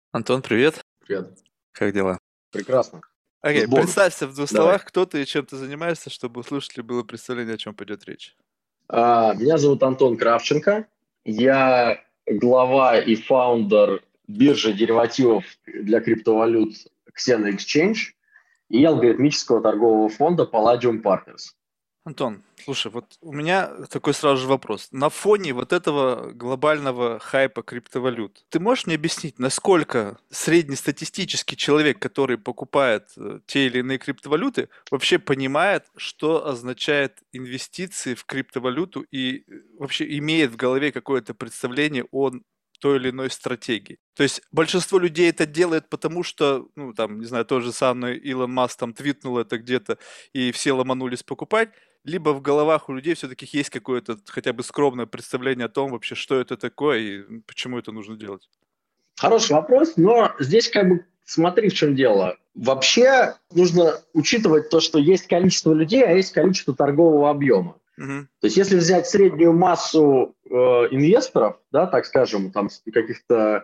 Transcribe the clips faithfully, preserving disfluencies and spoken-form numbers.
Антон, привет. Привет. Как дела? Прекрасно. С Окей, Богом. представься в двух Давай. словах, кто ты и чем ты занимаешься, чтобы у слушателей было представление, о чем пойдет речь. А, Меня зовут Антон Кравченко. Я глава и фаундер биржи деривативов для криптовалют Xena Exchange и алгоритмического торгового фонда Palladium Partners. Антон, слушай, вот у меня такой сразу же вопрос. На фоне вот этого глобального хайпа криптовалют, ты можешь мне объяснить, насколько среднестатистический человек, который покупает э, те или иные криптовалюты, вообще понимает, что означает инвестиции в криптовалюту и э, вообще имеет в голове какое-то представление о той или иной стратегии. То есть большинство людей это делает, потому что, ну, там, не знаю, тот же самый Илон Маск там твитнул это где-то, и все ломанулись покупать, либо в головах у людей все-таки есть какое-то хотя бы скромное представление о том вообще, что это такое и почему это нужно делать. Хороший вопрос, но здесь как бы смотри, в чем дело. Вообще нужно учитывать то, что есть количество людей, а есть количество торгового объема. Мгм. То есть если взять среднюю массу э, инвесторов, да, так скажем, там каких-то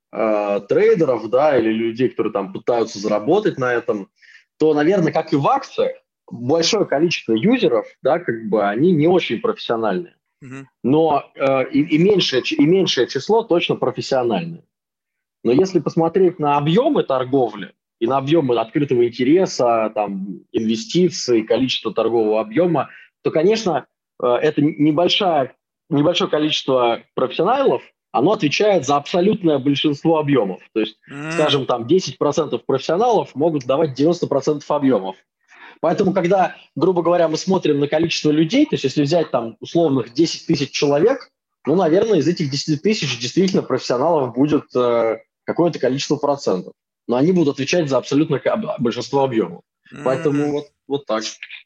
э, трейдеров, да, или людей, которые там пытаются заработать на этом, то, наверное, как и в акциях, большое количество юзеров, да, как бы они не очень профессиональные, Мгм. но э, и, и, меньшее, и меньшее число точно профессиональные. Но если посмотреть на объемы торговли и на объемы открытого интереса, там, инвестиций, количество торгового объема, то, конечно, э, это небольшое, небольшое количество профессионалов, оно отвечает за абсолютное большинство объемов. То есть, М, скажем, там десять процентов профессионалов могут давать девяносто процентов объемов. Поэтому, когда, грубо говоря, мы смотрим на количество людей, то есть если взять там условных десять тысяч человек, ну, наверное, из этих десяти тысяч действительно профессионалов будет э, какое-то количество процентов. Но они будут отвечать за абсолютно большинство объемов. Поэтому м. вот, вот так.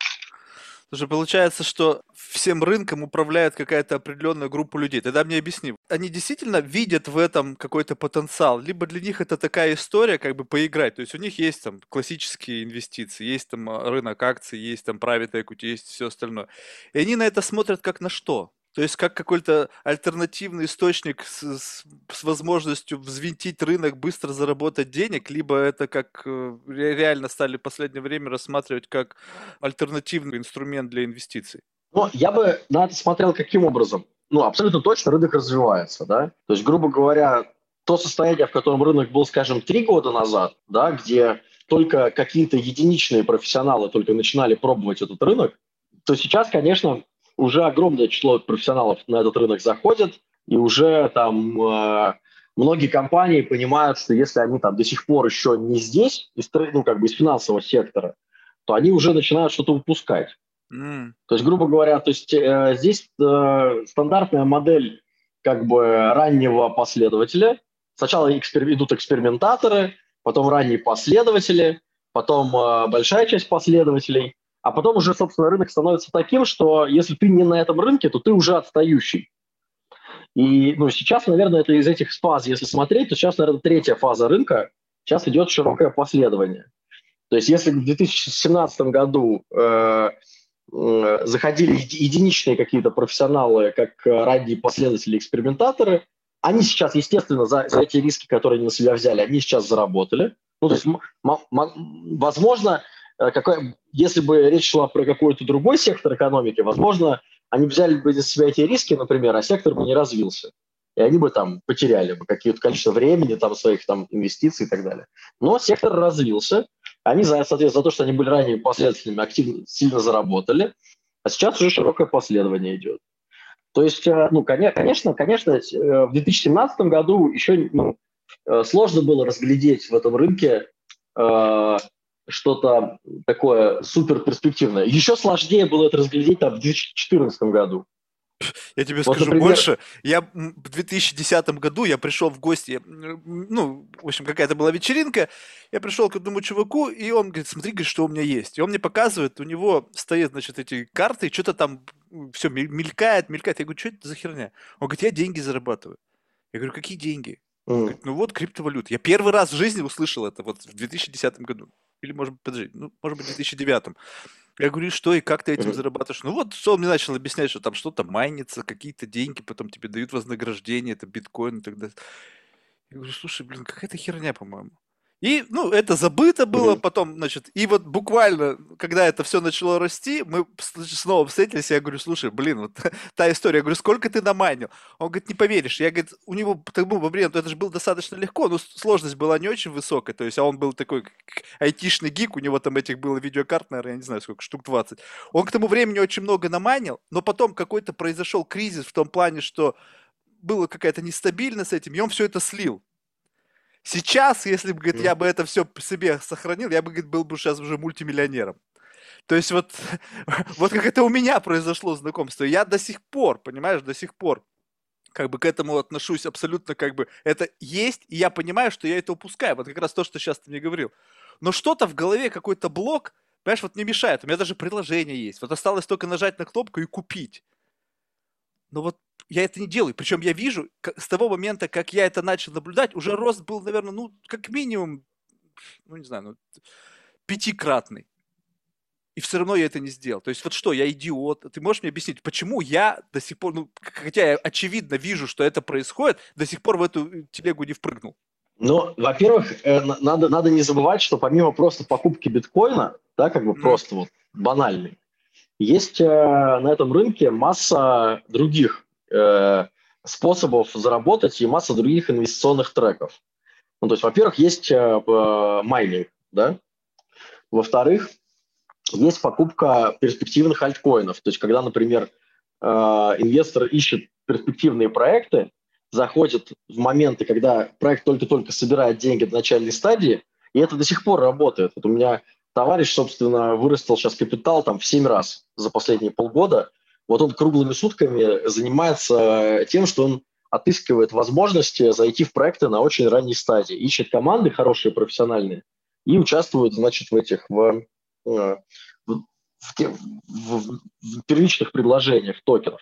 Слушай, получается, что всем рынком управляет какая-то определенная группа людей. Тогда мне объясни, они действительно видят в этом какой-то потенциал, либо для них это такая история, как бы поиграть. То есть у них есть там классические инвестиции, есть там а, рынок акций, есть там private equity, есть все остальное. И они на это смотрят как на что? То есть как какой-то альтернативный источник с, с- с возможностью взвинтить рынок, быстро заработать денег, либо это как э, ре- реально стали в последнее время рассматривать как альтернативный инструмент для инвестиций. Но я бы на это смотрел каким образом? Ну, абсолютно точно рынок развивается, да. То есть, грубо говоря, то состояние, в котором рынок был, скажем, три года назад, да, где только какие-то единичные профессионалы только начинали пробовать этот рынок, то сейчас, конечно, уже огромное число профессионалов на этот рынок заходит, и уже там э, многие компании понимают, что если они там до сих пор еще не здесь, из, тр- ну, как бы из финансового сектора, то они уже начинают что-то упускать. М, То есть, грубо говоря, то есть э, здесь э, стандартная модель как бы раннего последователя. Сначала экспер- идут экспериментаторы, потом ранние последователи, потом э, большая часть последователей, а потом уже, собственно, рынок становится таким, что если ты не на этом рынке, то ты уже отстающий. И ну, сейчас, наверное, это из этих фаз, если смотреть, то сейчас, наверное, третья фаза рынка, сейчас идет широкое последование. То есть если в две тысячи семнадцатом году э, э, заходили еди- единичные какие-то профессионалы, как э, ранние последователи, экспериментаторы, они сейчас, естественно, за, за эти риски, которые они на себя взяли, они сейчас заработали. Ну, то есть, м- м- возможно, э, какой, если бы речь шла про какой-то другой сектор экономики, возможно, они взяли бы на себя эти риски, например, а сектор бы не развился. И они бы там потеряли бы какое-то количество времени, там, своих там, инвестиций и так далее. Но сектор развился, они, за, соответственно, за то, что они были ранее последователями, активно, сильно заработали, а сейчас уже широкое последование идет. То есть, э, ну, конечно, конечно, э, в две тысячи семнадцатом году еще ну, э, сложно было разглядеть в этом рынке э, что-то такое супер перспективное. Еще сложнее было это разглядеть там, в две тысячи четырнадцатом году. Я тебе Вот, скажу например, больше. Я м, в две тысячи десятом году я пришел в гости, м, ну, в общем, какая-то была вечеринка. Я пришел к одному чуваку, и он говорит, смотри, говорит, что у меня есть. И он мне показывает, у него стоят, значит, эти карты, что-то там все мелькает, мелькает. Я говорю, что это за херня? Он говорит, я деньги зарабатываю. Я говорю, какие деньги? Он м, говорит, ну вот криптовалюта. Я первый раз в жизни услышал это вот в две тысячи десятом году. Или, может быть, подожди, ну, может быть, в две тысячи девятом. Я говорю, что и как ты этим мгм. зарабатываешь? Ну вот, что он мне начал объяснять, что там что-то майнится, какие-то деньги, потом тебе дают вознаграждение, это биткоин и так далее. Я говорю, слушай, блин, какая-то херня, по-моему. И, ну, это забыто было Мгм. потом, значит, и вот буквально, когда это все начало расти, мы с- снова встретились, я говорю, слушай, блин, вот та история, я говорю, сколько ты намайнил? Он говорит, не поверишь, я, говорит, у него, так был, блин, это же было достаточно легко, но с- сложность была не очень высокая, то есть, а он был такой к- к- айтишный гик, у него там этих было видеокарт, наверное, я не знаю, сколько, штук двадцать. Он к тому времени очень много намайнил, но потом какой-то произошел кризис в том плане, что была какая-то нестабильность с этим, и он все это слил. Сейчас, если бы, говорит, Мгм. я бы это все себе сохранил, я бы, говорит, был бы сейчас уже мультимиллионером. То есть вот, вот как это у меня произошло знакомство. Я до сих пор, понимаешь, до сих пор как бы к этому отношусь абсолютно как бы это есть, и я понимаю, что я это упускаю. Вот как раз то, что сейчас ты мне говорил. Но что-то в голове, какой-то блок, понимаешь, вот не мешает. У меня даже приложение есть. Вот осталось только нажать на кнопку и купить. Но вот я это не делаю. Причем я вижу, к- с того момента, как я это начал наблюдать, уже рост был, наверное, ну, как минимум, ну, не знаю, ну, пятикратный. И все равно я это не сделал. То есть вот что, я идиот? Ты можешь мне объяснить, почему я до сих пор, ну, хотя я очевидно вижу, что это происходит, до сих пор в эту э, телегу не впрыгнул? Но, во-первых, э, на- надо, надо не забывать, что помимо просто покупки биткоина, да, как бы Мгм. просто вот банальный, есть э, на этом рынке масса других э, способов заработать и масса других инвестиционных треков. Ну, то есть, во-первых, есть э, э, майнинг, да, во-вторых, есть покупка перспективных альткоинов. То есть, когда, например, э, инвестор ищет перспективные проекты, заходит в моменты, когда проект только-только собирает деньги в начальной стадии, и это до сих пор работает. Вот у меня товарищ, собственно, вырастил сейчас капитал там в семь раз за последние полгода. Вот он круглыми сутками занимается тем, что он отыскивает возможности зайти в проекты на очень ранней стадии, ищет команды хорошие, профессиональные, и участвует, значит, в этих, в, э, в, в, те- в- в первичных предложениях токенов.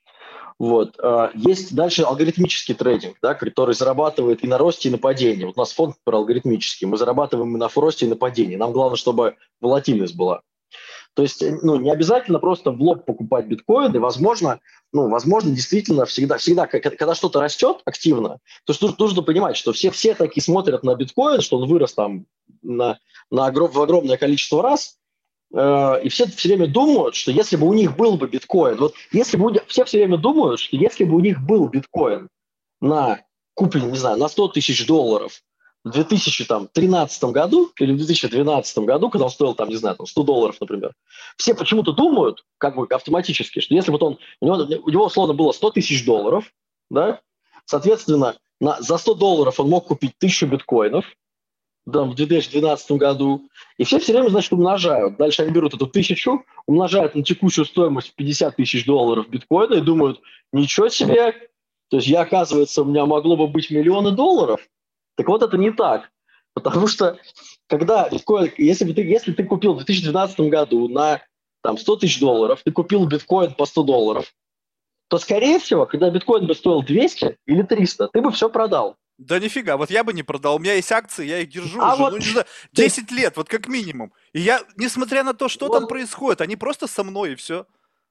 Вот. А, Есть дальше алгоритмический трейдинг, да, который зарабатывает и на росте, и на падении. Вот у нас фонд про алгоритмический. Мы зарабатываем и на росте, и на падении. Нам главное, чтобы волатильность была. То есть, э, ну, не обязательно просто в лоб покупать биткоины. Возможно, ну, возможно, действительно всегда, всегда, к- когда что-то растет активно, то есть нужно, нужно понимать, что все, все такие смотрят на биткоин, что он вырос там на, на огром- в огромное количество раз, э, и все все время думают, что если бы у них был бы биткоин, вот если бы у них, все все время думают, что если бы у них был биткоин на куплен, не знаю, на сто тысяч долларов в две тысячи тринадцатом году или в две тысячи двенадцатом году, когда он стоил, там, не знаю, там, сто долларов, например, все почему-то думают, как бы автоматически, что если вот он, у него, у него условно было сто тысяч долларов, да, соответственно, на, за сто долларов он мог купить тысячу биткоинов, да, в две тысячи двенадцатом году, и все все время, значит, умножают. Дальше они берут эту тысячу, умножают на текущую стоимость в пятьдесят тысяч долларов биткоина и думают, ничего себе, то есть я, оказывается, у меня могло бы быть миллионы долларов. Так вот, это не так. Потому что, когда биткоин, если, бы ты, если ты купил в две тысячи двенадцатом году на там, сто тысяч долларов, ты купил биткоин по сто долларов, то, скорее всего, когда биткоин бы стоил двести или триста, ты бы все продал. Да нифига, вот я бы не продал. У меня есть акции, я их держу А уже, ну вот, не знаю, ты, десять лет, вот как минимум. И я, несмотря на то, что там вот происходит, они просто со мной и все.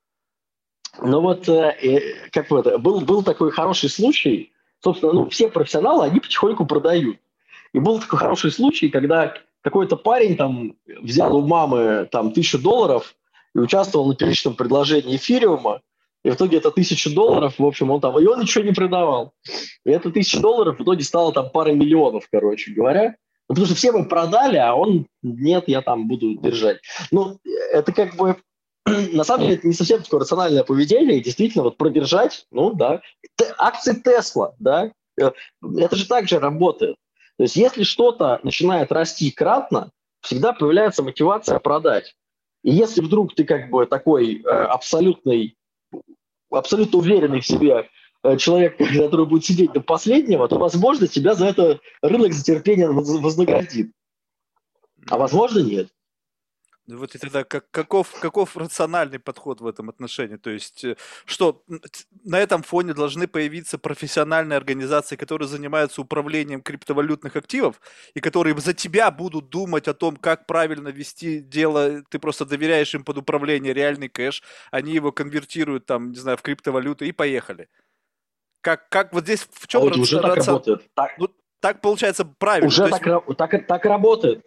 Ну вот, э, э, как бы это, был, был такой хороший случай, собственно, ну, все профессионалы, они потихоньку продают. И был такой хороший случай, когда какой-то парень там взял у мамы там тысячу долларов и участвовал на первичном предложении эфириума, и в итоге это тысяча долларов, в общем, он там, и он ничего не продавал. И эта тысяча долларов в итоге стала там пара миллионов, короче говоря. Ну, потому что все мы продали, а он, нет, я там буду держать. Ну, это как бы на самом деле это не совсем такое рациональное поведение, и действительно вот продержать, ну да, Т- акции Тесла, да, э, это же так же работает. То есть если что-то начинает расти кратно, всегда появляется мотивация продать. И если вдруг ты как бы такой э, абсолютный, абсолютно уверенный в себе э, человек, который будет сидеть до последнего, то, возможно, тебя за это рынок за терпение воз- вознаградит. А возможно, нет. Ну вот и тогда как, каков, каков рациональный подход в этом отношении? То есть, э, что м, т- на этом фоне должны появиться профессиональные организации, которые занимаются управлением криптовалютных активов и которые за тебя будут думать о том, как правильно вести дело. Ты просто доверяешь им под управление реальный кэш, они его конвертируют там, не знаю, в криптовалюту и поехали. Как, как вот здесь в А чем вот уже так рацион... работает. Так, Ну, так получается правильно. Уже то так, есть, так, так работает.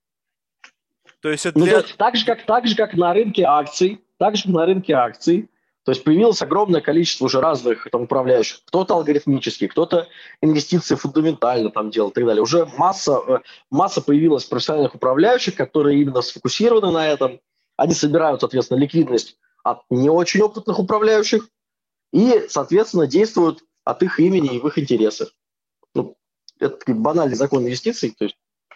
То есть, это Ну, для... то есть так же, как, так же, как на рынке акций, так же, как на рынке акций, то есть появилось огромное количество уже разных там, управляющих. Кто-то алгоритмический, кто-то инвестиции фундаментально там делал и так далее. Уже масса, э, масса появилась профессиональных управляющих, которые именно сфокусированы на этом. Они собирают, соответственно, ликвидность от не очень опытных управляющих и, соответственно, действуют от их имени и в их интересах. Ну, это такой банальный закон инвестиций. То есть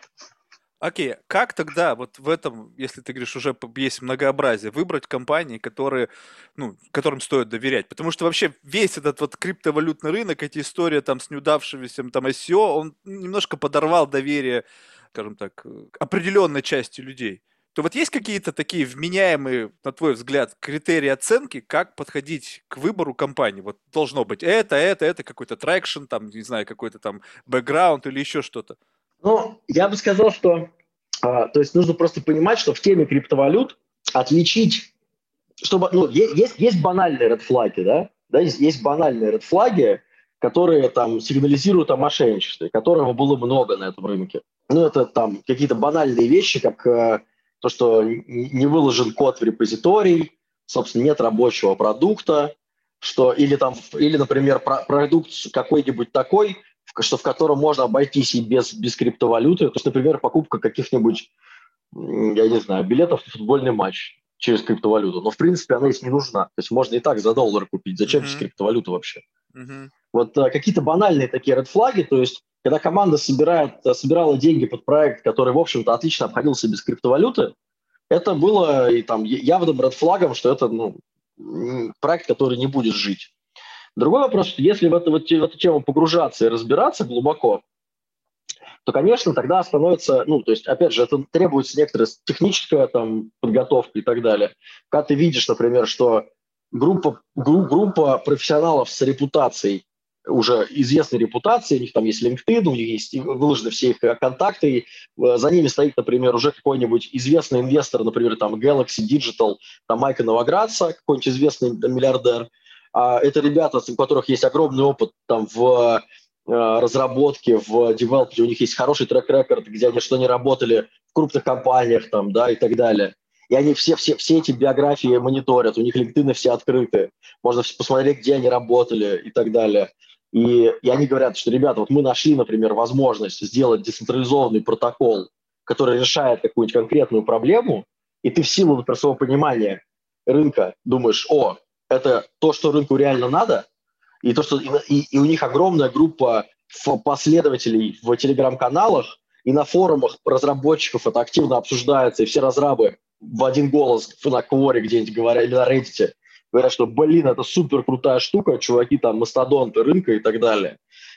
Окей, как тогда вот в этом, если ты говоришь, уже п- есть многообразие, выбрать компании, которые, ну, которым стоит доверять? Потому что вообще весь этот вот криптовалютный рынок, эти истории там с неудавшимися там ай си о, он немножко подорвал доверие, скажем так, э, определенной части людей. То вот есть какие-то такие вменяемые, на твой взгляд, критерии оценки, как подходить к выбору компании? Вот должно быть это, это, это, какой-то трекшн, там, не знаю, какой-то там бэкграунд или еще что-то. ну, я бы сказал, что а, то есть нужно просто понимать, что в теме криптовалют отличить, чтобы, ну, е- есть, есть банальные редфлаги, да, да, есть, есть банальные редфлаги, которые там сигнализируют о мошенничестве, которого было много на этом рынке. Ну, это там какие-то банальные вещи, как э, то, что н- не выложен код в репозиторий, собственно, нет рабочего продукта, что или там, или, например, про- продукт какой-нибудь такой, в ко- что в котором можно обойтись и без, без криптовалюты. То есть, например, покупка каких-нибудь, м, я не знаю, билетов на футбольный матч через криптовалюту. Но, в принципе, она здесь не нужна. То есть можно и так за доллар купить. Зачем здесь Мгм, криптовалюта вообще? мгм. Вот э, какие-то банальные такие редфлаги, то есть когда команда собирает, э, собирала деньги под проект, который, в общем-то, отлично обходился без криптовалюты, это было и там я- явным редфлагом, что это ну, м, проект, который не будет жить. Другой вопрос, что если в, это, вот, в эту тему погружаться и разбираться глубоко, то, конечно, тогда становится, ну, то есть, опять же, это требуется некоторая техническая там подготовка и так далее. Когда ты видишь, например, что группа, гру- группа профессионалов с репутацией, уже известной репутацией, у них там есть LinkedIn, у них есть выложены все их э, контакты, и, э, за ними стоит, например, уже какой-нибудь известный инвестор, например, там Galaxy Digital, там Майка Новоградца, какой-нибудь известный там, миллиардер. А это ребята, у которых есть огромный опыт там в э, разработке, в девелопменте, у них есть хороший трек-рекорд, где они что не работали в крупных компаниях там, да, и так далее. И они все, все, все эти биографии мониторят, у них LinkedIn все открыты, можно посмотреть, где они работали и так далее. И, и они говорят, что, ребята, вот мы нашли, например, возможность сделать децентрализованный протокол, который решает какую-нибудь конкретную проблему, и ты в силу, например, своего понимания рынка думаешь, о, это то, что рынку реально надо, и, то, что, и, и у них огромная группа последователей в телеграм-каналах, и на форумах разработчиков это активно обсуждается, и все разрабы в один голос на Quora где-нибудь говорят, или на Reddit говорят, что, блин, это супер крутая штука, чуваки там мастодонты рынка и так далее.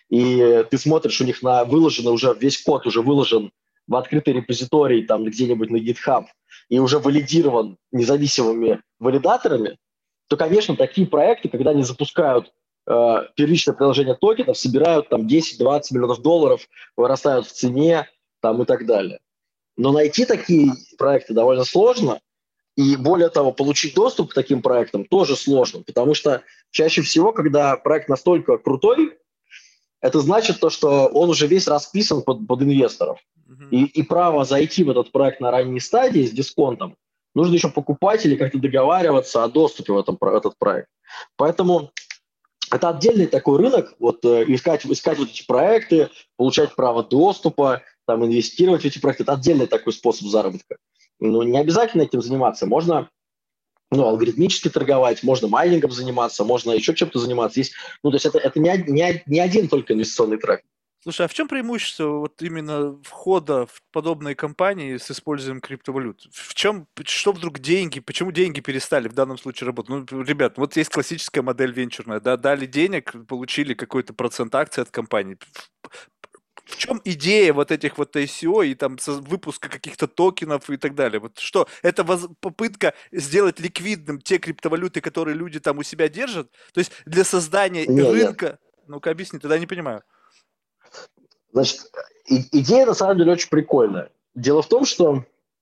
И ты смотришь, у них на выложено уже, весь код уже выложен в открытый репозиторий там где-нибудь на GitHub и уже валидирован независимыми валидаторами, то, конечно, такие проекты, когда они запускают э, первичное приложение токенов, собирают там десять-двадцать миллионов долларов, вырастают в цене там, и так далее. Но найти такие проекты довольно сложно, и более того, получить доступ к таким проектам тоже сложно, потому что чаще всего, когда проект настолько крутой, это значит то, что он уже весь расписан под, под инвесторов. Мгм. И, и право зайти в этот проект на ранней стадии с дисконтом нужно еще покупать или как-то договариваться о доступе в, этом, в этот проект. Поэтому это отдельный такой рынок, вот э, искать, искать вот эти проекты, получать право доступа, там, инвестировать в эти проекты, это отдельный такой способ заработка. Ну, не обязательно этим заниматься, можно ну, алгоритмически торговать, можно майнингом заниматься, можно еще чем-то заниматься. Есть, ну, то есть это, это не, од- не, од- не один только инвестиционный трек. Слушай, а в чем преимущество вот именно входа в подобные компании с использованием криптовалют? В чем, что вдруг деньги, почему деньги перестали в данном случае работать? Ну, ребят, вот есть классическая модель венчурная, да, дали денег, получили какой-то процент акций от компании. В чем идея вот этих вот ай си о и там со- выпуска каких-то токенов и так далее? Вот что, это воз- попытка сделать ликвидным те криптовалюты, которые люди там у себя держат? То есть для создания Не, нет. рынка... Ну-ка объясни, тогда я не понимаю. Значит, и- идея на самом деле очень прикольная. Дело в том, что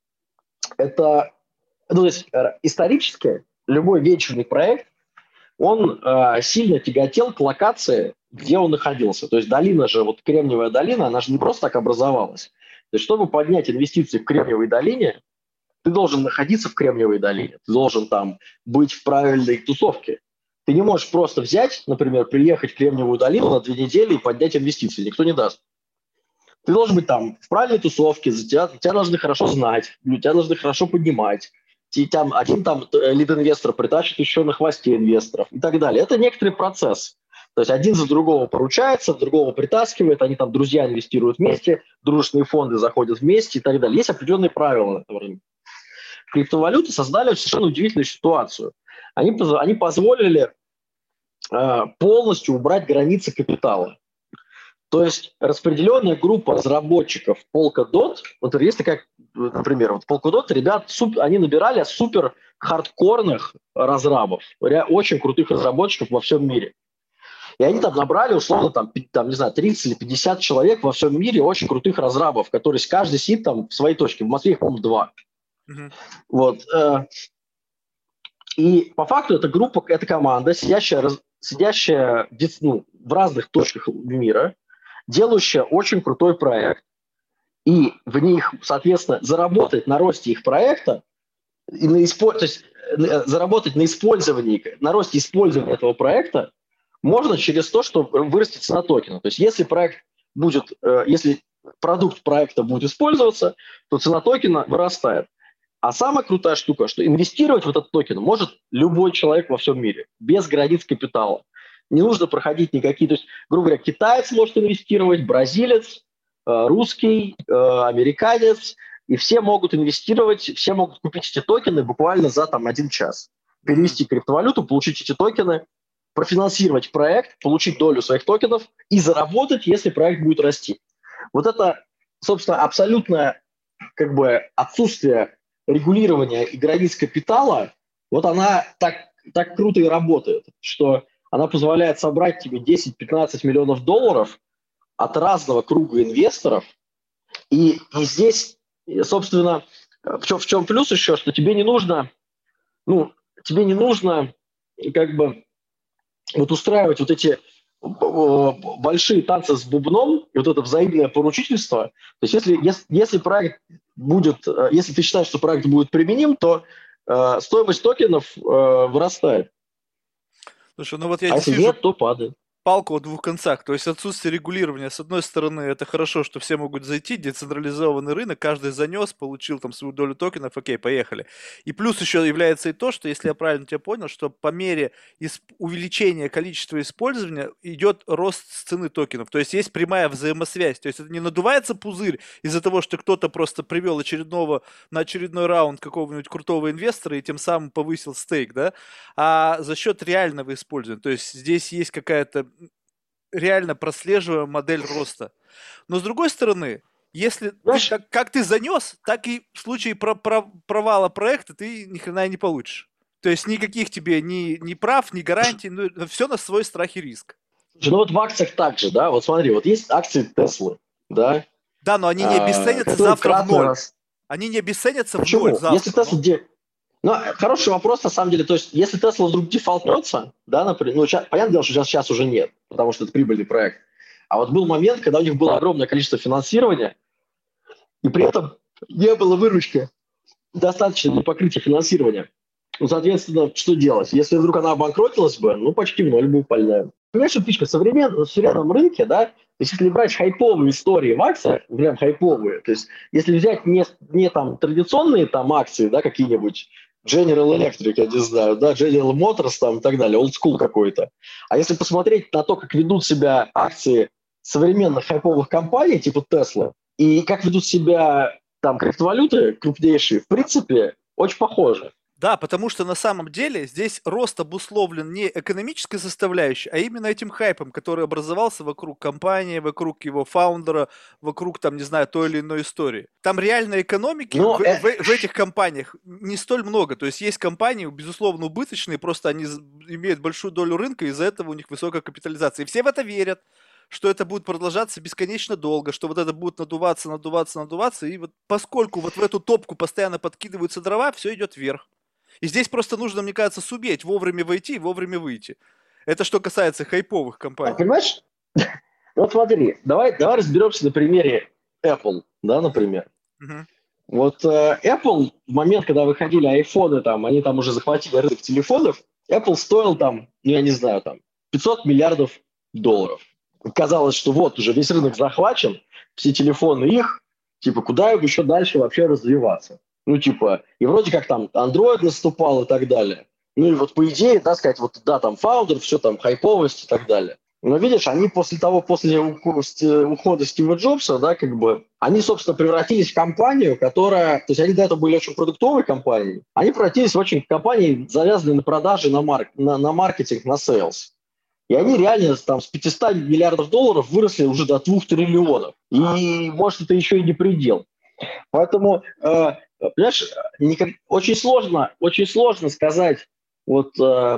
это, ну, то есть э, исторически любой венчурный проект, он э, сильно тяготел к локации где он находился. То есть долина же, вот Кремниевая долина, она же не просто так образовалась. То есть чтобы поднять инвестиции в Кремниевой долине, ты должен находиться в Кремниевой долине, ты должен там быть в правильной тусовке. Ты не можешь просто взять, например, приехать в Кремниевую долину на две недели и поднять инвестиции. Никто не даст. Ты должен быть там в правильной тусовке, тебя, тебя должны хорошо знать, тебя должны хорошо поднимать. И там, один там лид-инвестор притащит еще на хвосте инвесторов и так далее. Это некоторый процесс. То есть один за другого поручается, другого притаскивает, они там, друзья, инвестируют вместе, дружественные фонды заходят вместе и так далее. Есть определенные правила на этом рынке. Криптовалюты создали совершенно удивительную ситуацию. Они, они позволили э, полностью убрать границы капитала. То есть распределенная группа разработчиков Polkadot, вот есть такая, например, вот Polkadot, ребят, суп, они набирали супер хардкорных разрабов, очень крутых разработчиков во всем мире. И они там набрали, условно, там, там, не знаю, тридцать или пятьдесят человек во всем мире очень крутых разрабов, которые каждый сидит там в своей точке. В Москве их, по-моему, два. Mm-hmm. Вот. И по факту эта группа, эта команда, сидящая, сидящая ну, в разных точках мира, делающая очень крутой проект, и в них, соответственно, заработать на росте их проекта, и на испо... то есть заработать на использовании, на росте использования этого проекта можно через то, что вырастет цена токена. То есть если проект будет, если продукт проекта будет использоваться, то цена токена вырастает. А самая крутая штука, что инвестировать в этот токен может любой человек во всем мире, без границ капитала. Не нужно проходить никакие... То есть, грубо говоря, китаец может инвестировать, бразилец, русский, американец, и все могут инвестировать, все могут купить эти токены буквально за там, один час. Перевести криптовалюту, получить эти токены, профинансировать проект, получить долю своих токенов и заработать, если проект будет расти. Вот это, собственно, абсолютное как бы, отсутствие регулирования и границ капитала, вот она так, так круто и работает, что она позволяет собрать тебе десять-пятнадцать миллионов долларов от разного круга инвесторов. И, и здесь, собственно, в чем, в чем плюс еще, что тебе не нужно, ну, тебе не нужно как бы вот устраивать вот эти большие танцы с бубном и вот это взаимное поручительство. То есть если, если, если проект будет, если ты считаешь, что проект будет применим, то э, стоимость токенов э, вырастает. Слушай, ну вот я а если вижу нет, то падает. Палку о двух концах. То есть отсутствие регулирования. С одной стороны, это хорошо, что все могут зайти, децентрализованный рынок, каждый занес, получил там свою долю токенов, окей, поехали. И плюс еще является и то, что, если я правильно тебя понял, что по мере увеличения количества использования идет рост цены токенов. То есть есть прямая взаимосвязь. То есть это не надувается пузырь из-за того, что кто-то просто привел очередного на очередной раунд какого-нибудь крутого инвестора и тем самым повысил стейк, да, а за счет реального использования. То есть здесь есть какая-то реально прослеживаемая модель роста. Но с другой стороны, если ты, как, как ты занес, так и в случае про, про, провала проекта ты ни хрена и не получишь. То есть никаких тебе ни, ни прав, ни гарантий, ну, все на свой страх и риск. Ну вот в акциях также, да, вот смотри, вот есть акции Теслы, да. Да, но они не обесценятся а, завтра в ноль. Раз... Они не обесценятся Почему? в ноль завтра. Если Тесла... Но... Ну, хороший вопрос, на самом деле. То есть, если Тесла вдруг дефолтнется, да, например, ну, сейчас, понятное дело, что сейчас, сейчас уже нет, потому что это прибыльный проект. А вот был момент, когда у них было огромное количество финансирования, и при этом не было выручки достаточно для покрытия финансирования. Ну, соответственно, что делать? Если вдруг она обанкротилась бы, ну, почти в ноль бы упали. Понимаешь, фишка, в современном, в современном рынке, да, то есть если брать хайповые истории в акциях, прям хайповые, то есть если взять не, не там традиционные там акции, да, какие-нибудь, General Electric, я не знаю, да, General Motors там и так далее, old school какой-то. А если посмотреть на то, как ведут себя акции современных хайповых компаний, типа Tesla, и как ведут себя там криптовалюты крупнейшие, в принципе, очень похожи. Да, потому что на самом деле здесь рост обусловлен не экономической составляющей, а именно этим хайпом, который образовался вокруг компании, вокруг его фаундера, вокруг, там, не знаю, той или иной истории. Там реальной экономики в, э... в, в этих компаниях не столь много. То есть есть компании, безусловно, убыточные, просто они имеют большую долю рынка, и из-за этого у них высокая капитализация. И все в это верят, что это будет продолжаться бесконечно долго, что вот это будет надуваться, надуваться, надуваться. И вот поскольку вот в эту топку постоянно подкидываются дрова, все идет вверх. И здесь просто нужно, мне кажется, суметь вовремя войти и вовремя выйти. Это что касается хайповых А, компаний. понимаешь? Вот смотри, давай, давай разберемся на примере Apple, да, например. Мгм. Вот э, Apple в момент, когда выходили айфоны, там, они там уже захватили рынок телефонов, Apple стоил там, ну я не знаю, там пятьсот миллиардов долларов. Казалось, что вот уже весь рынок захвачен, все телефоны их, типа куда им еще дальше вообще развиваться? Ну типа, и вроде как там Android наступал и так далее. Ну и вот по идее, да, сказать, вот да, там фаундер, все там хайповость и так далее. Но видишь, они после того, после ухода Стива Джобса, да, как бы, они, собственно, превратились в компанию, которая, то есть они до этого были очень продуктовой компанией, они превратились в очень компании, завязанные на продажи, на, марк, на, на маркетинг, на сейлс. И они реально там с пятисот миллиардов долларов выросли уже до двух триллионов. И, может, это еще и не предел. Поэтому, э, понимаешь, никак, очень сложно, очень сложно сказать, вот, э,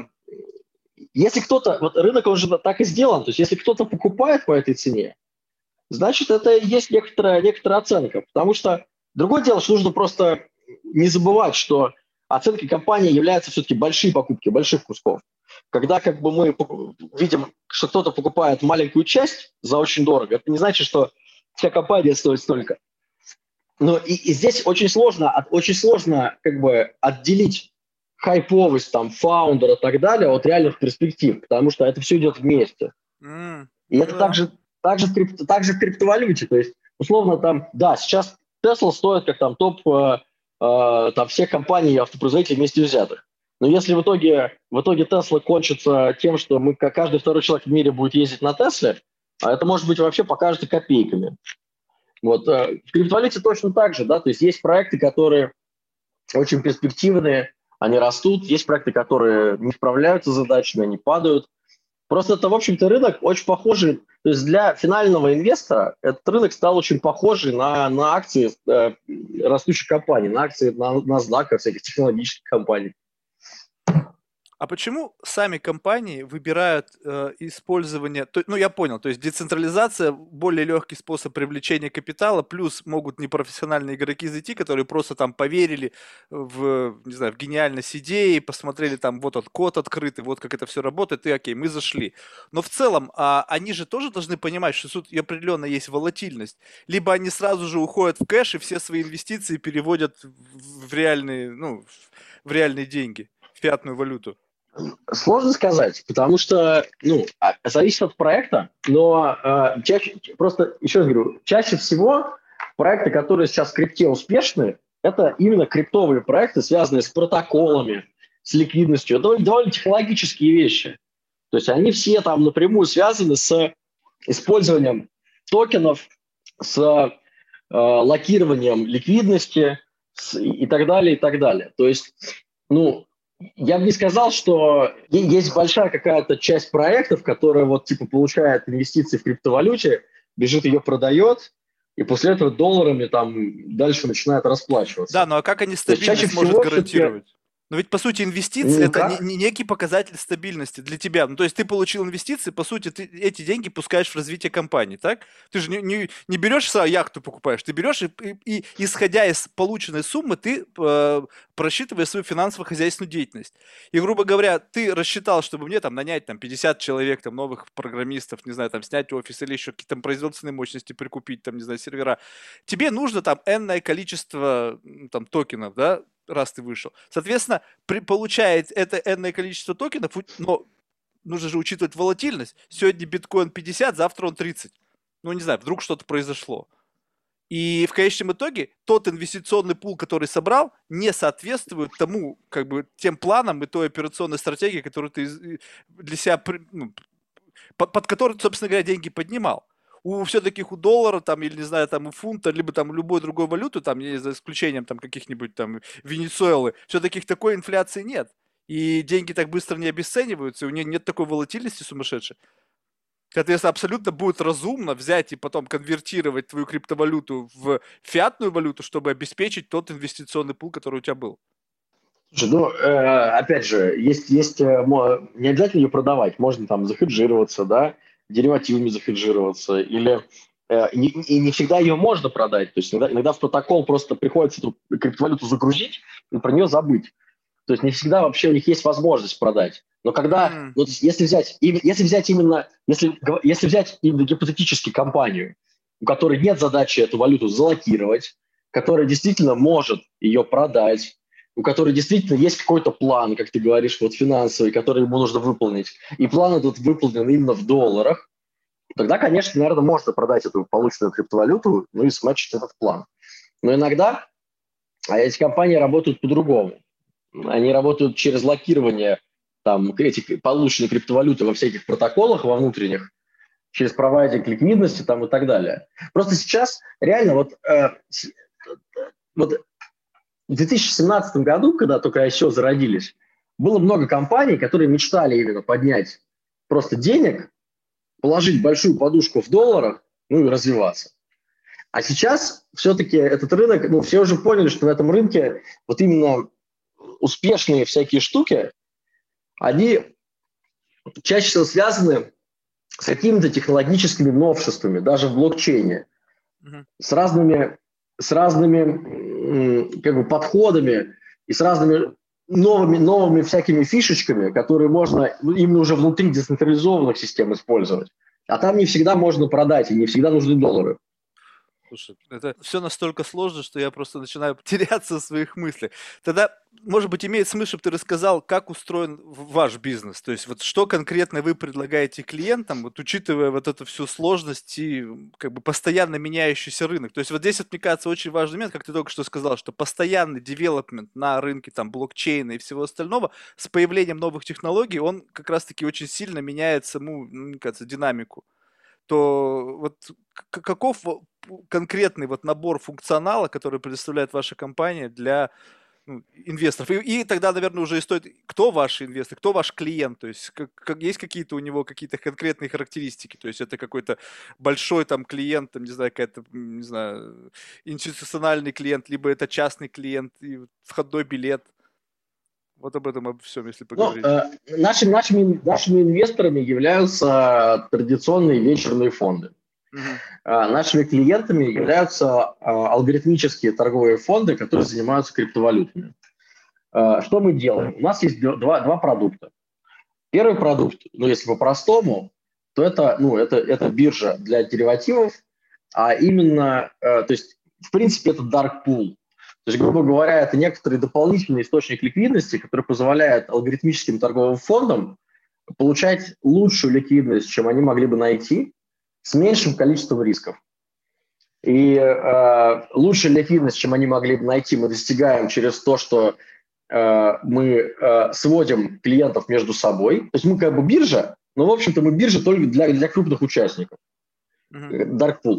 если кто-то, вот рынок он же так и сделан, то есть если кто-то покупает по этой цене, значит, это и есть некоторая, некоторая оценка. Потому что другое дело, что нужно просто не забывать, что оценкой компании являются все-таки большие покупки, больших кусков. Когда как бы мы видим, что кто-то покупает маленькую часть за очень дорого, это не значит, что вся компания стоит столько. Но и, и здесь очень сложно, очень сложно как бы отделить хайповость, там, фаундера и так далее от реальных перспектив, потому что это все идет вместе. М, И ну это да. также, также, в крипто, также в криптовалюте. То есть, условно, там, да, сейчас Tesla стоит как там топ э, э, там, всех компаний автопроизводителей вместе взятых. Но если в итоге, в итоге Tesla кончится тем, что мы, как каждый второй человек в мире будет ездить на Тесле, а это, может быть, вообще покажется копейками. Вот. Э, в криптовалюте точно так же, да, то есть есть проекты, которые очень перспективные, они растут, есть проекты, которые не справляются с задачами, они падают. Просто это, в общем-то, рынок очень похожий, то есть для финального инвестора этот рынок стал очень похожий на, на акции э, растущих компаний, на акции на, NASDAQ, всяких технологических компаний. А почему сами компании выбирают э, использование, то, ну я понял, то есть децентрализация более легкий способ привлечения капитала, плюс могут непрофессиональные игроки зайти, которые просто там поверили в, не знаю, в гениальность идеи, посмотрели там, вот он код открытый, вот как это все работает, и окей, мы зашли. Но в целом, а, они же тоже должны понимать, что тут и определенно есть волатильность. Либо они сразу же уходят в кэш и все свои инвестиции переводят в, в реальные, ну, в реальные деньги, в фиатную валюту. Сложно сказать, потому что, ну, а- зависит от проекта, но э, чаще, просто, еще раз говорю, чаще всего проекты, которые сейчас в крипте успешны, это именно криптовые проекты, связанные с протоколами, с ликвидностью. Это довольно, довольно технологические вещи. То есть они все там напрямую связаны с использованием токенов, с э, локированием ликвидности с, и, и так далее, и так далее. То есть, ну, я бы не сказал, что есть большая какая-то часть проектов, которая вот типа получает инвестиции в криптовалюте, бежит ее продает, и после этого долларами там дальше начинает Да, расплачиваться. ну а как они То есть чаще стабильность может всего все-таки, гарантировать? Но ведь, по сути, инвестиции– ну это не, как, не некий показатель стабильности для тебя. Ну, то есть ты получил инвестиции, по сути, ты эти деньги пускаешь в развитие компании, так? Ты же не, не, не берешь сразу яхту покупаешь, ты берешь и, и- и, исходя из полученной суммы, ты э, просчитываешь свою финансово-хозяйственную деятельность. И, грубо говоря, ты рассчитал, чтобы мне там нанять там пятьдесят человек, там новых программистов, не знаю, там снять офис или еще какие-то там производственные мощности прикупить, там, не знаю, сервера. Тебе нужно там энное количество м, там токенов, да, раз ты вышел. Соответственно, при, получает это энное количество токенов, у- но нужно же учитывать волатильность. Сегодня биткоин пятьдесят, завтра он тридцать. Ну, не знаю, вдруг что-то произошло. И в конечном итоге тот инвестиционный пул, который собрал, не соответствует тому, как бы, тем планам и той операционной стратегии, которую ты из- для себя, при- ну, под, под который, ты, собственно говоря, деньги поднимал. У все-таки у доллара, там, или, не знаю, там, у фунта, либо там любой другой валюты, там, не за исключением там каких-нибудь там Венесуэлы, все-таки такой инфляции нет. И деньги так быстро не обесцениваются, у них нет такой волатильности сумасшедшей. Соответственно, абсолютно будет разумно взять и потом конвертировать твою криптовалюту в фиатную валюту, чтобы обеспечить тот инвестиционный пул, который у тебя был. слушай, ну, э, опять же, есть, есть, э, мо- не обязательно ее продавать, можно там захеджироваться, да, деривативами захеджироваться, или э, и не, и не всегда ее можно продать, то есть иногда, иногда в протокол просто приходится эту криптовалюту загрузить и про нее забыть. То есть не всегда вообще у них есть возможность продать. Но когда, М, вот если взять, им- если взять именно, если, гов- если взять именно гипотетически компанию, у которой нет задачи эту валюту залокировать, которая действительно может ее продать, у которой действительно есть какой-то план, как ты говоришь, вот финансовый, который ему нужно выполнить, и план этот выполнен именно в долларах, тогда, конечно, наверное, можно продать эту полученную криптовалюту, ну и сметчить этот план. Но иногда а эти компании работают по-другому. Они работают через локирование там, эти полученные криптовалюты во всяких протоколах, во внутренних, через провайдинг ликвидности там, и так далее. Просто сейчас реально вот, э, вот в две тысячи семнадцатом году, когда только ай си о зародились, было много компаний, которые мечтали именно поднять просто денег, положить большую подушку в долларах, ну и развиваться. А сейчас все-таки этот рынок, ну, все уже поняли, что на этом рынке вот именно успешные всякие штуки, они чаще всего связаны с какими-то технологическими новшествами, даже в блокчейне, мгм. с разными, с разными как бы, подходами и с разными новыми, новыми всякими фишечками, которые можно именно уже внутри децентрализованных систем использовать. А там не всегда можно продать, и не всегда нужны доллары. Слушай, это все настолько сложно, что я просто начинаю теряться в своих мыслях. Тогда, может быть, имеет смысл, чтобы ты рассказал, как устроен в- ваш бизнес. То есть вот что конкретно вы предлагаете клиентам, вот учитывая вот эту всю сложность и м, как бы постоянно меняющийся рынок. То есть вот здесь, вот, мне кажется, очень важный момент, как ты только что сказал, что постоянный девелопмент на рынке там блокчейна и всего остального с появлением новых технологий, он как раз-таки очень сильно меняет саму, ну, мне кажется, динамику. То вот к- каков во- п- конкретный вот набор функционала, который предоставляет ваша компания для ну, инвесторов? И, и тогда, наверное, уже и стоит, кто ваши инвесторы, кто ваш клиент, то есть как, как- есть какие-то у него какие-то конкретные характеристики, то есть это какой-то большой там клиент, там, не знаю, какая-то, м, не знаю, институциональный клиент, либо это частный клиент, и вот входной билет. Вот об этом, обо всем, если Ну, поговорить. э, нашим, нашими, нашими инвесторами являются традиционные вечерные фонды. Мгм. А нашими клиентами являются а, алгоритмические торговые фонды, которые занимаются криптовалютами. А, Что мы делаем? У нас есть д- два, два продукта. Первый продукт, ну, если по-простому, то это, ну, это, это биржа для деривативов, а именно, э, то есть, в принципе, это dark pool. То есть, грубо говоря, это некоторый дополнительный источник ликвидности, который позволяет алгоритмическим торговым фондам получать лучшую ликвидность, чем они могли бы найти, с меньшим количеством рисков. И э, лучшая ликвидность, чем они могли бы найти, мы достигаем через то, что э, мы э, сводим клиентов между собой. То есть мы как бы биржа, но, в общем-то, мы биржа только для, для крупных участников. Мгм. Dark pool.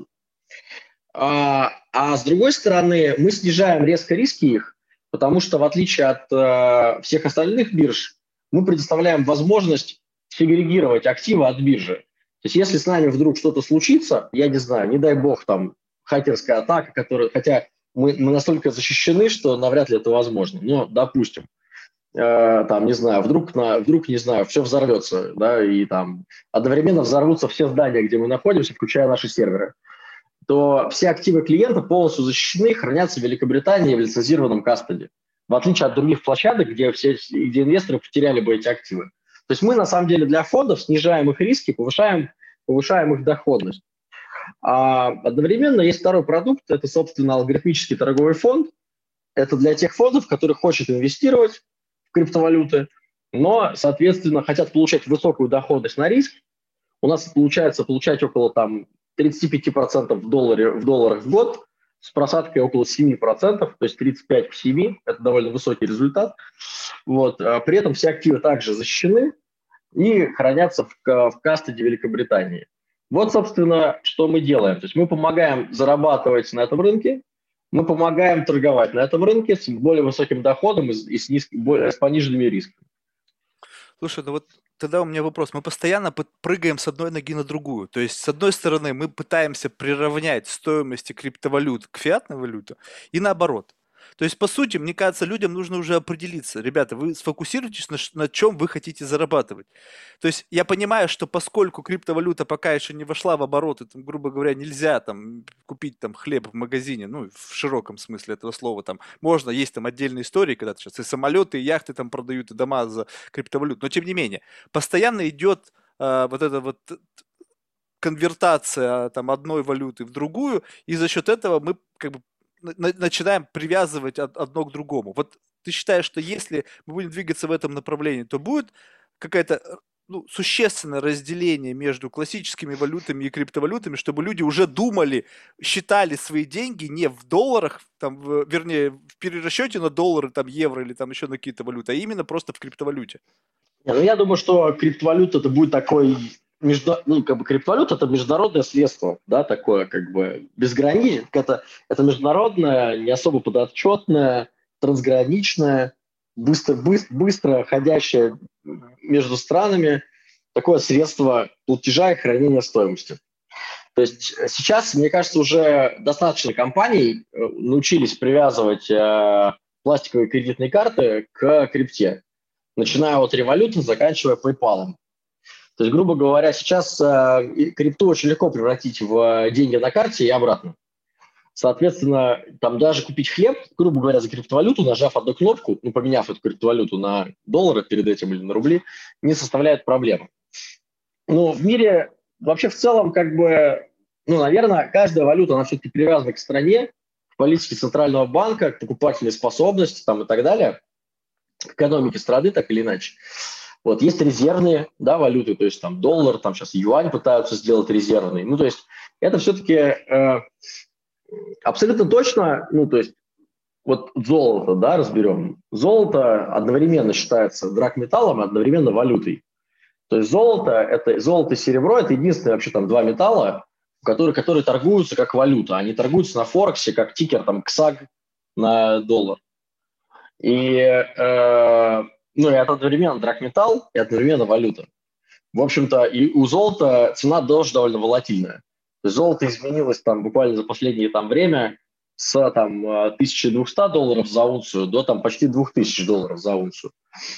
А, а с другой стороны, мы снижаем резко риски их, потому что в отличие от э, всех остальных бирж, мы предоставляем возможность сегрегировать активы от биржи. То есть если с нами вдруг что-то случится, я не знаю, не дай бог там хакерская атака, которая, хотя мы, мы настолько защищены, что навряд ли это возможно. Но, допустим, э, там, не знаю, вдруг, на, вдруг, не знаю, все взорвется, да, и там одновременно взорвутся все здания, где мы находимся, включая наши серверы, то все активы клиента полностью защищены, хранятся в Великобритании в лицензированном кастоде. В отличие от других площадок, где, все, где инвесторы потеряли бы эти активы. То есть мы, на самом деле, для фондов снижаем их риски, повышаем, повышаем их доходность. А одновременно есть второй продукт, это, собственно, алгоритмический торговый фонд. Это для тех фондов, которые хотят инвестировать в криптовалюты, но, соответственно, хотят получать высокую доходность на риск. У нас получается получать около там, тридцать пять процентов в, долларе, в долларах в год с просадкой около семь процентов, то есть тридцать пять к семи, это довольно высокий результат. Вот. А при этом все активы также защищены и хранятся в, в кастоде Великобритании. Вот, собственно, что мы делаем. То есть мы помогаем зарабатывать на этом рынке, мы помогаем торговать на этом рынке с более высоким доходом и, с, и с, низк, более, с пониженными рисками. Слушай, ну вот тогда у меня вопрос. Мы постоянно пы- прыгаем с одной ноги на другую. То есть, с одной стороны, мы пытаемся приравнять стоимости криптовалют к фиатной валюте, и наоборот. То есть, по сути, мне кажется, людям нужно уже определиться. Ребята, вы сфокусируйтесь на, ш- на чем вы хотите зарабатывать. То есть, я понимаю, что поскольку криптовалюта пока еще не вошла в обороты, там, грубо говоря, нельзя там купить там хлеб в магазине, ну, в широком смысле этого слова, там, можно, есть там отдельные истории, когда сейчас и самолеты, и яхты там продают, и дома за криптовалюту, но тем не менее, постоянно идет а, вот это вот конвертация там одной валюты в другую, и за счет этого мы как бы на- начинаем привязывать од- одно к другому. Вот ты считаешь, что если мы будем двигаться в этом направлении, то будет какая-то э, ну, существенное разделение между классическими валютами и криптовалютами, чтобы люди уже думали, считали свои деньги не в долларах, там, в- вернее, в перерасчете на доллары, там, евро или там еще на какие-то валюты, а именно просто в криптовалюте. Не, ну, я думаю, что криптовалюта это будет такой между, ну, как бы криптовалюта это международное средство, да, такое как бы безграничное, это, это международное, не особо подотчетное, трансграничное, быстро, быстро, быстро ходящее между странами, такое средство платежа и хранения стоимости. То есть сейчас, мне кажется, уже достаточно компаний э, научились привязывать э, пластиковые кредитные карты к крипте, начиная от революта, заканчивая PayPal. То есть, грубо говоря, сейчас э, крипту очень легко превратить в деньги на карте и обратно. Соответственно, там даже купить хлеб, грубо говоря, за криптовалюту, нажав одну кнопку, ну, поменяв эту криптовалюту на доллары перед этим или на рубли, не составляет проблемы. Ну, в мире вообще в целом, как бы, ну, наверное, каждая валюта, она все-таки привязана к стране, к политике центрального банка, к покупательной способности там, и так далее, к экономике страны, так или иначе. Вот, есть резервные, да, валюты, то есть там доллар, там сейчас юань пытаются сделать резервный. Ну, то есть это все-таки э, абсолютно точно, ну, то есть вот золото, да, разберем. Золото одновременно считается драгметаллом и одновременно валютой. То есть золото, это, золото и серебро – это единственные вообще там два металла, которые, которые торгуются как валюта. Они торгуются на Форексе, как тикер, там, ксаг на доллар. И, э, ну, и это одновременно драгметалл и одновременно валюта. В общем-то, и у золота цена тоже довольно волатильная. То есть золото изменилось там буквально за последнее там время с там тысячи двухсот долларов за унцию до там почти двух тысяч долларов за унцию.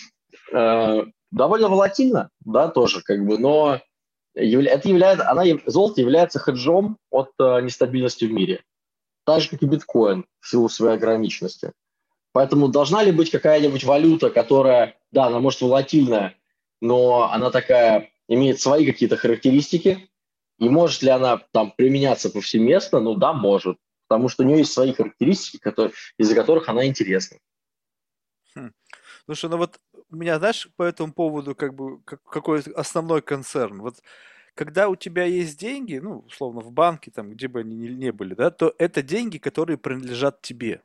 Э, довольно волатильно, да, тоже как бы, но явля- это является, она, яв- золото является хеджом от э, нестабильности в мире. Так же, как и биткоин в силу своей ограниченности. Поэтому должна ли быть какая-нибудь валюта, которая, да, она может волатильная, но она такая, имеет свои какие-то характеристики, и может ли она там применяться повсеместно? Ну да, может, потому что у нее есть свои характеристики, которые, из-за которых она интересна. Хм. Слушай, ну вот у меня, знаешь, по этому поводу как бы как- какой основной концерн. Вот когда у тебя есть деньги, ну, условно, в банке, там, где бы они ни, не были, да, то это деньги, которые принадлежат тебе.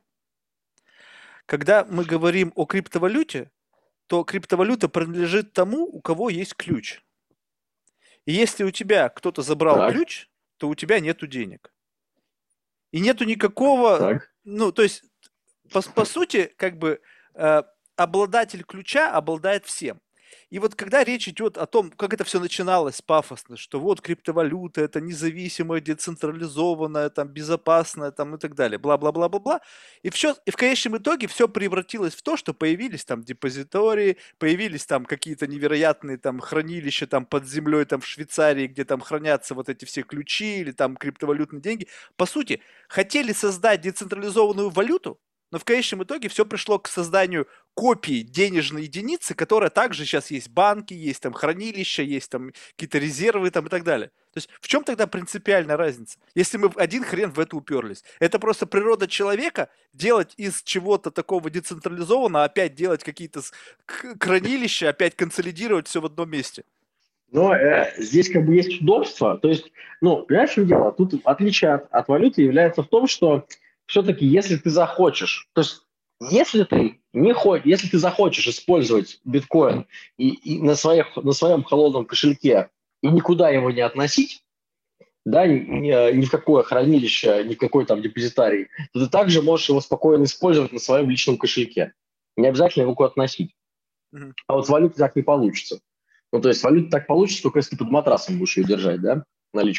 Когда мы говорим о криптовалюте, то криптовалюта принадлежит тому, у кого есть ключ. И если у тебя кто-то забрал Так, ключ, то у тебя нету денег. И нету никакого, так. ну, то есть, по, по сути, как бы э, обладатель ключа обладает всем. И вот когда речь идет о том, как это все начиналось пафосно, что вот криптовалюта это независимая, децентрализованная, там, безопасная, там, и так далее, бла-бла-бла-бла-бла. И, все, и в конечном итоге все превратилось в то, что появились там депозитории, появились там какие-то невероятные там хранилища там под землей там в Швейцарии, где там хранятся вот эти все ключи или там криптовалютные деньги. По сути, хотели создать децентрализованную валюту, но в конечном итоге все пришло к созданию копии денежной единицы, которая также сейчас есть банки, есть там хранилища, есть там какие-то резервы там и так далее. То есть в чем тогда принципиальная разница? Если мы в один хрен в это уперлись. Это просто природа человека делать из чего-то такого децентрализованного, опять делать какие-то хранилища, опять консолидировать все в одном месте. Но э, здесь как бы есть удобство. То есть, ну, понимаешь, в чем дело? Тут отличие от, от валюты является в том, что все-таки, если ты захочешь, то есть, если ты не хочешь, если ты захочешь использовать биткоин и, и на, своих, на своем холодном кошельке и никуда его не относить, да, ни, ни- ни в какое хранилище, ни в какой там депозитарий, то ты также можешь его спокойно использовать на своем личном кошельке. Не обязательно его куда-то носить. Мгм. А вот с валютой так не получится. Ну, то есть валюта так получится, только если ты под матрасом будешь ее держать, да, наличку.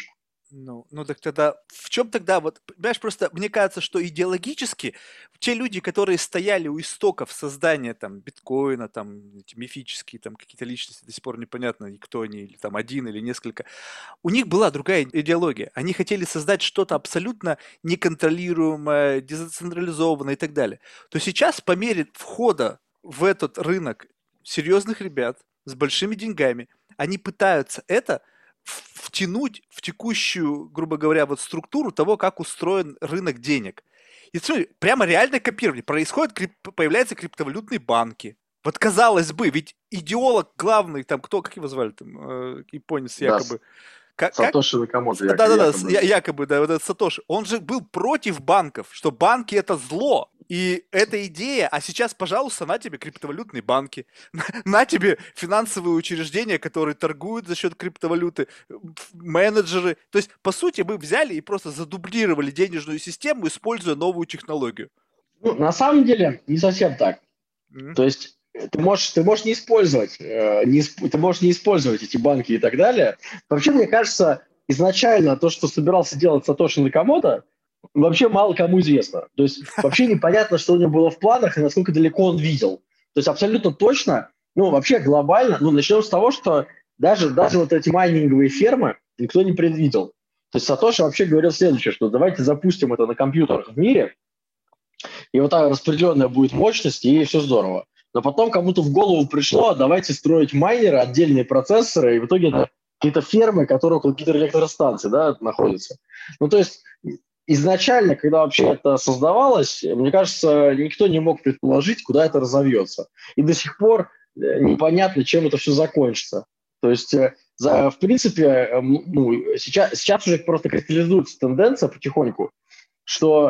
Ну, ну так тогда в чем тогда, вот, понимаешь, просто мне кажется, что идеологически те люди, которые стояли у истоков создания там биткоина, там эти мифические там какие-то личности, до сих пор непонятно, и кто они, или там один или несколько, у них была другая идеология. Они хотели создать что-то абсолютно неконтролируемое, децентрализованное и так далее. То сейчас по мере входа в этот рынок серьезных ребят с большими деньгами, они пытаются это в- втянуть в текущую, грубо говоря, вот структуру того, как устроен рынок денег. И смотри, прямо реальное копирование. Происходит, крип- появляются криптовалютные банки. Вот казалось бы, ведь идеолог главный, там кто, как его звали, там, э, японец Да, С- якобы, как, как? Сатоши Накамото я- Да-да-да, с- я- якобы. якобы, да, вот этот Сатоши, он же был против банков, что банки это зло. И эта идея, а сейчас, пожалуйста, на тебе криптовалютные банки, на тебе финансовые учреждения, которые торгуют за счет криптовалюты, ф- менеджеры. То есть, по сути, мы взяли и просто задублировали денежную систему, используя новую технологию. Ну, на самом деле, не совсем так. Мгм. То есть э, ты можешь, ты можешь не использовать, э, не исп- ты можешь не использовать эти банки и так далее. Вообще, мне кажется, изначально то, что собирался делать Сатоши Накамото, вообще мало кому известно. То есть вообще непонятно, что у него было в планах и насколько далеко он видел. То есть абсолютно точно, ну вообще глобально, ну начнем с того, что даже, даже вот эти майнинговые фермы никто не предвидел. То есть Сатоши вообще говорил следующее, что давайте запустим это на компьютерах в мире, и вот так распределенная будет мощность, и все здорово. Но потом кому-то в голову пришло, а давайте строить майнеры, отдельные процессоры, и в итоге это какие-то фермы, которые около гидроэлектростанций, да, находятся. Ну, то есть изначально, когда вообще это создавалось, мне кажется, никто не мог предположить, куда это разовьется. И до сих пор э, непонятно, чем это все закончится. То есть, э, за, в принципе, э, ну, сейчас, сейчас уже просто кристаллизуется тенденция потихоньку, что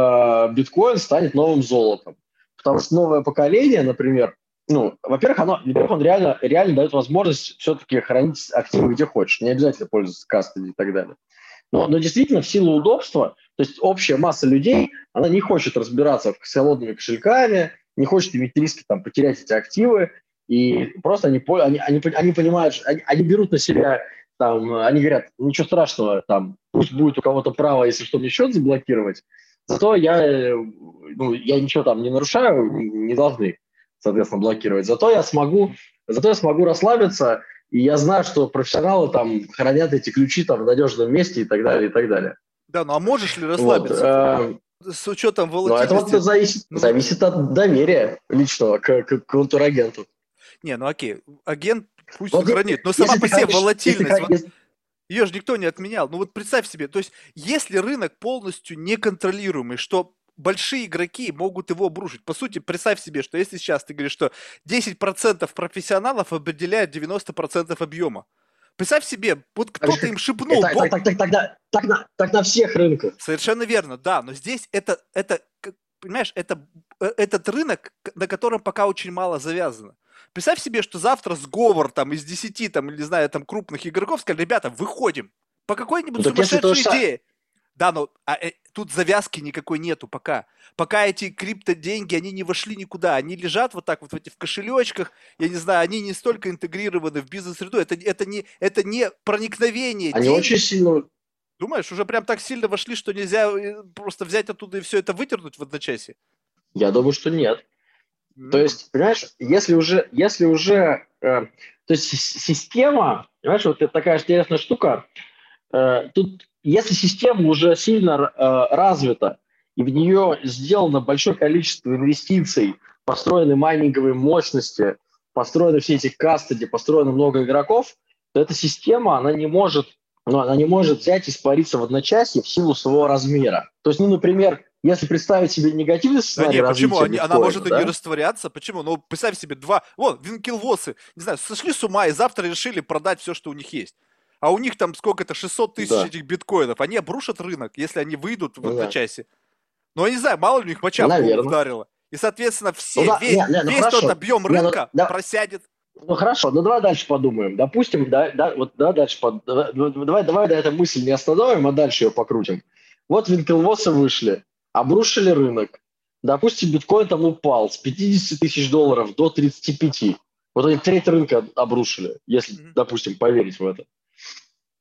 э, биткоин станет новым золотом. Потому что новое поколение, например, ну, во-первых, оно, во-первых, он реально, реально дает возможность все-таки хранить активы где хочешь, не обязательно пользоваться кастами и так далее. Но, но действительно, в силу удобства, то есть общая масса людей, она не хочет разбираться с холодными кошельками, не хочет иметь риски там, потерять эти активы, и просто они, они, они, они понимают, они, они берут на себя, там, они говорят, ничего страшного, там, пусть будет у кого-то право, если что, мне счет заблокировать, зато я, э, ну, я ничего там не нарушаю, не должны, соответственно, блокировать, зато я смогу, зато я смогу расслабиться, и я знаю, что профессионалы там хранят эти ключи там в надежном месте и так далее, и так далее. Да, ну а можешь ли Вот. расслабиться-то? э, С учетом Но это вот волатильности, зависит, ну вот, зависит от доверия личного к, к контрагенту. не, ну окей, агент пусть Вот хранит, если, но сама если по ты себе хранишь, если, волатильность, вот если- ее же никто не отменял. Ну вот представь себе, то есть если рынок полностью неконтролируемый, что большие игроки могут его обрушить. По сути, представь себе, что если сейчас ты говоришь, что десять процентов профессионалов определяют девяносто процентов объема. Представь себе, вот так же кто-то им как- шепнул, это, так, бо... так, так, тогда, так, на, так на всех рынках. Совершенно верно, да, но здесь это, это, как- понимаешь, это э, этот рынок, к- на котором пока очень мало завязано. Представь себе, что завтра сговор там из десяти, там, или, не знаю, там крупных игроков сказали, ребята, выходим по какой-нибудь Ну так если то же сумасшедшей самое, идее. Да, но а, э, тут завязки никакой нету пока. Пока эти крипто-деньги, они не вошли никуда. Они лежат вот так вот в, эти, в кошелечках. Я не знаю, они не столько интегрированы в бизнес-среду. Это, это, не, это не проникновение они очень денег. сильно. Думаешь, уже прям так сильно вошли, что нельзя э, просто взять оттуда и все это вытернуть в одночасье? Я думаю, что нет. То М, есть, понимаешь, если уже, если уже, э, то есть с- система, понимаешь, вот это такая интересная штука. Э, тут, если система уже сильно э, развита, и в нее сделано большое количество инвестиций, построены майнинговые мощности, построены все эти кастеди, построено много игроков, то эта система, она не может, ну, она не может взять и испариться в одночасье в силу своего размера. То есть, ну, например, если представить себе негативный Да сценарий не, почему? развития Они, она биткоина, может и не да, растворяться. Почему? Ну, представь себе, два... Вон, винкелвосы, не знаю, сошли с ума и завтра решили продать все, что у них есть. А у них там сколько-то, шестьсот тысяч да, этих биткоинов. Они обрушат рынок, если они выйдут в ну да, одночасье. Ну, я не знаю, мало ли у них моча в голову наверное. вдарила. И, соответственно, Ну все, да, весь, не, не, ну весь тот хорошо, объем не, ну, рынка да, просядет. ну хорошо, ну давай дальше подумаем. Допустим, да, да, вот да, дальше под, давай, давай, давай до этой мысли не остановим, а дальше ее покрутим. Вот винкелвосы вышли, обрушили рынок. Допустим, биткоин там упал с пятидесяти тысяч долларов до тридцати пяти. Вот они треть рынка обрушили, если, Мгм. допустим, поверить в это.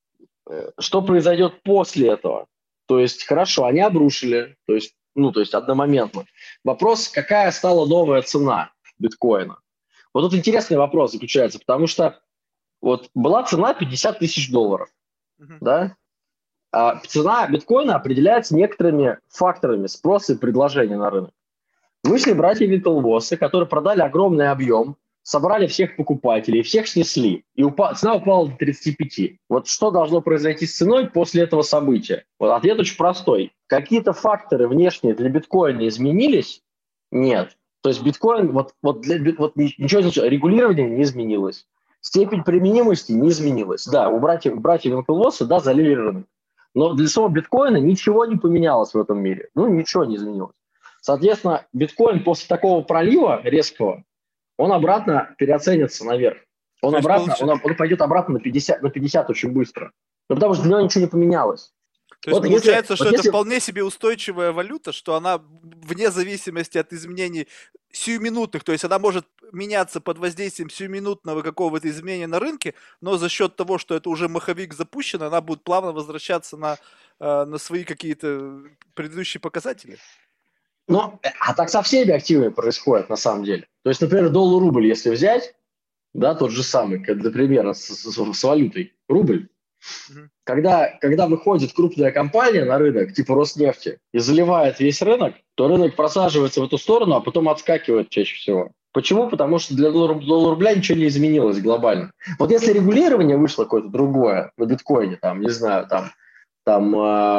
Что произойдет после этого? То есть, хорошо, они обрушили, то есть, ну, то есть одномоментно. Вопрос, какая стала новая цена биткоина? Вот тут интересный вопрос заключается, потому что вот была цена пятьдесят тысяч долларов, Мгм. да? А цена биткоина определяется некоторыми факторами спроса и предложения на рынок. Вышли братья Витлвосы, которые продали огромный объем, собрали всех покупателей, всех снесли, и упа- цена упала до тридцати пяти. Вот что должно произойти с ценой после этого события? Вот ответ очень простой. Какие-то факторы внешние для биткоина изменились? Нет. То есть биткоин, вот, вот, для, вот ничего не случилось, регулирование не изменилось. Степень применимости не изменилась. Да, у братьев, братьев Витлвоса, да, залили рынок. Но для самого биткоина ничего не поменялось в этом мире. Ну, ничего не изменилось. Соответственно, биткоин после такого пролива резкого, он обратно переоценится наверх. Он То есть обратно, получ... он, он пойдет обратно на пятьдесят, на пятьдесят очень быстро. Ну, потому что для него ничего не поменялось. То есть Вот если, получается, что вот это если, вполне себе устойчивая валюта, что она вне зависимости от изменений сиюминутных, то есть она может меняться под воздействием сиюминутного какого-то изменения на рынке, но за счет того, что это уже маховик запущен, она будет плавно возвращаться на, э, на свои какие-то предыдущие показатели. ну, а так со всеми активами происходит на самом деле. То есть, например, доллар-рубль, если взять, да, тот же самый, как, например, с, с, с валютой, рубль, Мгм. когда, когда выходит крупная компания на рынок, типа Роснефти, и заливает весь рынок, то рынок просаживается в эту сторону, а потом отскакивает чаще всего. Почему? Потому что для доллара, доллара рубля ничего не изменилось глобально. Вот если регулирование вышло какое-то другое на биткоине, там, не знаю, там, там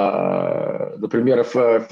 э, например, F, F,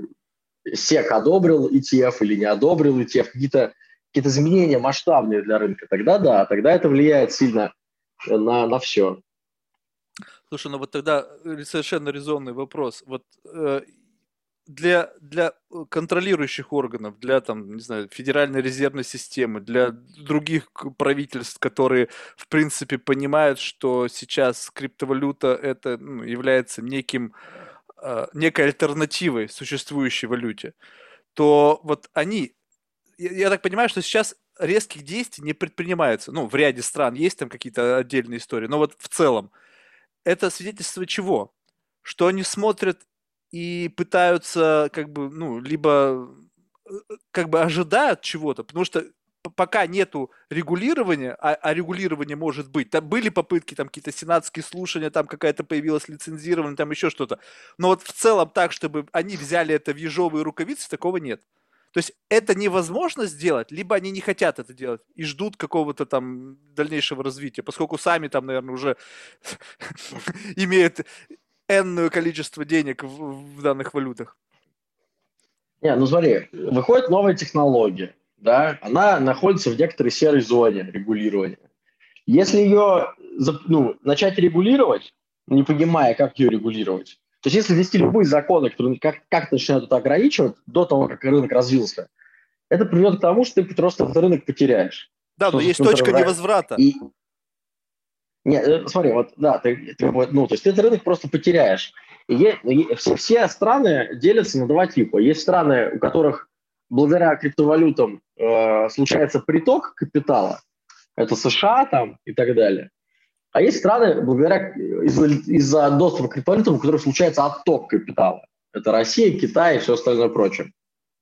сек одобрил и ти эф или не одобрил и ти эф, какие-то какие изменения масштабные для рынка, тогда да, тогда это влияет сильно на, на все. Слушай, ну вот тогда э, совершенно резонный вопрос. Вот э, для, для э, контролирующих органов, для там, не знаю, Федеральной резервной системы, для других к- правительств, которые, в принципе, понимают, что сейчас криптовалюта это ну, является неким, э, некой альтернативой существующей валюте, то вот они, я, я так понимаю, что сейчас резких действий не предпринимается. Ну, в ряде стран есть там какие-то отдельные истории, но вот в целом это свидетельство чего? Что они смотрят и пытаются как бы, ну, либо э, как бы ожидают чего-то, потому что п- пока нету регулирования, а, а регулирование может быть, там были попытки, там какие-то сенатские слушания, там какая-то появилась лицензирование, там еще что-то, но вот в целом так, чтобы они взяли это в ежовые рукавицы, такого нет. То есть это невозможно сделать, либо они не хотят это делать и ждут какого-то там дальнейшего развития, поскольку сами там, наверное, уже имеют энное количество денег в, в данных валютах. Не, ну смотри, выходит новая технология, да, она находится в некоторой серой зоне регулирования. Если ее ну, начать регулировать, не понимая, как ее регулировать, то есть если ввести любые законы, которые как, как начинают это ограничивать до того, как рынок развился, это приведет к тому, что ты просто этот рынок потеряешь. Да, но Что, есть собственно, точка говоря, невозврата. и, нет, э, смотри, вот, да, ты, ты вот, ну, то есть ты этот рынок просто потеряешь. И е- и все, все страны делятся на два типа. Есть страны, у которых благодаря криптовалютам э, случается приток капитала, это США там и так далее. А есть страны, благодаря из-за, из-за доступа к криптовалютам, у которых случается отток капитала. Это Россия, Китай и все остальное прочее.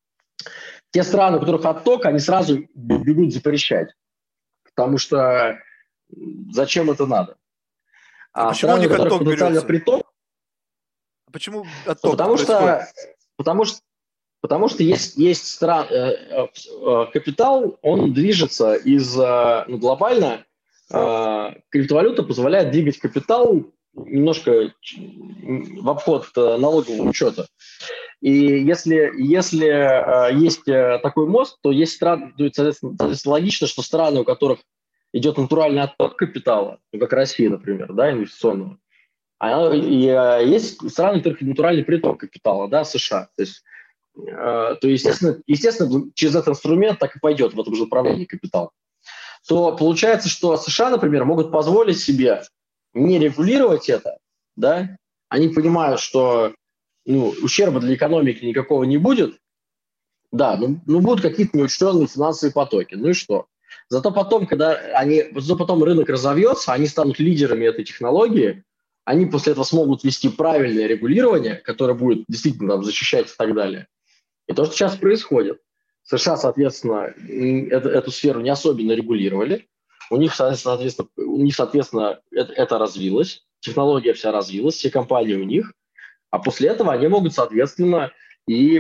Те страны, у которых отток, они сразу бегут запрещать, потому что зачем это надо? А А почему у страны, у них которых отток потенциально берется? приток, А почему ну, отток-то потому происходит? что, потому что, потому что есть, есть стран, э, э, капитал, он движется из, э, ну, глобально, э, криптовалюта позволяет двигать капитал немножко в обход э, налогового учета. И если, если э, есть э, такой мост, то есть страны, то, соответственно, соответственно, логично, что страны, у которых идет натуральный отток капитала, ну, как Россия, например, да, инвестиционного, а, и, э, есть страны, у которых натуральный приток капитала, да, США. То есть, э, то естественно, естественно, через этот инструмент так и пойдет в этом же направлении капитал. То получается, что США, например, могут позволить себе не регулировать это, да, они понимают, что ну, ущерба для экономики никакого не будет, да, ну, ну будут какие-то неучтенные финансовые потоки, ну и что? Зато потом, когда они, зато потом рынок разовьется, они станут лидерами этой технологии, они после этого смогут вести правильное регулирование, которое будет действительно там, защищать и так далее. И то, что сейчас происходит. США, соответственно, эту, эту сферу не особенно регулировали. У них, соответственно, у них, соответственно это, это развилось. Технология вся развилась, все компании у них. А после этого они могут, соответственно, и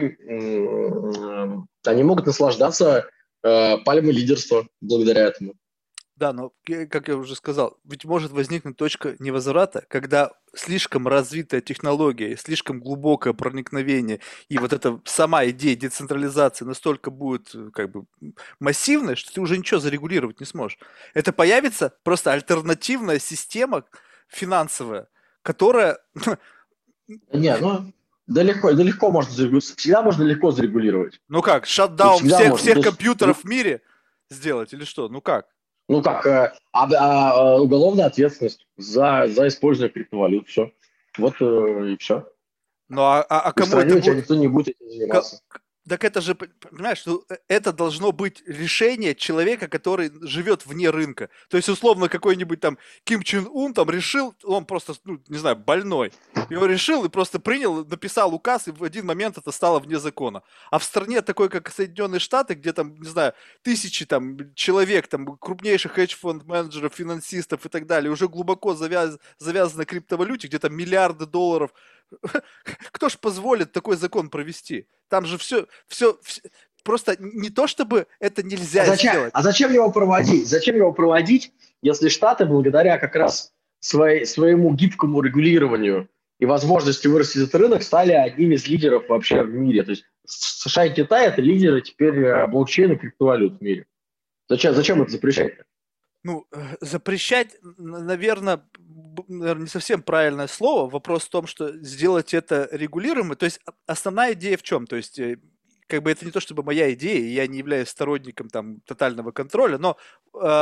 э, они могут наслаждаться э, пальмой лидерства благодаря этому. Да, но, как я уже сказал, ведь может возникнуть точка невозврата, когда слишком развитая технология, слишком глубокое проникновение, и вот эта сама идея децентрализации настолько будет как бы массивной, что ты уже ничего зарегулировать не сможешь. Это появится просто альтернативная система финансовая, которая... Не, ну, да легко, да легко можно зарегулировать. Всегда можно легко зарегулировать. Ну как, шатдаун всех, можно. всех есть, компьютеров в мире сделать или что? Ну как? Ну как, а, а, уголовная ответственность за, за использование криптовалют, все. Вот э, и все. Ну а, а, а В кому стране это у тебя будет? никто не будет этим заниматься. Так это же, понимаешь, что это должно быть решение человека, который живет вне рынка. То есть, условно, какой-нибудь там Ким Чен Ун там решил, он просто, ну, не знаю, больной. Его решил и просто принял, написал указ, и в один момент это стало вне закона. А в стране такой, как Соединенные Штаты, где там, не знаю, тысячи там человек, там крупнейших хедж-фонд менеджеров, финансистов и так далее, уже глубоко завяз, завязаны на криптовалюте, где там миллиарды долларов. Кто ж позволит такой закон провести? Там же все, все, все просто не то, чтобы это нельзя а зачем, сделать. А зачем его проводить? Зачем его проводить, если Штаты, благодаря как раз своей, своему гибкому регулированию и возможности вырастить этот рынок, стали одними из лидеров вообще в мире? То есть США и Китай – это лидеры теперь блокчейна и криптовалют в мире. Зачем, зачем это запрещать? Ну, запрещать, наверное, наверное, не совсем правильное слово. Вопрос в том, что сделать это регулируемо. То есть основная идея в чем? То есть как бы это не то, чтобы моя идея, я не являюсь сторонником там тотального контроля, но э,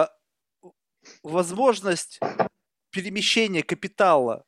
возможность перемещения капитала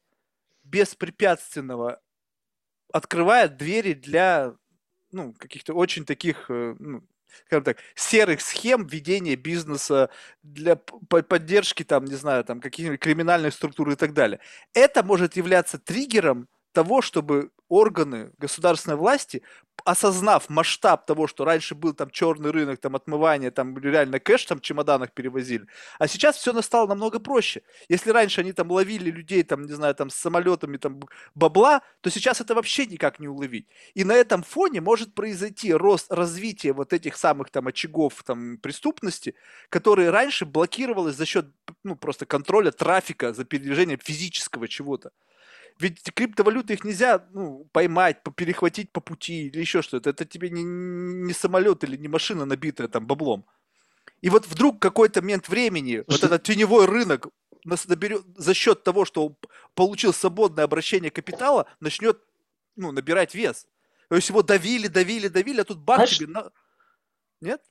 беспрепятственного открывает двери для ну, каких-то очень таких, ну, скажем так, серых схем ведения бизнеса для поддержки, там, не знаю, там, каких-нибудь криминальных структур и так далее. Это может являться триггером того, чтобы органы государственной власти, осознав масштаб того, что раньше был там черный рынок, там отмывание, там реально кэш там в чемоданах перевозили, а сейчас все стало намного проще. Если раньше они там ловили людей, там, не знаю, там с самолетами там бабла, то сейчас это вообще никак не уловить. И на этом фоне может произойти рост, развитие вот этих самых там очагов там преступности, которые раньше блокировалось за счет ну, просто контроля трафика за передвижением физического чего-то. Ведь криптовалюты их нельзя ну, поймать, перехватить по пути или еще что-то. Это тебе не, не самолет или не машина, набитая там баблом. И вот вдруг какой-то момент времени, вот этот теневой рынок наберет, за счет того, что он получил свободное обращение капитала, начнет ну, набирать вес. То есть его давили, давили, давили, а тут бах Знаешь, тебе... На... Нет?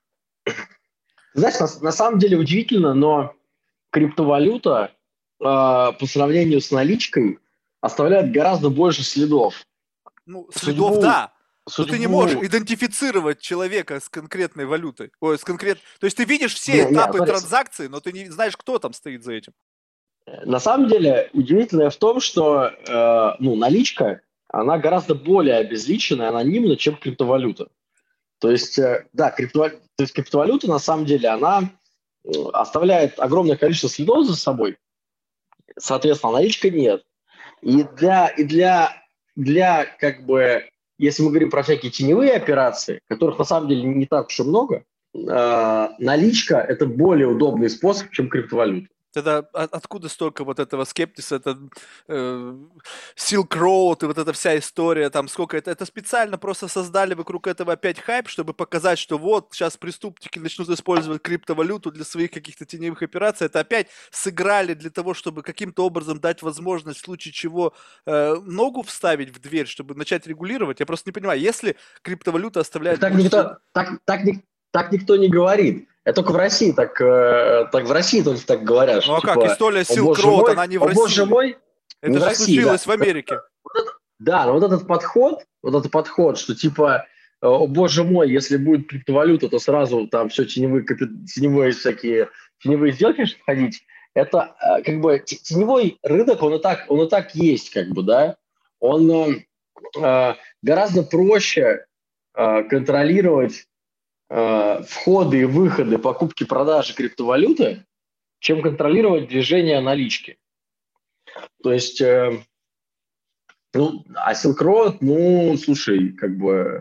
Знаешь, на, на самом деле удивительно, но криптовалюта э, по сравнению с наличкой оставляет гораздо больше следов. Ну, следов, судьбу, да. Судьбу... Но ты не можешь идентифицировать человека с конкретной валютой. Ой, с конкрет... То есть ты видишь все не, этапы не, транзакции, но ты не знаешь, кто там стоит за этим. На самом деле, удивительное в том, что э, ну, наличка, она гораздо более обезличена и анонимна, чем криптовалюта. То есть, э, да, криптовалюта, то есть криптовалюта, на самом деле, она оставляет огромное количество следов за собой. Соответственно, наличка нет. И для, и для, для как бы, если мы говорим про всякие теневые операции, которых на самом деле не так уж и много, э, наличка – это более удобный способ, чем криптовалюта. Тогда откуда столько вот этого скептиса, это э, Silk Road и вот эта вся история, там сколько это, это специально просто создали вокруг этого опять хайп, чтобы показать, что вот сейчас преступники начнут использовать криптовалюту для своих каких-то теневых операций, это опять сыграли для того, чтобы каким-то образом дать возможность в случае чего э, ногу вставить в дверь, чтобы начать регулировать. Я просто не понимаю, если криптовалюта оставляет... Так никто, так, так, так никто не говорит. Это только в России так, э, так в России только так говорят. Ну а типа, как, история Silk Road, она не в о, России. Боже мой, это же в России, случилось да. в Америке. Вот это, да, но вот этот подход, вот этот подход, что типа, о боже мой, если будет криптовалюта, то сразу там все теневые, теневые всякие, теневые сделки входить, это э, как бы т- теневой рынок, он и так, он и так есть, как бы, да. Он э, э, гораздо проще э, контролировать э, входы и выходы, покупки, продажи криптовалюты, чем контролировать движение налички. То есть, э, ну, а Silk Road, ну, слушай, как бы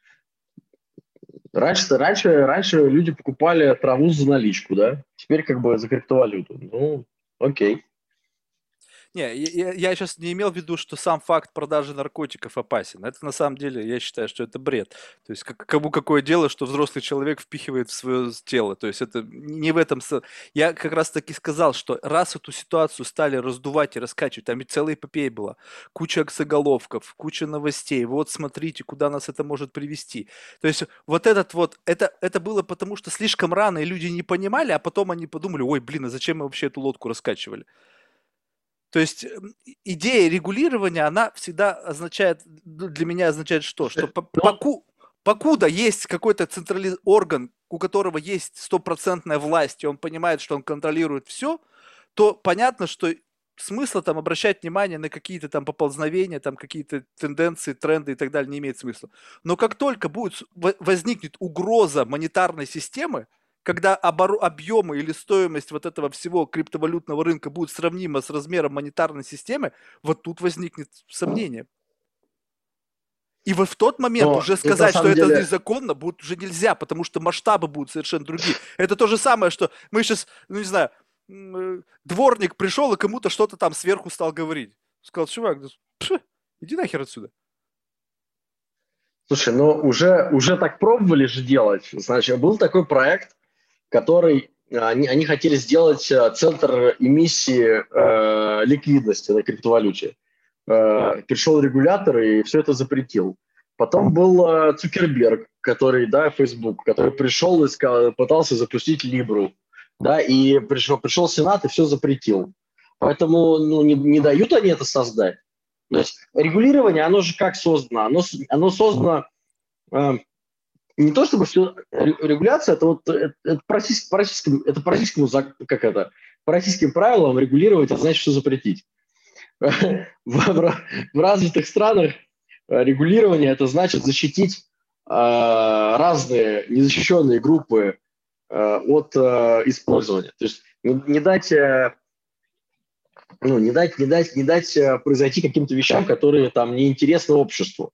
раньше, раньше, раньше люди покупали траву за наличку, да? Теперь как бы за криптовалюту. Ну, окей. Не, я, я сейчас не имел в виду, что сам факт продажи наркотиков опасен. Это на самом деле, я считаю, что это бред. То есть как, кому какое дело, что взрослый человек впихивает в свое тело. То есть это не в этом... со- Я как раз таки сказал, что раз эту ситуацию стали раздувать и раскачивать, там ведь целая эпопея была, куча заголовков, куча новостей, вот смотрите, куда нас это может привести. То есть вот этот вот, это, это было потому, что слишком рано, и люди не понимали, а потом они подумали, ой, блин, а зачем мы вообще эту лодку раскачивали? То есть м, идея регулирования, она всегда означает, ну, для меня означает что? Что по- Ну, поку- покуда есть какой-то центральный орган, у которого есть стопроцентная власть, и он понимает, что он контролирует все, то понятно, что смысла там обращать внимание на какие-то там поползновения, там какие-то тенденции, тренды и так далее не имеет смысла. Но как только будет с- во- возникнет угроза монетарной системы, когда оборо- объемы или стоимость вот этого всего криптовалютного рынка будет сравнима с размером монетарной системы, вот тут возникнет сомнение. И вот в тот момент но уже тут на сказать, что самом это деле, незаконно, будет уже нельзя, потому что масштабы будут совершенно другие. Это то же самое, что мы сейчас, ну не знаю, м, э, дворник пришел и кому-то что-то там сверху стал говорить. Сказал, чувак, да, пш, иди нахер отсюда. слушай, ну уже, уже так пробовали же делать. Значит, был такой проект, который э, они, они хотели сделать э, центр эмиссии э, ликвидности на криптовалюте. Э, пришел регулятор и все это запретил. Потом был э, Цукерберг, который, да, Facebook, который пришел и сказал, пытался запустить Либру, да, и пришел, пришел Сенат и все запретил. Поэтому ну, не, не дают они это создать. То есть регулирование, оно же как создано? Оно, с- оно создано э, не то чтобы все регуляция, это вот это, это по российскому, по российскому, это по российскому зак- как это по российским правилам регулировать, это значит, что запретить. В, в- в развитых странах э, регулирование это значит защитить э, разные незащищенные группы э, от э, использования. То есть не, не дать, э, ну, не дать, не дать, не дать э, произойти каким-то вещам, которые там неинтересны обществу.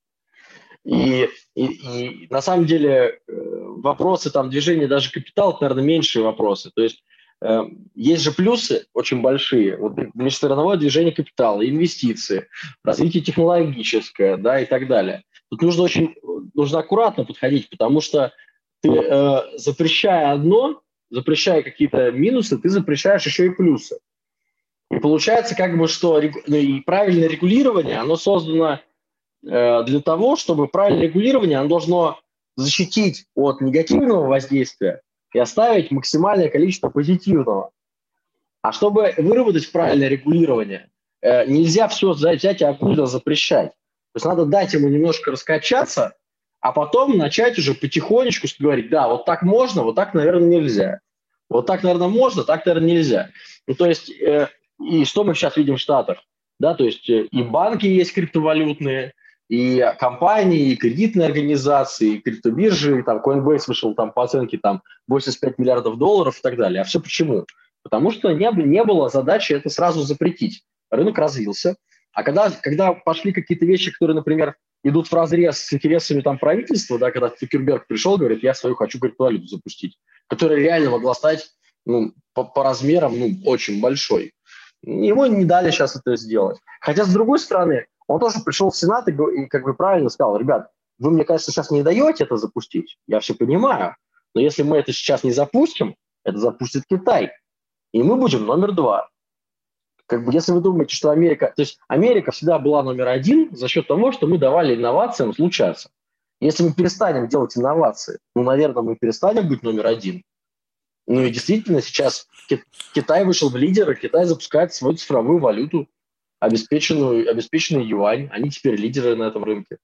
И, и, и на самом деле э, вопросы там движения даже капитала, это, наверное, меньшие вопросы. То есть э, есть же плюсы очень большие. Вот межстрановое движение капитала, инвестиции, развитие технологическое, да, и так далее. Тут нужно очень нужно аккуратно подходить, потому что ты, э, запрещая одно, запрещая какие-то минусы, ты запрещаешь еще и плюсы. И получается, как бы, что регу- ну, и правильное регулирование, оно создано э, для того, чтобы правильное регулирование, оно должно защитить от негативного воздействия и оставить максимальное количество позитивного. А чтобы выработать правильное регулирование, э, нельзя все взять и откуда запрещать. То есть надо дать ему немножко раскачаться, а потом начать уже потихонечку говорить, да, вот так можно, вот так, наверное, нельзя. Вот так, наверное, можно, так, наверное, нельзя. Ну, то есть, э, и что мы сейчас видим в Штатах? Да, то есть э, и банки есть криптовалютные, и компании, и кредитные организации, и криптобиржи, и там Coinbase вышел там по оценке там восемьдесят пять миллиардов долларов и так далее. А все почему? Потому что не, не было задачи это сразу запретить. Рынок развился. А когда, когда пошли какие-то вещи, которые, например, идут в разрез с интересами там, правительства, да, когда Цукерберг пришел, говорит, я свою хочу криптовалюту запустить, которая реально могла стать ну, по, по размерам ну, очень большой. Ему не дали сейчас это сделать. Хотя, с другой стороны, он тоже пришел в Сенат и, и как бы правильно сказал, ребят, вы, мне кажется, сейчас не даете это запустить, я все понимаю, но если мы это сейчас не запустим, это запустит Китай, и мы будем номер два. Как бы, если вы думаете, что Америка... То есть Америка всегда была номер один за счет того, что мы давали инновациям случаться. Если мы перестанем делать инновации, ну, наверное, мы перестанем быть номер один. Ну и действительно, сейчас Китай вышел в лидеры, Китай запускает свою цифровую валюту, обеспеченную, обеспеченный юань. Они теперь лидеры на этом рынке.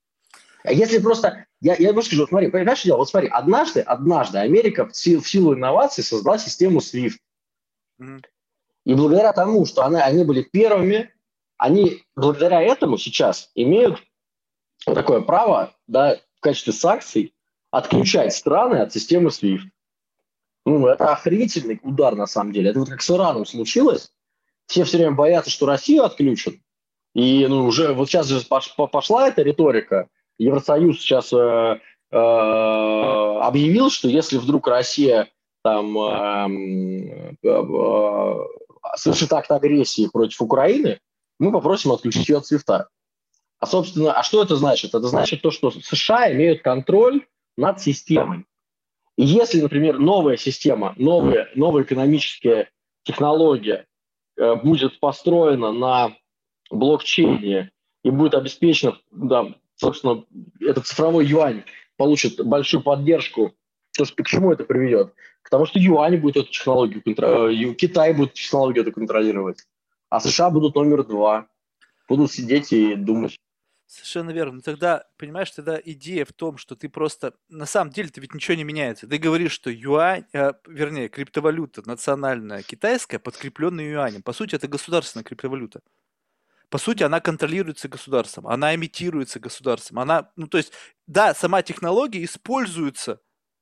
А если просто... Я, я просто скажу, смотри, понимаешь, что дело? Вот смотри, однажды, однажды Америка в силу, в силу инноваций создала систему свифт. Мгм. И благодаря тому, что она, они были первыми, они благодаря этому сейчас имеют вот такое право, да, в качестве санкций отключать страны от системы свифт. Ну, это охренительный удар, на самом деле. Это вот как с Ираном случилось. Все все время боятся, что Россию отключат. И ну, уже вот сейчас же пошла эта риторика. Евросоюз сейчас э, э, объявил, что если вдруг Россия там э, э, совершит акт агрессии против Украины, мы попросим отключить ее от свифта. А, собственно, а что это значит? Это значит то, что США имеют контроль над системой. И если, например, новая система, новая, новая экономическая технология э, будет построена на блокчейне и будет обеспечена, да, собственно, этот цифровой юань получит большую поддержку, то что к чему это приведет? К тому, что юань будет эту технологию контролировать, Китай будет технологию эту контролировать, а США будут номер два, будут сидеть и думать. Совершенно верно. Но тогда, понимаешь, тогда идея в том, что ты просто... На самом деле-то ведь ничего не меняется. Ты говоришь, что юань, э, вернее, криптовалюта национальная китайская, подкрепленная юанем. По сути, это государственная криптовалюта. По сути, она контролируется государством, она имитируется государством. Она, ну, то есть, да, сама технология используется,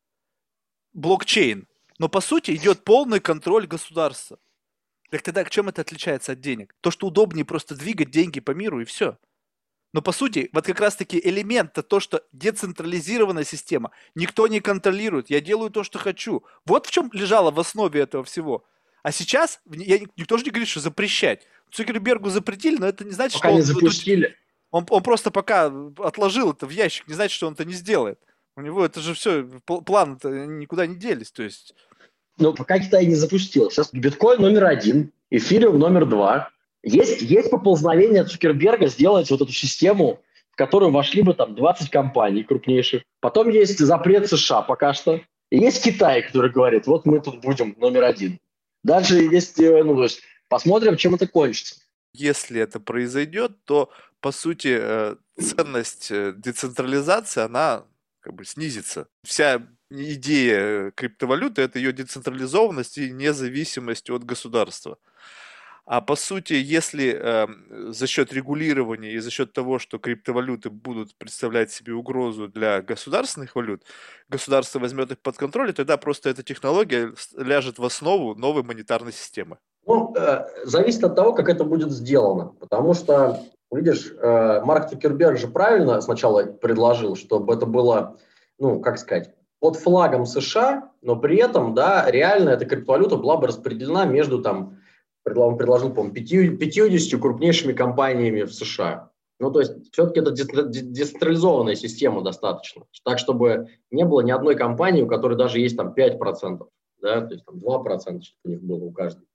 блокчейн, но по сути идет полный контроль государства. Так тогда к чем это отличается от денег? То, что удобнее просто двигать деньги по миру и все. Но по сути, вот как раз-таки элемент-то то, что децентрализированная система, никто не контролирует, я делаю то, что хочу. Вот в чем лежало в основе этого всего. А сейчас, я, никто же не говорит, что запрещать. Цукербергу запретили, но это не значит, Пока что не он, запустили. он, он просто пока отложил это в ящик, не значит, что он это не сделает. У него это же все, планы-то никуда не делись, то есть... Но пока Китай не запустил. Сейчас биткоин номер один, эфириум номер два. Есть, есть поползновение Цукерберга сделать вот эту систему, в которую вошли бы там двадцать компаний крупнейших. Потом есть запрет США пока что. И есть Китай, который говорит, вот мы тут будем номер один. Дальше есть, ну, то есть посмотрим, чем это кончится. Если это произойдет, то, по сути, ценность децентрализации, она как бы снизится. Вся идея криптовалюты – это ее децентрализованность и независимость от государства. А по сути, если э, за счет регулирования и за счет того, что криптовалюты будут представлять себе угрозу для государственных валют, государство возьмет их под контроль, и тогда просто эта технология ляжет в основу новой монетарной системы. Ну, э, зависит от того, как это будет сделано. Потому что, видишь, э, Марк Цукерберг же правильно сначала предложил, чтобы это было, ну, как сказать, под флагом США, но при этом, да, реально эта криптовалюта была бы распределена между там, он предложил, по-моему, пятьюдесятью крупнейшими компаниями в США. Ну, то есть, все-таки это децентрализованная система достаточно. Так, чтобы не было ни одной компании, у которой даже есть там пять процентов, да, то есть там два процента, чтобы у них было у каждой.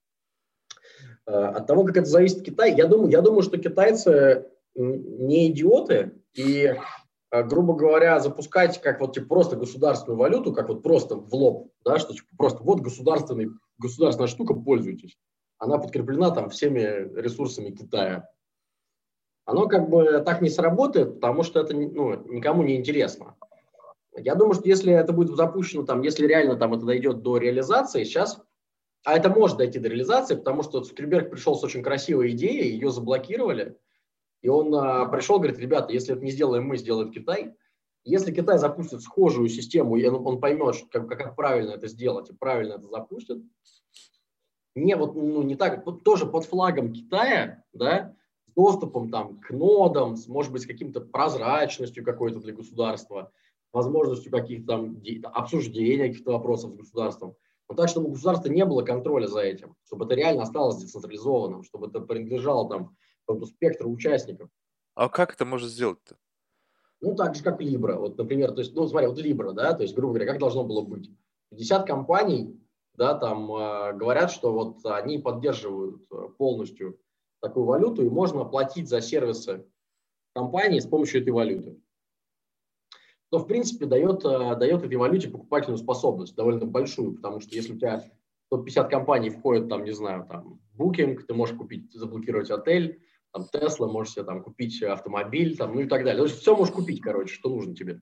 От того, как это зависит от Китая, я думаю, я думаю, что китайцы не идиоты, и, грубо говоря, запускать как вот типа, просто государственную валюту, как вот просто в лоб, да, что типа, просто вот государственный, государственная штука, пользуйтесь. Она подкреплена там всеми ресурсами Китая. Оно как бы так не сработает, потому что это ну, никому не интересно. Я думаю, что если это будет запущено, там, если реально там это дойдет до реализации, сейчас, а это может дойти до реализации, потому что Цукерберг пришел с очень красивой идеей, ее заблокировали, и он а, пришел, говорит, ребята, если это не сделаем мы, сделает Китай. Если Китай запустит схожую систему, и он, он поймет, что, как, как правильно это сделать, и правильно это запустит, не, вот, ну, не так, вот тоже под флагом Китая, да, с доступом там, к нодам, с, может быть, с каким-то прозрачностью какой-то для государства, возможностью каких-то там обсуждения каких-то вопросов с государством. Но так, чтобы у государства не было контроля за этим, чтобы это реально осталось децентрализованным, чтобы это принадлежало там какому-то спектру участников. А как это можно сделать-то? Ну, так же, как Libra. Вот, например, то есть, ну, смотри, вот Libra, да, то есть, грубо говоря, как должно было быть? пятьдесят компаний, да, там э, говорят, что вот они поддерживают полностью такую валюту, и можно платить за сервисы компании с помощью этой валюты. То, в принципе, дает, э, дает этой валюте покупательную способность, довольно большую, потому что если у тебя сто пятьдесят компаний входят, там, не знаю, там, Booking, ты можешь купить, заблокировать отель, там, Tesla, можешь себе там купить автомобиль, там, ну и так далее. То есть все можешь купить, короче, что нужно тебе.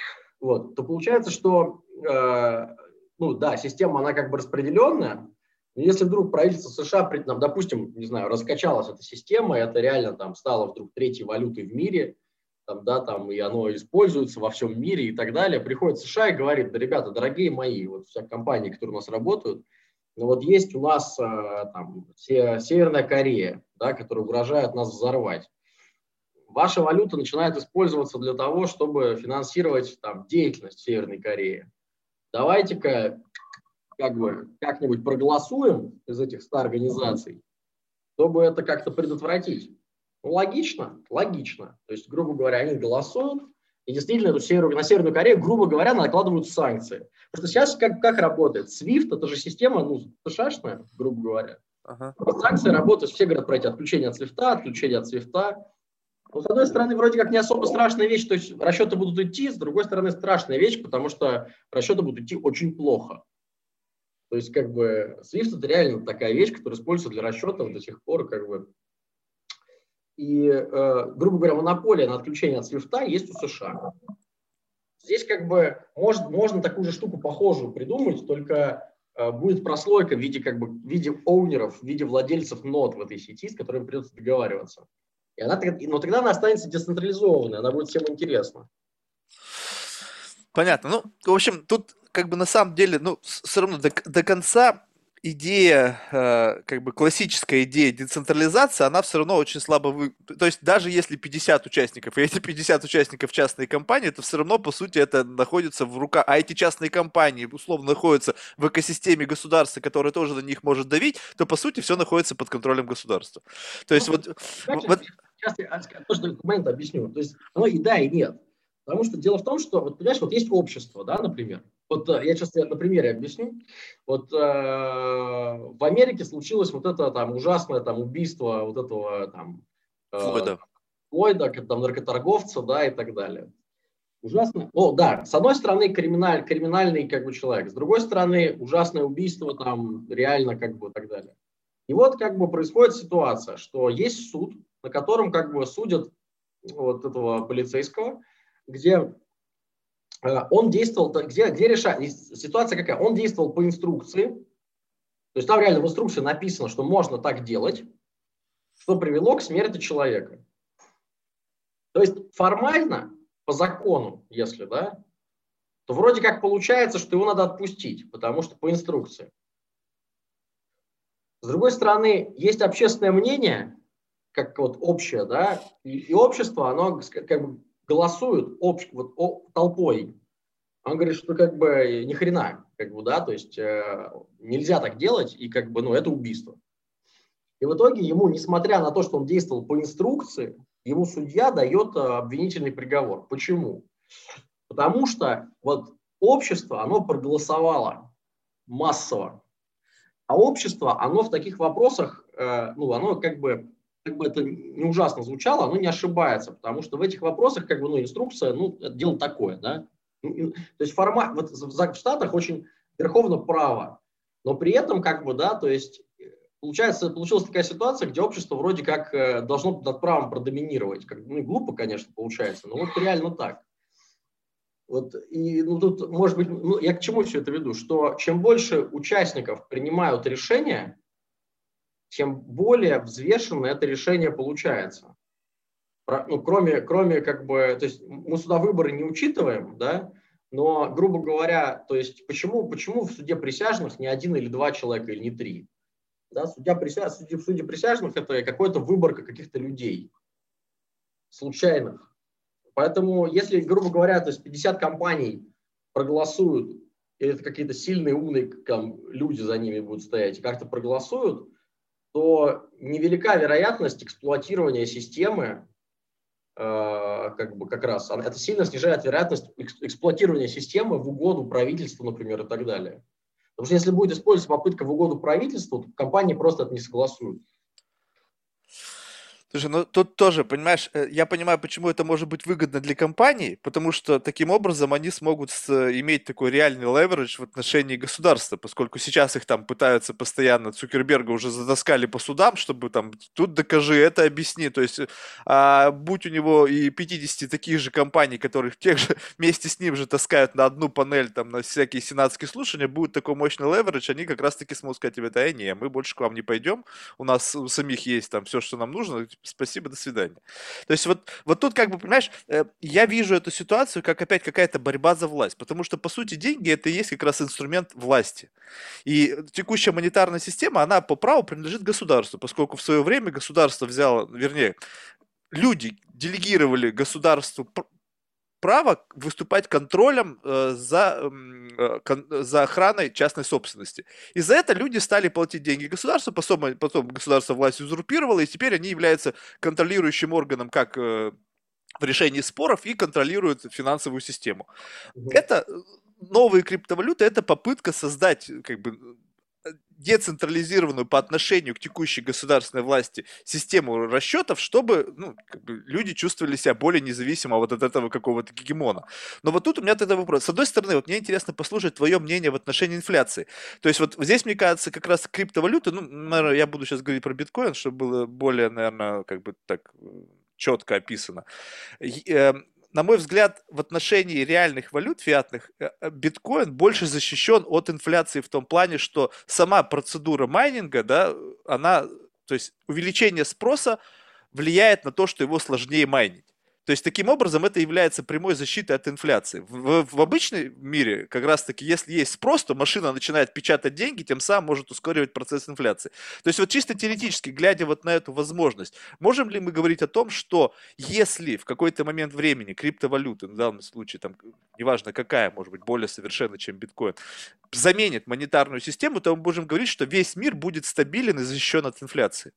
Вот, то получается, что э, ну да, система, она как бы распределенная, Но если вдруг правительство США, нам, допустим, не знаю, раскачалась эта система, и это реально там стало вдруг третьей валютой в мире, там, да, там, и оно используется во всем мире и так далее, приходит США и говорит: да, ребята, дорогие мои, вот вся компании, которые у нас работают, но вот есть у нас там все, Северная Корея, да, которая угрожает нас взорвать. Ваша валюта начинает использоваться для того, чтобы финансировать там деятельность Северной Кореи. Давайте-ка как бы как-нибудь проголосуем из этих ста организаций, чтобы это как-то предотвратить. Ну, логично, логично. То есть, грубо говоря, они голосуют, и действительно эту Северную, на Северную Корею, грубо говоря, накладывают санкции. Потому что сейчас как, как работает? свифт – это же система, ну, США-шная, грубо говоря. Ага. Санкции работают, все говорят про эти отключения от свифта, отключения от свифта. Но, с одной стороны, вроде как не особо страшная вещь, то есть расчеты будут идти, с другой стороны, страшная вещь, потому что расчеты будут идти очень плохо. То есть, как бы, свифт – это реально такая вещь, которая используется для расчетов до сих пор, как бы. И, э, грубо говоря, монополия на отключение от свифта есть у США. Здесь, как бы, может, можно такую же штуку похожую придумать, только э, будет прослойка в виде, как бы, в виде оунеров, в виде владельцев нод в этой сети, с которыми придется договариваться. И она, но тогда она останется децентрализованной, она будет всем интересна. Понятно. Ну, в общем, тут как бы на самом деле, ну, все равно до, до конца идея, э, как бы классическая идея децентрализации, она все равно очень слабо вы... То есть даже если пятьдесят участников, и эти пятьдесят участников частные компании, это все равно, по сути, это находится в руках... А эти частные компании, условно, находятся в экосистеме государства, которое тоже на них может давить, то, по сути, все находится под контролем государства. То есть ну, вот... вот... Сейчас я тоже момент объясню. То есть оно и да, и нет. Потому что дело в том, что, вот, понимаешь, вот есть общество, да, например. Вот я сейчас на примере объясню. Вот э, в Америке случилось вот это там ужасное там убийство вот этого там э, Флойда. Флойда, там наркоторговца, да, и так далее. Ужасно. О, да, с одной стороны криминаль, криминальный как бы человек, с другой стороны ужасное убийство там реально как бы и так далее. И вот как бы происходит ситуация, что есть суд, на котором как бы судят вот этого полицейского, где э, он действовал, где, где решает, ситуация какая? Он действовал по инструкции, то есть там реально в инструкции написано, что можно так делать, что привело к смерти человека. То есть формально, по закону, если, да, то вроде как получается, что его надо отпустить, потому что по инструкции. С другой стороны, есть общественное мнение, как вот общее, да, и, и общество, оно как бы голосует общ, вот, о, толпой. Он говорит, что как бы ни хрена, как бы, да, то есть э, нельзя так делать, и как бы, ну, это убийство. И в итоге ему, несмотря на то, что он действовал по инструкции, ему судья дает э, обвинительный приговор. Почему? Потому что вот общество, оно проголосовало массово, а общество, оно в таких вопросах, э, ну, оно как бы как бы это не ужасно звучало, оно не ошибается, потому что в этих вопросах как бы, ну, инструкция, ну, это дело такое, да. То есть формат, вот в Штатах очень верховно право, но при этом как бы, да, то есть получается, получилась такая ситуация, где общество вроде как должно над правом продоминировать. Как, ну, глупо, конечно, получается, но вот реально так. Вот, и ну, тут, может быть, ну, я к чему все это веду, что чем больше участников принимают решения, тем более взвешенно это решение получается. Ну, кроме, кроме как бы, то есть мы сюда выборы не учитываем, да, но, грубо говоря, то есть почему, почему в суде присяжных не один или два человека, или не три? Да, судья присяж... судьи, в суде присяжных это какая-то выборка каких-то людей, случайных. Поэтому, если, грубо говоря, то есть пятьдесят компаний проголосуют, и это какие-то сильные, умные там, люди за ними будут стоять, и как-то проголосуют, то невелика вероятность эксплуатирования системы, э, как бы как раз, это сильно снижает вероятность эксплуатирования системы в угоду правительству, например, и так далее. Потому что если будет использоваться попытка в угоду правительству, то компании просто это не согласуют. Слушай, ну тут тоже, понимаешь, э, я понимаю, почему это может быть выгодно для компаний, потому что таким образом они смогут с- иметь такой реальный леверидж в отношении государства, поскольку сейчас их там пытаются постоянно, Цукерберга уже затаскали по судам, чтобы там тут докажи, это объясни, то есть э, а, будь у него и пятьдесят таких же компаний, которых тех же вместе с ним же таскают на одну панель там на всякие сенатские слушания, будет такой мощный леверидж, они как раз таки смогут сказать тебе, да, не, мы больше к вам не пойдем, у нас у самих есть там все, что нам нужно, спасибо, до свидания. То есть вот, вот тут как бы, понимаешь, э, я вижу эту ситуацию как опять какая-то борьба за власть, потому что, по сути, деньги это и есть как раз инструмент власти. И текущая монетарная система, она по праву принадлежит государству, поскольку в свое время государство взяло, вернее, люди делегировали государству право выступать контролем э, за, э, кон- за охраной частной собственности. И за это люди стали платить деньги государству, потом, потом государство власть узурпировало, и теперь они являются контролирующим органом как э, в решении споров и контролируют финансовую систему. Мгм. Это э, новые криптовалюты, это попытка создать как бы э, децентрализированную по отношению к текущей государственной власти систему расчетов, чтобы ну, как бы люди чувствовали себя более независимо вот от этого какого-то гегемона. Но вот тут у меня тогда вопрос. С одной стороны, вот мне интересно послушать твое мнение в отношении инфляции. То есть вот здесь, мне кажется, как раз криптовалюты, ну, наверное, я буду сейчас говорить про биткоин, чтобы было более, наверное, как бы так э, четко описано. И, э, на мой взгляд, в отношении реальных валют фиатных э, э, биткоин больше защищен от инфляции в том плане, что сама процедура майнинга, да, она, то есть увеличение спроса влияет на то, что его сложнее майнить. То есть таким образом это является прямой защитой от инфляции. В, в, в обычном мире, как раз таки, если есть спрос, то машина начинает печатать деньги, тем самым может ускоривать процесс инфляции. То есть вот чисто теоретически, глядя вот на эту возможность, можем ли мы говорить о том, что если в какой-то момент времени криптовалюты, в данном случае, там, неважно какая, может быть, более совершенна, чем биткоин, заменит монетарную систему, то мы можем говорить, что весь мир будет стабилен и защищен от инфляции.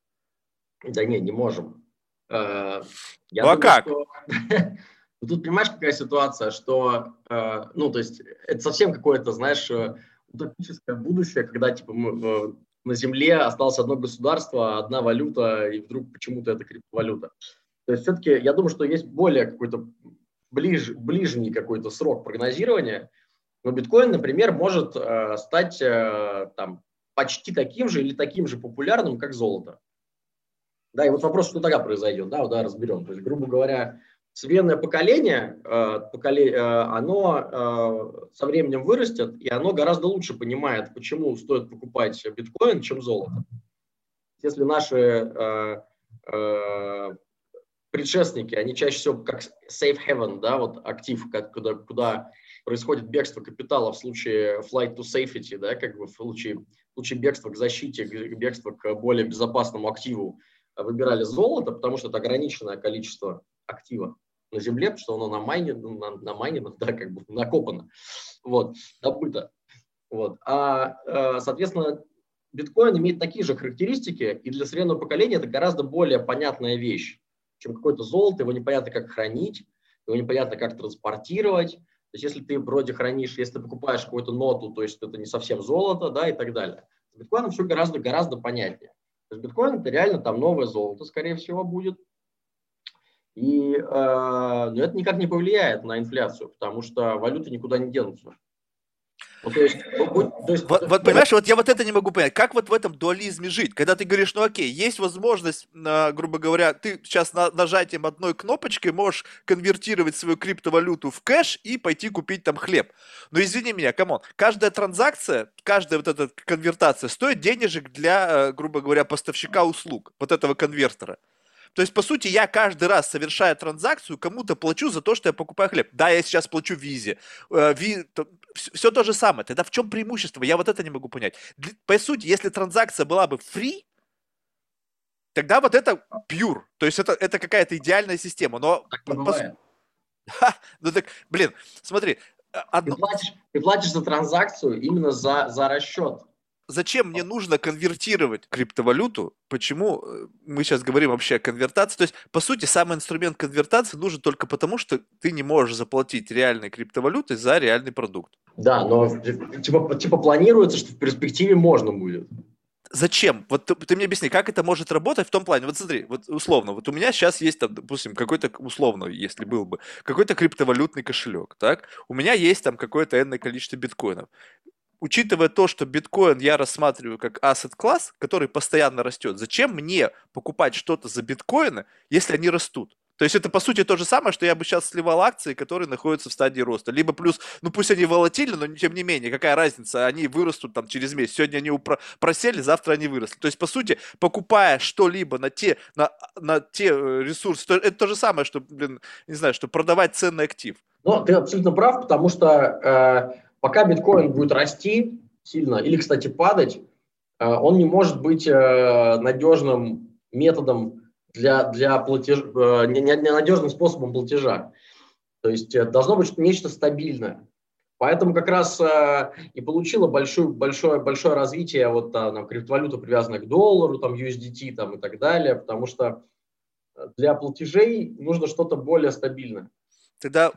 Да не, не можем. Э, Я Ну а думаю, как? что ну, тут понимаешь, какая ситуация, что, э, ну, то есть это совсем какое-то, знаешь, э, утопическое будущее, когда, типа, мы, э, на Земле осталось одно государство, одна валюта, и вдруг почему-то это криптовалюта. То есть все-таки я думаю, что есть более какой-то ближ, ближний какой-то срок прогнозирования, но биткоин, например, может э, стать э, там, почти таким же или таким же популярным, как золото. Да, и вот вопрос, что тогда произойдет, да, вот, да, разберем. То есть, грубо говоря, современное поколение, э, поколе- э, оно э, со временем вырастет, и оно гораздо лучше понимает, почему стоит покупать биткоин, чем золото. Если наши э, э, предшественники, они чаще всего как safe haven, да, вот актив, как, куда, куда происходит бегство капитала в случае flight to safety, да, как бы в случае, в случае бегства к защите, бегства к более безопасному активу, выбирали золото, потому что это ограниченное количество актива на земле, потому что оно на майне, на, на майне, да, как бы накопано, вот, добыто. Вот. А, э, соответственно, биткоин имеет такие же характеристики, и для современного поколения это гораздо более понятная вещь, чем какое-то золото, его непонятно как хранить, его непонятно как транспортировать. То есть если ты вроде хранишь, если ты покупаешь какую-то ноту, то есть это не совсем золото, да, и так далее. С биткоином все гораздо, гораздо понятнее. То есть биткоин это реально там новое золото, скорее всего, будет. И э, но это никак не повлияет на инфляцию, потому что валюты никуда не денутся. Ну, то есть, то есть, Вот, вот понимаешь, вот я вот это не могу понять. Как вот в этом дуализме жить? Когда ты говоришь, ну окей, есть возможность, а, грубо говоря, ты сейчас на, нажатием одной кнопочки можешь конвертировать свою криптовалюту в кэш и пойти купить там хлеб. Но извини меня, камон, каждая транзакция, каждая вот эта конвертация стоит денежек для, э, грубо говоря, поставщика услуг, вот этого конвертера. То есть, по сути, я каждый раз, совершая транзакцию, кому-то плачу за то, что я покупаю хлеб. Да, я сейчас плачу визе. Э, ви... Все то же самое. Тогда в чем преимущество? Я вот это не могу понять. Для- По сути, если транзакция была бы free, тогда вот это pure. То есть это, это какая-то идеальная система. Но, так не по- по су- бывает. Ха, ну так, блин, смотри, э, Ты одно, платишь, ты платишь за транзакцию именно за, за расчет. зачем мне нужно конвертировать криптовалюту? Почему э, мы сейчас говорим вообще о конвертации? То есть, по сути, сам инструмент конвертации нужен только потому, что ты не можешь заплатить реальной криптовалютой за реальный продукт. Да, но типа, типа планируется, что в перспективе можно будет. зачем? Вот ты, ты мне объясни, как это может работать в том плане? Вот смотри, вот условно, вот у меня сейчас есть, там, допустим, какой-то, условно, если был бы, какой-то криптовалютный кошелек, так? У меня есть там какое-то энное количество биткоинов. Учитывая то, что биткоин я рассматриваю как asset класс, который постоянно растет, зачем мне покупать что-то за биткоины, если они растут? То есть это, по сути, то же самое, что я бы сейчас сливал акции, которые находятся в стадии роста. Либо плюс, ну пусть они волатильны, но тем не менее, какая разница, они вырастут там через месяц. Сегодня они упро- просели, завтра они выросли. То есть, по сути, покупая что-либо на те, на, на те э, ресурсы, то, это то же самое, что, блин, не знаю, что продавать ценный актив. Ну, ты абсолютно прав, потому что э, пока биткоин будет расти сильно или, кстати, падать, э, он не может быть э, надежным методом для, для платежа, э, не, не- ненадежным способом платежа. То есть э, должно быть нечто стабильное. Поэтому как раз э, и получила большое, большое, большое развитие вот, э, там, криптовалюта, привязанная к доллару, там, ю эс ди ти там, и так далее, потому что для платежей нужно что-то более стабильное. Тогда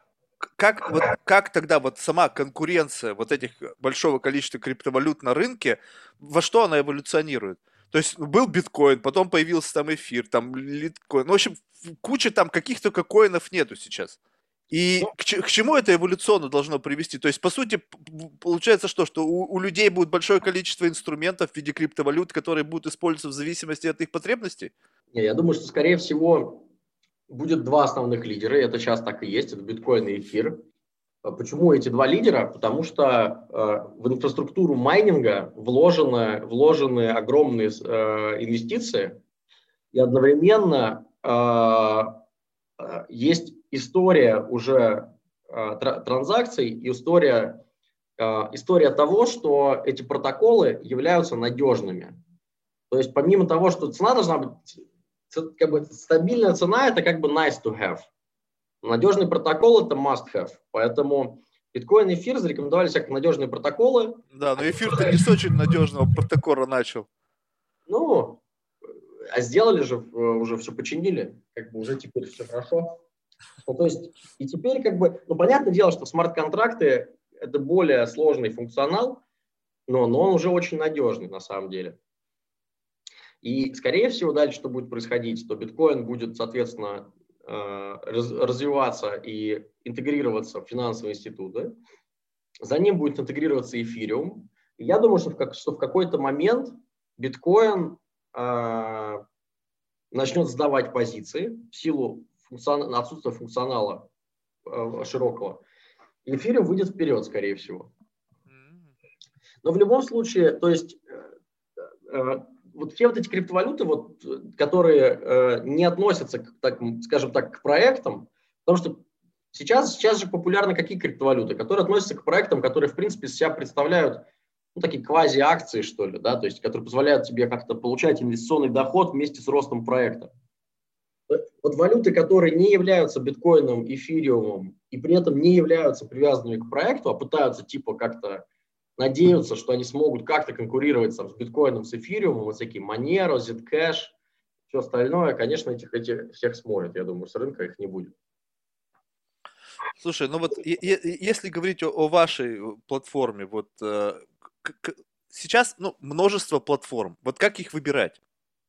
как, вот, как тогда вот сама конкуренция вот этих большого количества криптовалют на рынке, во что она эволюционирует? То есть был биткоин, потом появился там эфир, там литкоин. Ну, в общем, куча там каких только коинов нету сейчас. И Ну, к, ч- к чему это эволюционно должно привести? То есть, по сути, п- п- получается что? Что у, у людей будет большое количество инструментов в виде криптовалют, которые будут использоваться в зависимости от их потребностей? не, я думаю, что, скорее всего, будет два основных лидера, и это сейчас так и есть, это биткоин и эфир. А почему эти два лидера? Потому что э, в инфраструктуру майнинга вложены, вложены огромные э, инвестиции, и одновременно э, э, есть история уже э, тра- транзакций и история, э, история того, что эти протоколы являются надежными. То есть помимо того, что цена должна быть, ц- как бы стабильная цена, это как бы nice to have. Надежный протокол – это must have. Поэтому биткоин и эфир зарекомендовали себя как надежные протоколы. Да, но эфир-то не с очень надежного протокола начал. Ну, а сделали же, э, уже все починили, как бы уже теперь все хорошо. Ну, то есть, и теперь как бы, ну, понятное дело, что смарт-контракты – это более сложный функционал, но, но он уже очень надежный на самом деле. И, скорее всего, дальше что будет происходить, то биткоин будет, соответственно, э, раз, развиваться и интегрироваться в финансовые институты. За ним будет интегрироваться эфириум. И я думаю, что в, как, что в какой-то момент биткоин э, начнет сдавать позиции в силу функцион... отсутствия функционала э, широкого. И эфириум выйдет вперед, скорее всего. Но в любом случае, то есть э, э, вот все вот эти криптовалюты, вот, которые э, не относятся, к, так, скажем так, к проектам, потому что сейчас, сейчас же популярны какие криптовалюты, которые относятся к проектам, которые, в принципе, себя представляют, ну, такие квази-акции, что ли, да, то есть, которые позволяют тебе как-то получать инвестиционный доход вместе с ростом проекта. Вот валюты, которые не являются биткоином, эфириумом и при этом не являются привязанными к проекту, а пытаются типа как-то надеются, что они смогут как-то конкурировать там, с биткоином, с эфириумом, вот всякие Monero, Zcash, все остальное, конечно, этих, этих всех смоет. Я думаю, с рынка их не будет. Слушай, ну вот е- е- если говорить о, о вашей э, платформе, вот э, к- к- сейчас ну, множество платформ. Вот как их выбирать?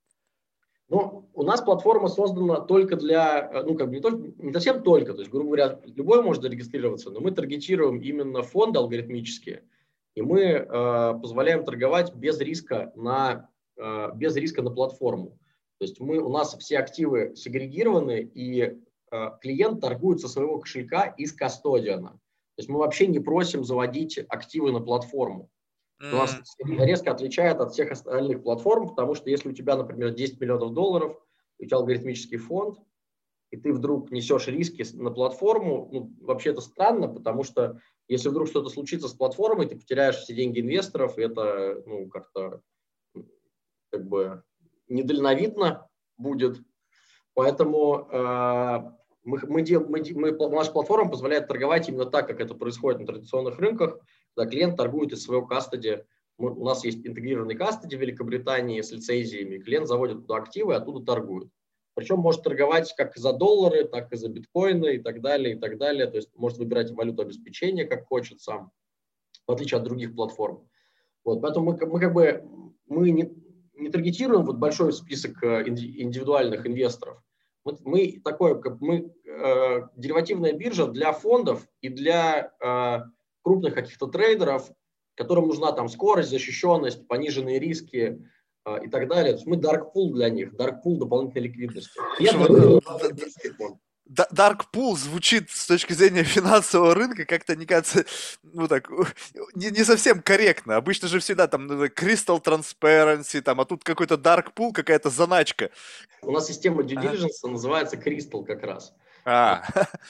Ну, у нас платформа создана только для, ну, как бы не, только, не совсем только, то есть, грубо говоря, любой может зарегистрироваться, но мы таргетируем именно фонды алгоритмические, и мы э, позволяем торговать без риска на, э, без риска на платформу. То есть мы, у нас все активы сегрегированы, и э, клиент торгует со своего кошелька из кастодиана. То есть мы вообще не просим заводить активы на платформу. У нас М, резко отличает от всех остальных платформ, потому что если у тебя, например, десять миллионов долларов, у тебя алгоритмический фонд, и ты вдруг несешь риски на платформу, ну, вообще это странно, потому что если вдруг что-то случится с платформой, ты потеряешь все деньги инвесторов, и это, ну, как-то как бы недальновидно будет. Поэтому э, мы, мы, дел, мы, мы, наша платформа позволяет торговать именно так, как это происходит на традиционных рынках, когда клиент торгует из своего кастоди. Мы, у нас есть интегрированный кастоди в Великобритании с лицензиями. Клиент заводит туда активы, оттуда торгует. Причем может торговать как за доллары, так и за биткоины и так далее, и так далее. То есть может выбирать валюту обеспечения, как хочет сам, в отличие от других платформ. Вот, поэтому мы, мы как бы мы не, не таргетируем вот большой список индивидуальных инвесторов. Вот мы такое, как мы э, деривативная биржа для фондов и для э, крупных каких-то трейдеров, которым нужна там скорость, защищенность, пониженные риски э, и так далее. То есть мы dark pool для них, dark pool дополнительной ликвидности. Слушай, вот, э, Dark Pool звучит с точки зрения финансового рынка как-то, мне кажется, ну так, не, не совсем корректно. Обычно же всегда там Crystal Transparency, там, а тут какой-то Dark Pool, какая-то заначка. У нас система due diligence ага. называется Crystal как раз. А.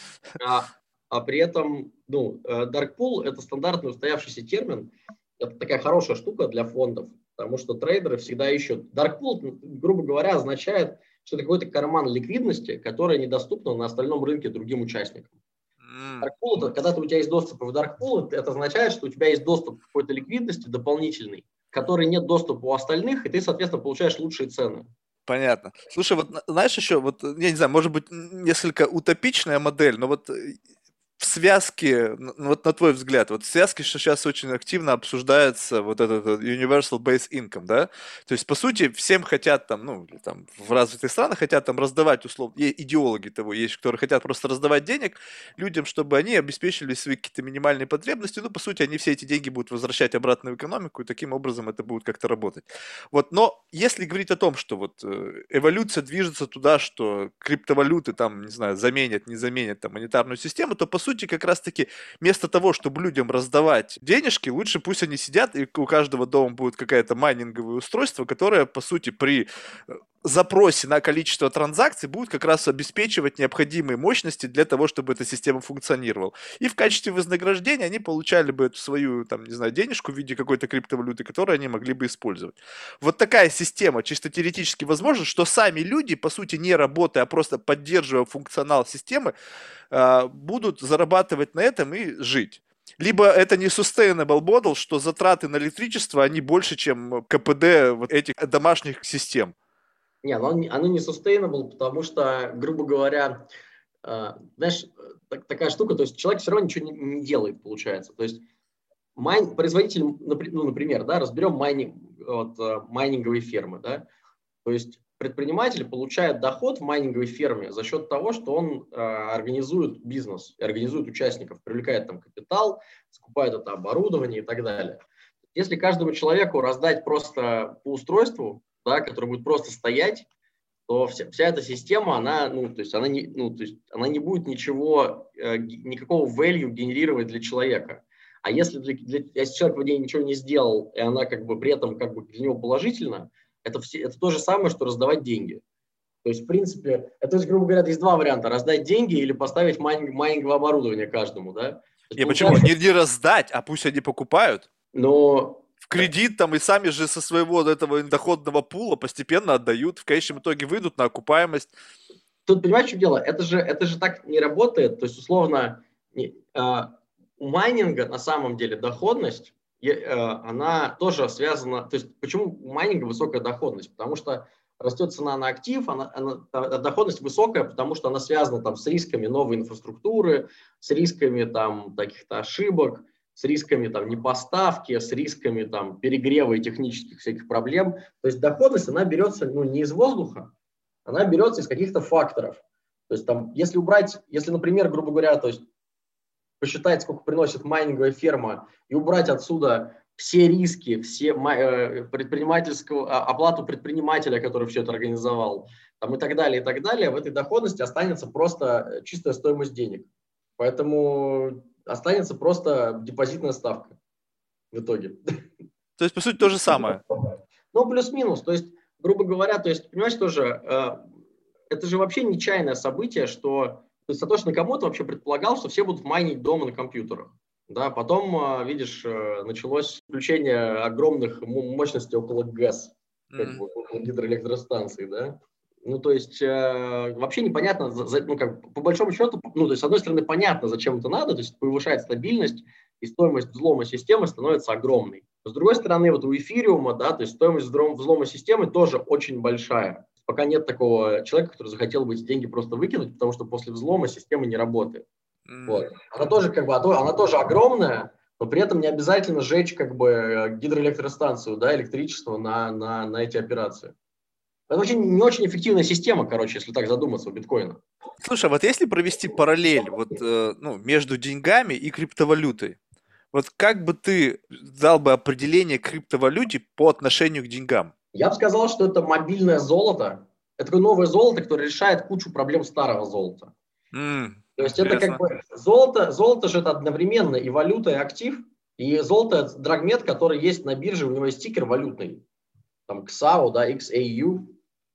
А, а при этом, ну, Dark Pool – это стандартный устоявшийся термин. Это такая хорошая штука для фондов, потому что трейдеры всегда ищут. Dark Pool, грубо говоря, означает, что это какой-то карман ликвидности, который недоступен на остальном рынке другим участникам. Mm. Dark Pool – это когда у тебя есть доступ в Dark Pool, это означает, что у тебя есть доступ к какой-то ликвидности дополнительный, который нет доступа у остальных, и ты, соответственно, получаешь лучшие цены. Понятно. Слушай, вот знаешь еще, вот, я не знаю, может быть, несколько утопичная модель, но вот в связке, вот на твой взгляд, вот в связке, что сейчас очень активно обсуждается вот этот Universal Base Income, да, то есть, по сути, всем хотят там, ну, там, в развитых странах хотят там раздавать, условно, идеологи того есть, которые хотят просто раздавать денег людям, чтобы они обеспечили свои какие-то минимальные потребности, ну, по сути, они все эти деньги будут возвращать обратно в экономику, и таким образом это будет как-то работать. Вот, но если говорить о том, что вот эволюция движется туда, что криптовалюты там, не знаю, заменят, не заменят там монетарную систему, то, по сути, сути, как раз-таки вместо того, чтобы людям раздавать денежки, лучше пусть они сидят, и у каждого дома будет какое-то майнинговое устройство, которое, по сути, при запросе на количество транзакций будет как раз обеспечивать необходимые мощности для того, чтобы эта система функционировала. И в качестве вознаграждения они получали бы эту свою, там, не знаю, денежку в виде какой-то криптовалюты, которую они могли бы использовать. Вот такая система чисто теоретически возможна, что сами люди, по сути, не работая, а просто поддерживая функционал системы, будут зарабатывать на этом и жить. Либо это не sustainable model, что затраты на электричество, они больше, чем КПД вот этих домашних систем. Не, оно, оно не sustainable, потому что, грубо говоря, э, знаешь, так, такая штука, то есть человек все равно ничего не, не делает, получается. То есть майн, производитель, ну, например, да, разберем майнинг, вот, майнинговые фермы, да, то есть предприниматель получает доход в майнинговой ферме за счет того, что он э, организует бизнес, организует участников, привлекает там капитал, скупает это оборудование и так далее. Если каждому человеку раздать просто по устройству, да, который будет просто стоять, то вся, вся эта система, она, ну, то есть она, не, ну, то есть она не будет ничего, э, никакого value генерировать для человека. А если, для, для, если человек в ней ничего не сделал, и она как бы при этом как бы для него положительно, это, все, это то же самое, что раздавать деньги. То есть, в принципе, это, грубо говоря, есть два варианта. Раздать деньги или поставить майнинг, майнинговое оборудование каждому, да? Не, почему? Не, не раздать, а пусть они покупают. Но... В кредит там и сами же со своего этого доходного пула постепенно отдают. В конечном итоге выйдут на окупаемость. Тут, понимаешь, что дело? Это же, это же так не работает. То есть, условно, не, а, у майнинга на самом деле доходность, она тоже связана, то есть почему у майнинга высокая доходность? Потому что растет цена на актив, она, она, доходность высокая, потому что она связана там с рисками новой инфраструктуры, с рисками там каких-то ошибок, с рисками там непоставки, с рисками там перегрева и технических всяких проблем. То есть доходность, она берется ну, не из воздуха, она берется из каких-то факторов. То есть там, если убрать, если, например, грубо говоря, то есть посчитать, сколько приносит майнинговая ферма, и убрать отсюда все риски, все предпринимательскую оплату предпринимателя, который все это организовал, там, и так далее, и так далее, в этой доходности останется просто чистая стоимость денег. Поэтому останется просто депозитная ставка в итоге. То есть, по сути, то же самое. Ну, плюс-минус. То есть, грубо говоря, то есть, понимаешь, тоже, это же вообще нечаянное событие, что то есть Сатоши Накамото вообще предполагал, что все будут майнить дома на компьютерах. Да, потом, видишь, началось включение огромных мощностей около ГЭС, как mm-hmm. бы, около гидроэлектростанций, да. Ну, то есть, э, вообще непонятно, за, ну, как, по большому счету, ну, то есть, с одной стороны, понятно, зачем это надо, то есть, повышает стабильность, и стоимость взлома системы становится огромной. С другой стороны, вот у эфириума, да, то есть, стоимость взлома системы тоже очень большая. Пока нет такого человека, который захотел бы эти деньги просто выкинуть, потому что после взлома система не работает. Mm-hmm. Вот. Она тоже, как бы, она тоже огромная, но при этом не обязательно жечь как бы гидроэлектростанцию, да, электричество на, на, на эти операции. Это очень, не очень эффективная система, короче, если так задуматься, у биткоина. Слушай, а вот если провести параллель вот, э, ну, между деньгами и криптовалютой, вот как бы ты дал бы определение криптовалюте по отношению к деньгам? Я бы сказал, что это мобильное золото. Это такое новое золото, которое решает кучу проблем старого золота. М, То есть это как интересно. бы золото, золото же это одновременно и валюта, и актив. И золото это драгмет, который есть на бирже, у него есть стикер валютный. Там икс эй эй, да, икс эй ю,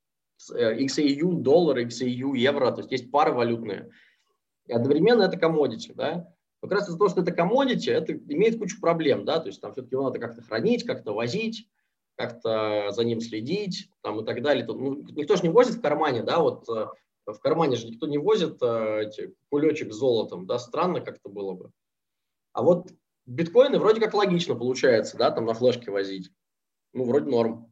э, икс эй ю доллар, икс эй ю евро, то есть есть пары валютные. И одновременно это коммодити, да. Но как раз из-за того, что это коммодити, это имеет кучу проблем, да, то есть там все-таки его надо как-то хранить, как-то возить, как-то за ним следить, там и так далее. Ну, никто же не возит в кармане, да, вот э, в кармане же никто не возит э, эти, кулечек с золотом, да, странно как-то было бы. А вот биткоины вроде как логично получается, да, там на флешке возить. Ну, вроде норм.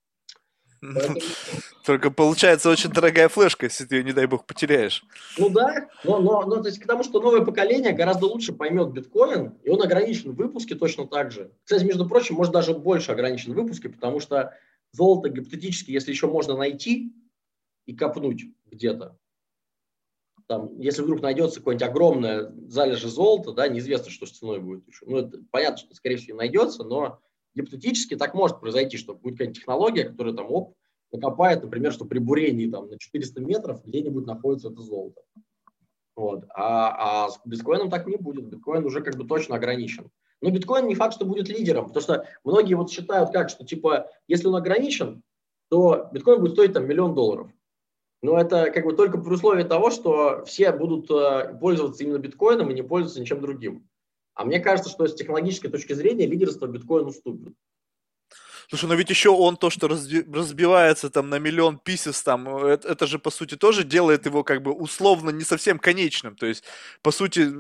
Поэтому, Только получается очень дорогая флешка, если ты ее, не дай бог, потеряешь. ну да, но, но, но то есть к тому, что новое поколение гораздо лучше поймет биткоин, и он ограничен в выпуске точно так же. Кстати, между прочим, может даже больше ограничен в выпуске, потому что золото гипотетически, если еще можно найти и копнуть где-то, там, если вдруг найдется какое-нибудь огромное залежи золота, да, неизвестно, что с ценой будет еще. Ну, это понятно, что, скорее всего, найдется, но гипотетически так может произойти, что будет какая-нибудь технология, которая там, оп, накопает, например, что при бурении там на четыреста метров где-нибудь находится это золото. Вот. А, а с биткоином так не будет. Биткоин уже как бы точно ограничен. Но биткоин не факт, что будет лидером, потому что многие вот считают как, что типа, если он ограничен, то биткоин будет стоить там миллион долларов. Но это как бы только при условии того, что все будут э, пользоваться именно биткоином и не пользоваться ничем другим. А мне кажется, что с технологической точки зрения лидерство биткоин уступит. Слушай, но ведь еще он то, что разби- разбивается там на миллион писес, там, э, это, это же, по сути, тоже делает его как бы условно не совсем конечным. То есть, по сути,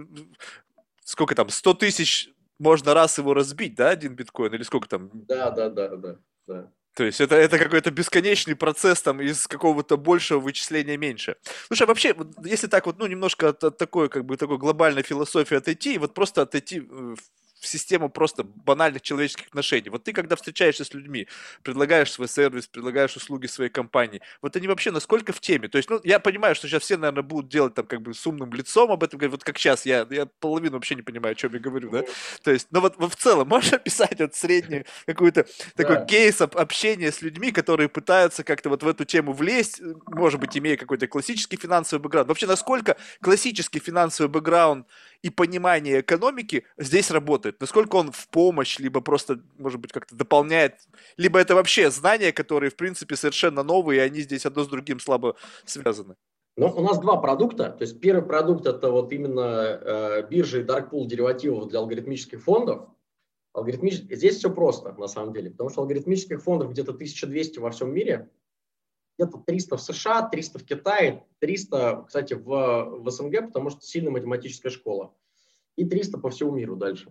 сколько там, сто тысяч можно раз его разбить, да, один биткоин, или сколько там? Да, да, да, да, да. То есть это, это какой-то бесконечный процесс там из какого-то большего вычисления меньше. Слушай, а вообще, вот если так вот, ну, немножко от, от такой, как бы, такой глобальной философии отойти, и вот просто отойти э, в систему просто банальных человеческих отношений. Вот ты, когда встречаешься с людьми, предлагаешь свой сервис, предлагаешь услуги своей компании, вот они вообще насколько в теме? То есть, ну, я понимаю, что сейчас все, наверное, будут делать там как бы с умным лицом об этом, говорить, вот как сейчас, я, я половину вообще не понимаю, о чем я говорю, да? То есть, ну вот, вот в целом, можешь описать вот среднюю какую-то такой Да. кейс об- общения с людьми, которые пытаются как-то вот в эту тему влезть, э, может быть, имея какой-то классический финансовый бэкграунд. Вообще, насколько классический финансовый бэкграунд и понимание экономики здесь работает? Насколько он в помощь, либо просто, может быть, как-то дополняет, либо это вообще знания, которые, в принципе, совершенно новые, и они здесь одно с другим слабо связаны? Но у нас два продукта. То есть первый продукт это вот именно э, биржа и dark pool деривативов для алгоритмических фондов. Алгоритмич... Здесь все просто, на самом деле, потому что алгоритмических фондов где-то тысяча двести во всем мире, где-то триста в США, триста в Китае, триста, кстати, в, в СНГ, потому что сильная математическая школа, и триста по всему миру дальше.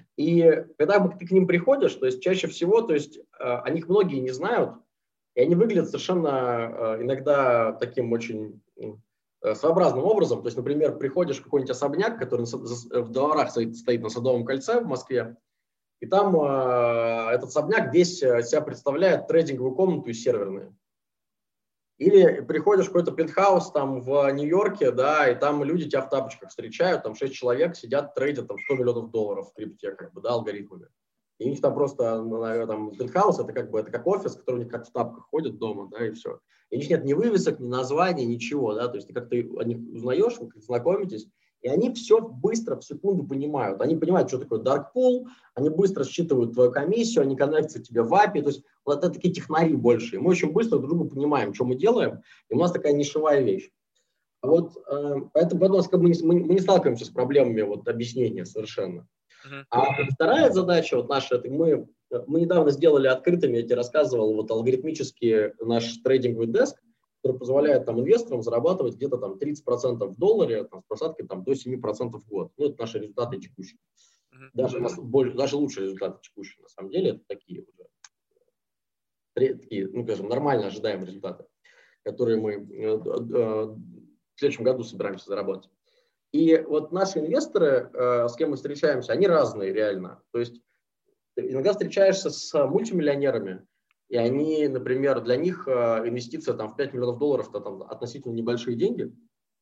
И когда ты к ним приходишь, то есть чаще всего, то есть о них многие не знают, и они выглядят совершенно иногда таким очень своеобразным образом. То есть, например, приходишь в какой-нибудь особняк, который в дворах стоит на Садовом кольце в Москве, и там э, этот особняк весь себя представляет трейдинговую комнату и серверные. Или приходишь в какой-то пентхаус там в Нью-Йорке, да, и там люди тебя в тапочках встречают, там шесть человек сидят, трейдят там сто миллионов долларов в крипте, как бы, да, алгоритмами. И у них там просто, там, пентхаус, это как бы, это как офис, который у них как в тапках ходит дома, да, и все. И у них нет ни вывесок, ни названий, ничего, да, то есть ты как-то о них узнаешь, вы как знакомитесь, и они все быстро, в секунду понимают. Они понимают, что такое dark pool, они быстро считывают твою комиссию, они коннектятся тебе в эй пи ай, то есть вот это такие технари больше. И мы очень быстро друг друга понимаем, что мы делаем, и у нас такая нишевая вещь. А вот э, поэтому, поэтому мы, не, мы не сталкиваемся с проблемами вот, объяснения совершенно. Мгм. А вторая задача вот наша, это мы, мы недавно сделали открытыми, я тебе рассказывал, вот алгоритмический наш трейдинговый деск, который позволяет там инвесторам зарабатывать где-то там тридцать процентов в долларе, там, с просадкой там, до семь процентов в год. Ну, это наши результаты текущие. Мгм. Даже, больше, даже лучшие результаты текущие, на самом деле, это такие уже, такие, ну, скажем, нормально ожидаемые результаты, которые мы э, э, в следующем году собираемся заработать. И вот наши инвесторы, э, с кем мы встречаемся, они разные реально. То есть иногда встречаешься с мультимиллионерами, и они, например, для них э, инвестиция там, в пять миллионов долларов это там, относительно небольшие деньги.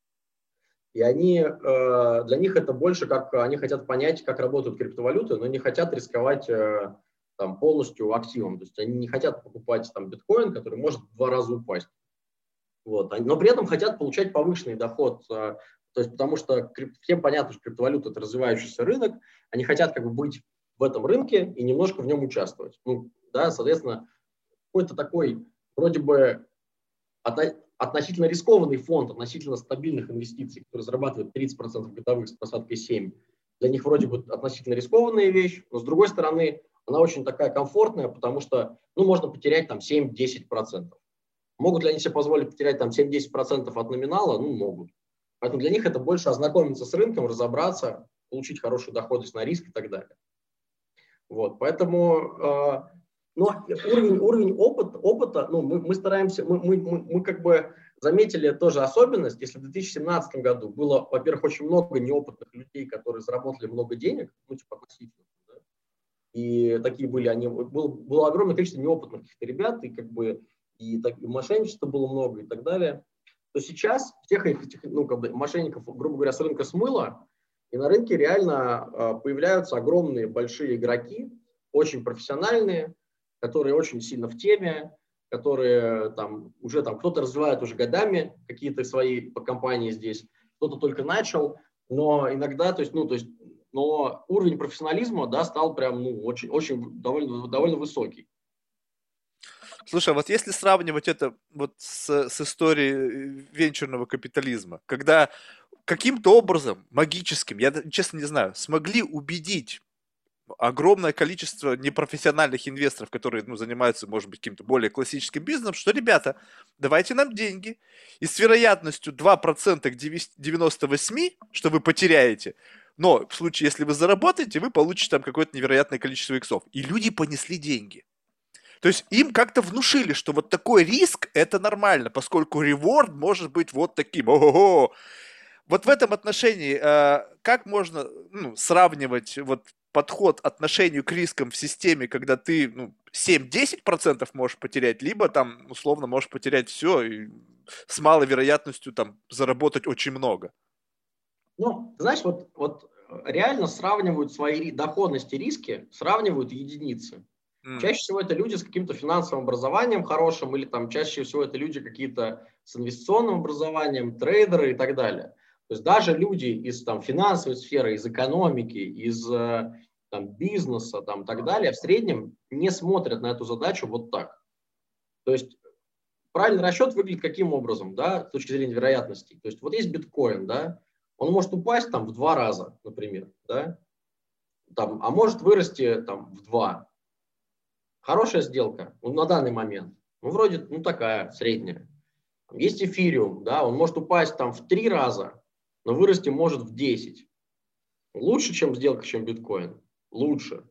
И они, э, для них это больше как они хотят понять, как работают криптовалюты, но не хотят рисковать э, там, полностью активом. То есть они не хотят покупать там, биткоин, который может в два раза упасть. Вот. Но при этом хотят получать повышенный доход. Э, то есть, потому что крип... всем понятно, что криптовалюта – это развивающийся рынок. Они хотят как бы быть в этом рынке и немножко в нем участвовать. Ну, да, соответственно, какой-то такой вроде бы от, относительно рискованный фонд, относительно стабильных инвестиций, который зарабатывает тридцать процентов годовых с просадкой семь, для них вроде бы относительно рискованная вещь, но с другой стороны, она очень такая комфортная, потому что ну, можно потерять там семь-десять процентов. Могут ли они себе позволить потерять там семь-десять процентов от номинала? Ну, могут. Поэтому для них это больше ознакомиться с рынком, разобраться, получить хорошую доходность на риск и так далее. Вот, поэтому э, но уровень, уровень опыта, опыта ну, мы, мы стараемся, мы, мы, мы, мы как бы заметили тоже особенность, если в две тысячи семнадцатом году было, во-первых, очень много неопытных людей, которые заработали много денег, ну, типа относительно, да, и такие были, они, было, было огромное количество неопытных каких-то ребят, и как бы и, так, и мошенничества было много и так далее, то сейчас всех этих ну, как бы мошенников, грубо говоря, с рынка смыло, и на рынке реально э, появляются огромные большие игроки, очень профессиональные, которые очень сильно в теме, которые там уже там кто-то развивает уже годами какие-то свои компании здесь, кто-то только начал, но иногда, то есть, ну, то есть, но уровень профессионализма, да, стал прям, ну, очень, очень довольно, довольно высокий. Слушай, а вот если сравнивать это вот с, с историей венчурного капитализма, когда каким-то образом, магическим, я честно не знаю, смогли убедить огромное количество непрофессиональных инвесторов, которые ну, занимаются, может быть, каким-то более классическим бизнесом, что, ребята, давайте нам деньги, и с вероятностью два процента к девяноста восьми, что вы потеряете, но в случае, если вы заработаете, вы получите там какое-то невероятное количество иксов. И люди понесли деньги. То есть им как-то внушили, что вот такой риск – это нормально, поскольку реворд может быть вот таким. Ого-го! Вот в этом отношении э, как можно ну, сравнивать вот подход отношению к рискам в системе, когда ты ну, семь-десять процентов можешь потерять, либо там условно можешь потерять все и с малой вероятностью там заработать очень много? Ну, знаешь, вот, вот реально сравнивают свои доходности и риски, сравнивают единицы. Mm. Чаще всего это люди с каким-то финансовым образованием хорошим, или там чаще всего это люди какие-то с инвестиционным образованием, трейдеры и так далее. То есть даже люди из там, финансовой сферы, из экономики, из там, бизнеса там, и так далее в среднем не смотрят на эту задачу вот так. То есть правильный расчет выглядит каким образом, да, с точки зрения вероятностей. То есть вот есть биткоин, да, он может упасть там в два раза, например, да, там, а может вырасти там в два. Хорошая сделка ну, на данный момент, ну, вроде, ну, такая, средняя. Есть эфириум, да, он может упасть там в три раза, но вырасти может в десять. Лучше, чем сделка, чем биткоин? Лучше.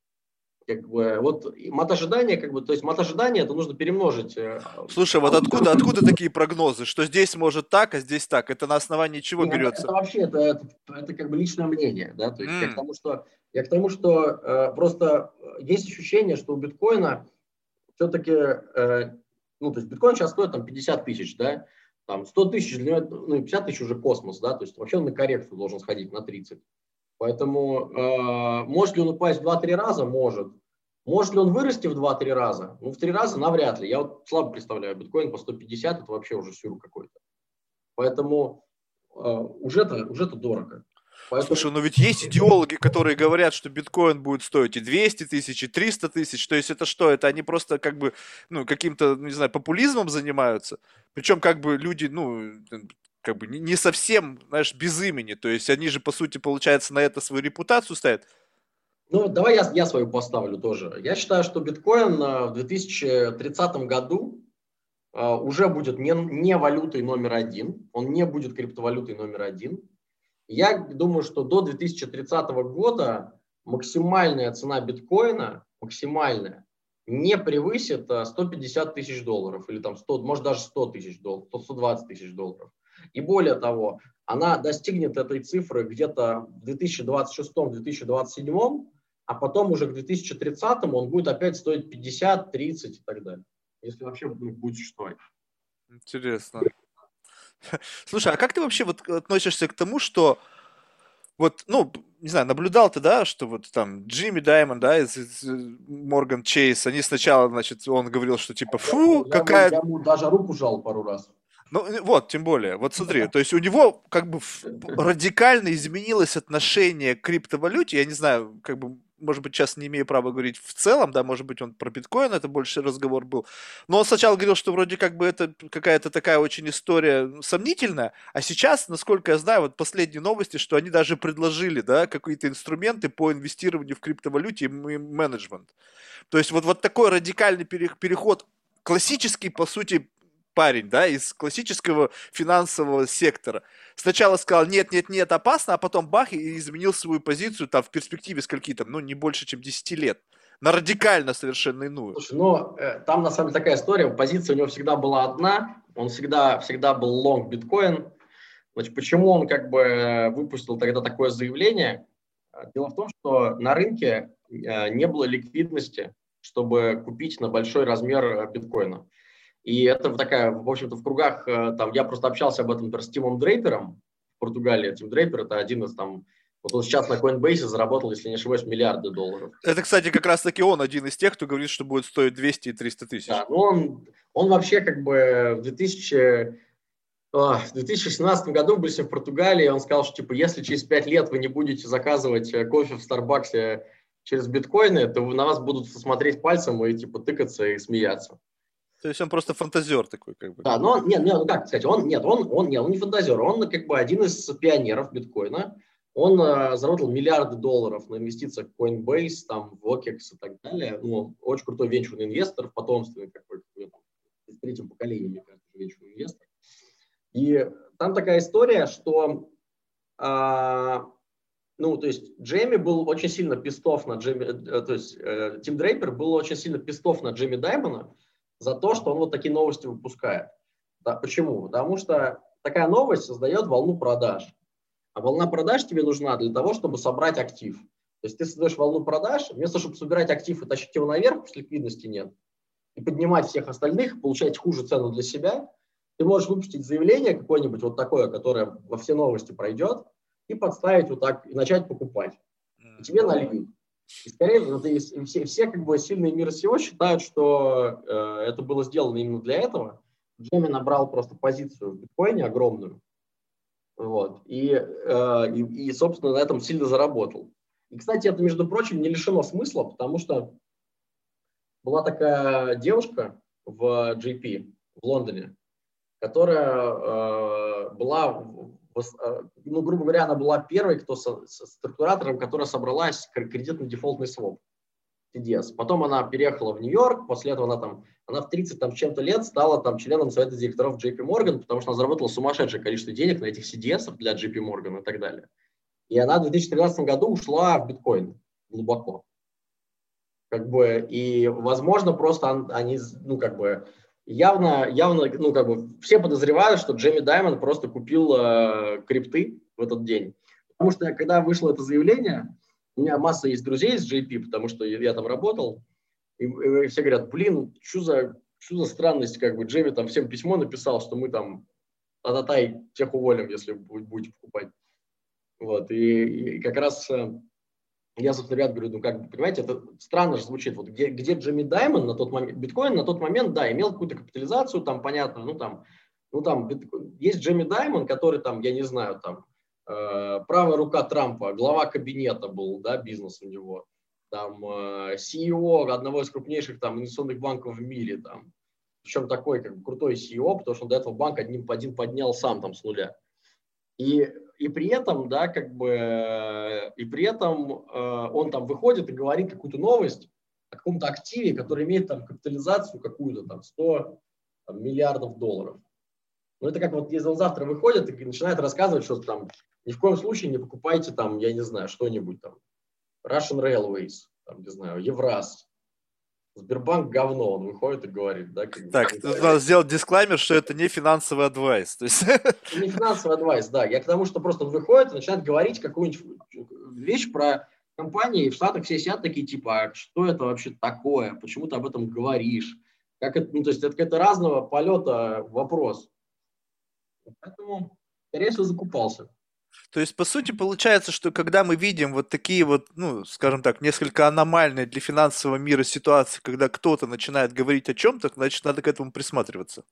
Как бы, вот мат ожидания, как бы, то есть мат ожидания, это нужно перемножить. Слушай, вот откуда, откуда такие прогнозы, что здесь может так, а здесь так? Это на основании чего Нет, берется? Это, это вообще, это, это, это как бы личное мнение, да, то есть Mm. я к тому, что, я к тому, что э, просто есть ощущение, что у биткоина все-таки, э, ну, то есть биткоин сейчас стоит там пятьдесят тысяч, да, там сто тысяч для него, ну, пятьдесят тысяч уже космос, да, то есть вообще он на коррекцию должен сходить на тридцать. Поэтому э, может ли он упасть в два-три раза? Может. Может ли он вырасти в два-три раза? Ну, в три раза навряд ли. Я вот слабо представляю, биткоин по сто пятьдесят, это вообще уже сюр какой-то. Поэтому э, уже-то, уже-то дорого. Поэтому... Слушай, ну ведь есть идеологи, которые говорят, что биткоин будет стоить и двести тысяч, и триста тысяч. То есть это что? Это они просто как бы, ну, каким-то, не знаю, популизмом занимаются. Причем как бы люди, ну, как бы не совсем, знаешь, без имени. То есть они же, по сути, получается, на это свою репутацию ставят. Ну, давай я, я свою поставлю тоже. Я считаю, что биткоин в две тысячи тридцатом году уже будет не, не валютой номер один, он не будет криптовалютой номер один. Я думаю, что до две тысячи тридцатого года максимальная цена биткоина, максимальная, не превысит сто пятьдесят тысяч долларов, или там сто, может даже сто тысяч долларов, сто двадцать тысяч долларов. И более того, она достигнет этой цифры где-то в две тысячи двадцать шестом — две тысячи двадцать седьмом, а потом уже к две тысячи тридцатому он будет опять стоить пятьдесят, тридцать и так далее. Если вообще будет существовать. Интересно. Слушай, а как ты вообще вот относишься к тому, что вот, ну, не знаю, наблюдал ты, да, что вот там Джимми Даймонд, да, из, из Морган Чейз, они сначала, значит, он говорил, что типа, фу, я, какая... Я ему, я ему даже руку жал пару раз. Ну, вот, тем более, вот смотри, то есть у него как бы радикально изменилось отношение к криптовалюте, я не знаю, как бы, может быть, сейчас не имею права говорить в целом, да, может быть, он про биткоин, это больше разговор был, но он сначала говорил, что вроде как бы это какая-то такая очень история сомнительная, а сейчас, насколько я знаю, вот последние новости, что они даже предложили, да, какие-то инструменты по инвестированию в криптовалюте и менеджмент. То есть вот, вот такой радикальный переход, классический, по сути, парень, да, из классического финансового сектора. Сначала сказал, нет, нет, нет, опасно, а потом бах, и изменил свою позицию там в перспективе скольки там, ну, не больше, чем десять лет. На радикально совершенно иную. Слушай, ну, э, там на самом деле такая история, позиция у него всегда была одна, он всегда, всегда был лонг биткоин. Значит, почему он как бы выпустил тогда такое заявление? Дело в том, что на рынке э, не было ликвидности, чтобы купить на большой размер биткоина. И это такая, в общем-то, в кругах, там, я просто общался об этом, например, с Тимом Дрейпером в Португалии. Тим Дрейпер – это один из, там, вот он сейчас на Coinbase заработал, если не ошибаюсь, миллиарды долларов. Это, кстати, как раз-таки он один из тех, кто говорит, что будет стоить двести и триста тысяч. Да, ну он, он вообще как бы в две тысячи, в две тысячи шестнадцатом году были в Португалии, он сказал, что типа, если через пять лет вы не будете заказывать кофе в Старбаксе через биткоины, то на вас будут смотреть пальцем и типа тыкаться и смеяться. То есть он просто фантазер такой, как бы. Да, но он, нет, нет, ну как сказать, он, нет, он, он, нет, он не фантазер, он как бы один из пионеров биткоина. Он э, заработал миллиарды долларов на инвестициях в Coinbase, там, в о кекс и так далее. Ну, очень крутой венчурный инвестор, потомственный какой-то, в третьем поколении, мне кажется, венчурный инвестор. И там такая история, что, э, ну, то есть Джейми был очень сильно пистов на Джейми, э, то есть э, Тим Дрейпер был очень сильно пистов на Джейми Даймона за то, что он вот такие новости выпускает. Да, почему? Потому что такая новость создает волну продаж. А волна продаж тебе нужна для того, чтобы собрать актив. То есть ты создаешь волну продаж, вместо того, чтобы собирать актив и тащить его наверх, потому что ликвидности нет, и поднимать всех остальных, получать хуже цену для себя, ты можешь выпустить заявление какое-нибудь вот такое, которое во все новости пройдет, и подставить вот так, и начать покупать. И тебе нальют. И скорее вот, и все, все как бы сильные мира сего считают, что э, это было сделано именно для этого. Джейми набрал просто позицию в биткоине огромную. Вот, и, э, и, и, собственно, на этом сильно заработал. И, кстати, это, между прочим, не лишено смысла, потому что была такая девушка в джей пи в Лондоне, которая э, была, ну, грубо говоря, она была первой, кто со, со структуратором, которая собралась кредитно-дефолтный своп, си ди эс. Потом она переехала в Нью-Йорк, после этого она там, она в тридцать там, с чем-то лет стала там членом совета директоров джей пи Morgan, потому что она заработала сумасшедшее количество денег на этих си ди эс для джей пи Morgan и так далее. И она в две тысячи тринадцатом году ушла в биткоин глубоко. Как бы, и, возможно, просто они, ну, как бы, явно, явно, ну, как бы, все подозревают, что Джейми Даймонд просто купил э, крипты в этот день. Потому что, когда вышло это заявление, у меня масса есть друзей из джей пи, потому что я, я там работал, и, и все говорят, блин, что за, что за странность, как бы, Джейми там всем письмо написал, что мы там, та-та-тай, всех уволим, если будете покупать. Вот, и, и как раз... Я, собственно, ряд говорю, ну, как бы, понимаете, это странно же звучит. Вот где, где Джейми Даймонд на тот момент, биткоин на тот момент, да, имел какую-то капитализацию, там, понятно, ну, там, ну, там, биткоин. Есть Джейми Даймонд, который, там, я не знаю, там, э, правая рука Трампа, глава кабинета был, да, бизнес у него, там, э, си и о одного из крупнейших, там, инвестиционных банков в мире, там, причем такой, как бы, крутой си и о, потому что он до этого банк один, один поднял сам, там, с нуля. И, и при этом, да, как бы, и при этом э, он там выходит и говорит какую-то новость о каком-то активе, который имеет там капитализацию какую-то там сто там, миллиардов долларов. Ну, это как вот если он завтра выходит и начинает рассказывать, что там ни в коем случае не покупайте там, я не знаю, что-нибудь там, Russian Railways, там, не знаю, Евраз, Сбербанк говно, он выходит и говорит, да, как бы, Так, ну, тут надо сделать дисклаймер, что это не финансовый адвайс. То есть, не финансовый адвайс, да. Я к тому, что просто он выходит и начинает говорить какую-нибудь вещь про компании, и в Штатах все сидят такие, типа, а что это вообще такое? Почему ты об этом говоришь? Как это, ну, то есть это какая-то разного полета вопрос. Поэтому, скорее всего, закупался. то есть, по сути, получается, что когда мы видим вот такие вот, ну, скажем так, несколько аномальные для финансового мира ситуации, когда кто-то начинает говорить о чем-то, значит, надо к этому присматриваться.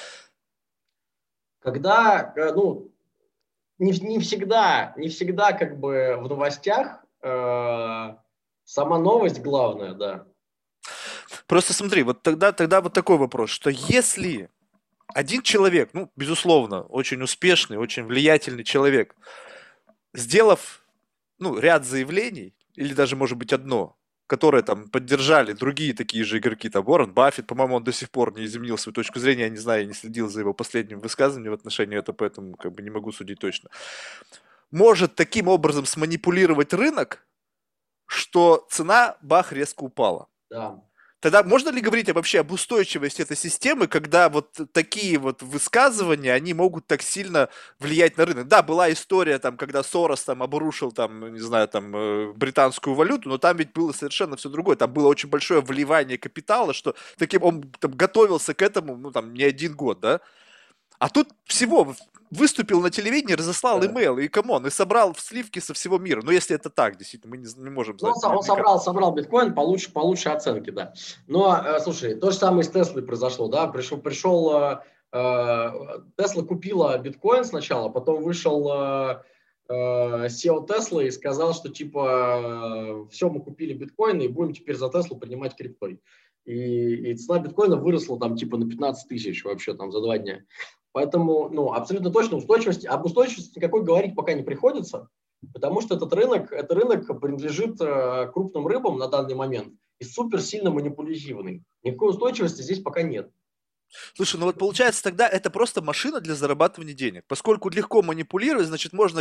Когда, э, ну, не, не всегда, не всегда как бы в новостях э, сама новость главная, да. Просто смотри, вот тогда, тогда вот такой вопрос, что если один человек, ну, безусловно, очень успешный, очень влиятельный человек, сделав, ну, ряд заявлений, или даже, может быть, одно, которые там поддержали другие такие же игроки, там, Уоррен Баффет, по-моему, он до сих пор не изменил свою точку зрения, я не знаю, я не следил за его последним высказыванием в отношении этого, поэтому как бы не могу судить точно. Может таким образом сманипулировать рынок, что цена, бах, резко упала. Да. Тогда можно ли говорить вообще об устойчивости этой системы, когда вот такие вот высказывания, они могут так сильно влиять на рынок? Да, была история, там, когда Сорос там обрушил, там, не знаю, там, э, британскую валюту, но там ведь было совершенно все другое. Там было очень большое вливание капитала, что таким он там, готовился к этому, ну, там, не один год, да? А тут всего выступил на телевидении, разослал Да. имейл, и камон, и собрал сливки со всего мира. Но если это так, действительно, мы не, не можем Ну, он, знать. со- он наверняка. собрал, собрал биткоин по лучшей, по лучшей оценке, да. Но, э, слушай, то же самое с Теслой произошло, да. Пришел, пришел э, э, Тесла купила биткоин сначала, потом вышел э, э, си и о Теслы и сказал, что типа все, мы купили биткоин и будем теперь за Теслу принимать криптой. И, и цена биткоина выросла там типа на пятнадцать тысяч вообще там за два дня. Поэтому, ну, абсолютно точно устойчивости, об устойчивости никакой говорить пока не приходится. Потому что этот рынок, этот рынок принадлежит э, крупным рыбам на данный момент и супер сильно манипулятивный. Никакой устойчивости здесь пока нет. Слушай, ну вот получается тогда это просто машина для зарабатывания денег. Поскольку легко манипулировать, значит можно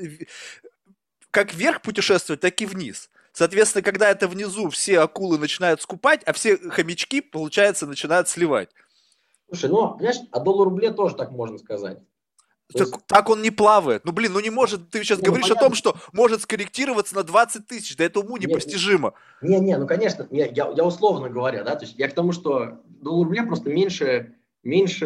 как вверх путешествовать, так и вниз. Соответственно, когда это внизу, все акулы начинают скупать, а все хомячки, получается, начинают сливать. Слушай, ну, понимаешь, о доллар-рубле тоже так можно сказать. Так, есть... так он не плавает. Ну, блин, ну не может, ты сейчас не, говоришь ну, о том, что может скорректироваться на двадцать тысяч, да это уму непостижимо. Не, не, ну, конечно, не, я, я условно говоря, да, то есть я к тому, что доллар-рубле просто меньше, меньше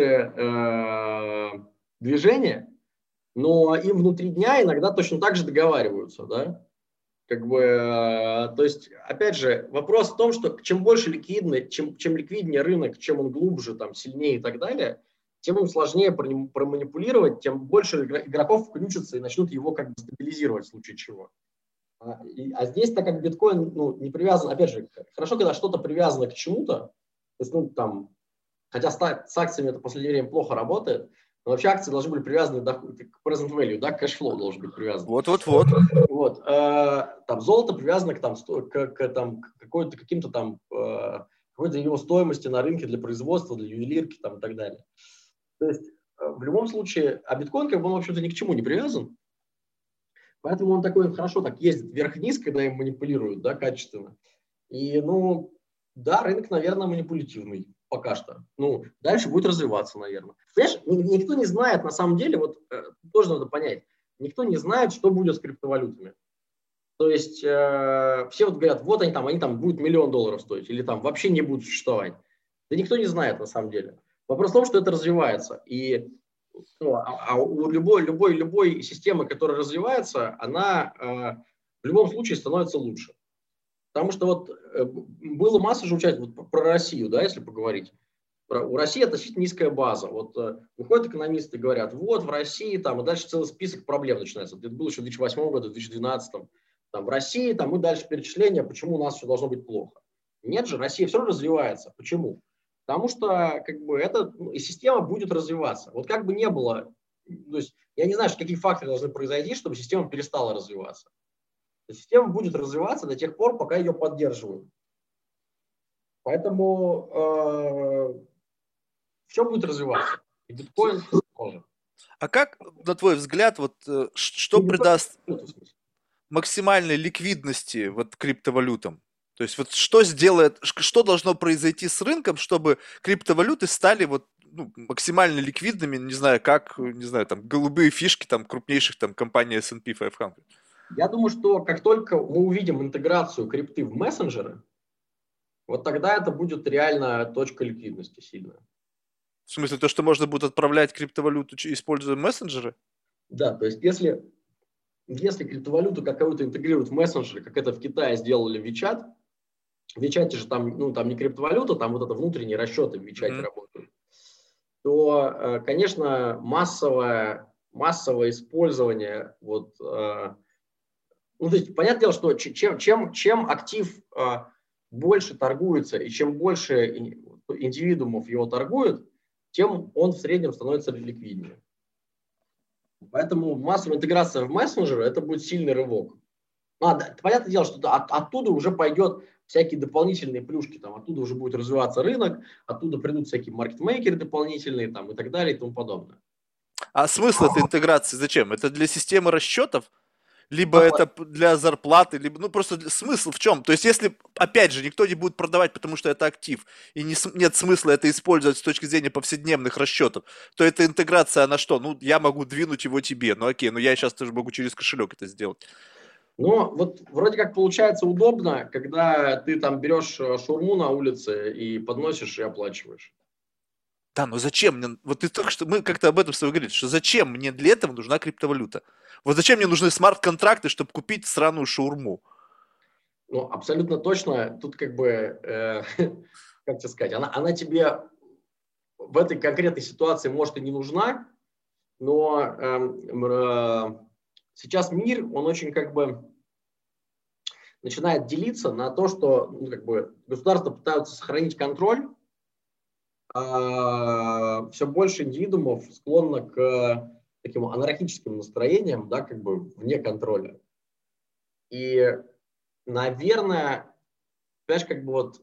э, движения, но им внутри дня иногда точно так же договариваются, да. Как бы, э, то есть, опять же, вопрос в том, что чем больше ликвидный, чем, чем ликвиднее рынок, чем он глубже, там, сильнее и так далее, тем им сложнее проманипулировать, тем больше игроков включатся и начнут его как бы стабилизировать в случае чего. А, и, а здесь, так как биткоин ну, не привязан, опять же, хорошо, когда что-то привязано к чему-то, то есть, ну, там, хотя с, с акциями это в последнее время плохо работает, но вообще акции должны быть привязаны до, к present value, да, к кэшфлоу должен быть привязан. Вот-вот-вот. Вот, э, там золото привязано к, там, к, к, там, к какой-то, каким-то там, э, какой-то его стоимости на рынке для производства, для ювелирки там, и так далее. То есть э, в любом случае, а биткоин, как бы, он, в общем-то, ни к чему не привязан, поэтому он такой хорошо так ездит вверх-вниз, когда им манипулируют, да, качественно. И, ну, да, рынок, наверное, манипулятивный пока что. Ну, дальше будет развиваться, наверное. Понимаешь, никто не знает, на самом деле, вот э, тоже надо понять, никто не знает, что будет с криптовалютами. То есть э, все вот говорят, вот они там, они там будут миллион долларов стоить, или там вообще не будут существовать. Да никто не знает, на самом деле. Вопрос в том, что это развивается. И ну, а, а у любой, любой, любой системы, которая развивается, она э, в любом случае становится лучше. Потому что вот э, было масса же участников, вот про Россию, да, если поговорить. Про, у России относительно низкая база. Вот э, выходят экономисты и говорят, вот в России, там, и дальше целый список проблем начинается. Это было еще в две тысячи восьмом году, в две тысячи двенадцатом. Там, в России, там, и дальше перечисление, почему у нас все должно быть плохо. Нет же, Россия все равно развивается. Почему? Потому что как бы, эта ну, система будет развиваться. Вот как бы не было, то есть я не знаю, какие факторы должны произойти, чтобы система перестала развиваться. Система будет развиваться до тех пор, пока ее поддерживают. Поэтому э, все будет развиваться. И биткоин тоже. А как, на твой взгляд, вот э, что И придаст максимальной ликвидности вот криптовалютам? То есть вот что сделает, ш- что должно произойти с рынком, чтобы криптовалюты стали вот ну, максимально ликвидными, не знаю, как, э, не знаю, там, голубые фишки там крупнейших там компаний эс энд пи пятьсот. Я думаю, что как только мы увидим интеграцию крипты в мессенджеры, вот тогда это будет реально точка ликвидности сильная. В смысле, то, что можно будет отправлять криптовалюту, ч- используя мессенджеры? Да, то есть если, если криптовалюту какую-то интегрируют в мессенджеры, как это в Китае сделали в WeChat, в WeChat же там, ну, там не криптовалюта, там вот это внутренние расчеты в WeChat Мгм. работают, то, э, конечно, массовое, массовое использование вот, э, ну, то есть, понятное дело, что ч- чем, чем, чем актив а, больше торгуется и чем больше ин- индивидуумов его торгуют, тем он в среднем становится ликвиднее. Поэтому массовая интеграция в мессенджеры – это будет сильный рывок. Ну, а, да, понятное дело, что от- оттуда уже пойдет всякие дополнительные плюшки, там, оттуда уже будет развиваться рынок, оттуда придут всякие маркетмейкеры дополнительные там, и так далее и тому подобное. А смысл этой интеграции зачем? Это для системы расчетов? Либо Там, это п- для зарплаты, либо, ну, просто для- смысл в чем? То есть, если, опять же, никто не будет продавать, потому что это актив, и не, с- нет смысла это использовать с точки зрения повседневных расчетов, то эта интеграция, она что? Ну, я могу двинуть его тебе, ну, окей, ну, я сейчас тоже могу через кошелек это сделать. Но вот вроде как получается удобно, когда ты там берешь э, шаурму на улице и подносишь и оплачиваешь. Да, но зачем мне, вот ты только что, мы как-то об этом с тобой говорили, что зачем мне для этого нужна криптовалюта? Вот зачем мне нужны смарт-контракты, чтобы купить сраную шаурму? Ну, абсолютно точно, тут как бы, э, как тебе сказать, она, она тебе в этой конкретной ситуации может и не нужна, но эм, э, сейчас мир, он очень как бы начинает делиться на то, что ну, как бы государства пытаются сохранить контроль, а все больше индивидуумов склонно к таким анархическим настроениям, да, как бы вне контроля. И, наверное, понимаешь, как бы вот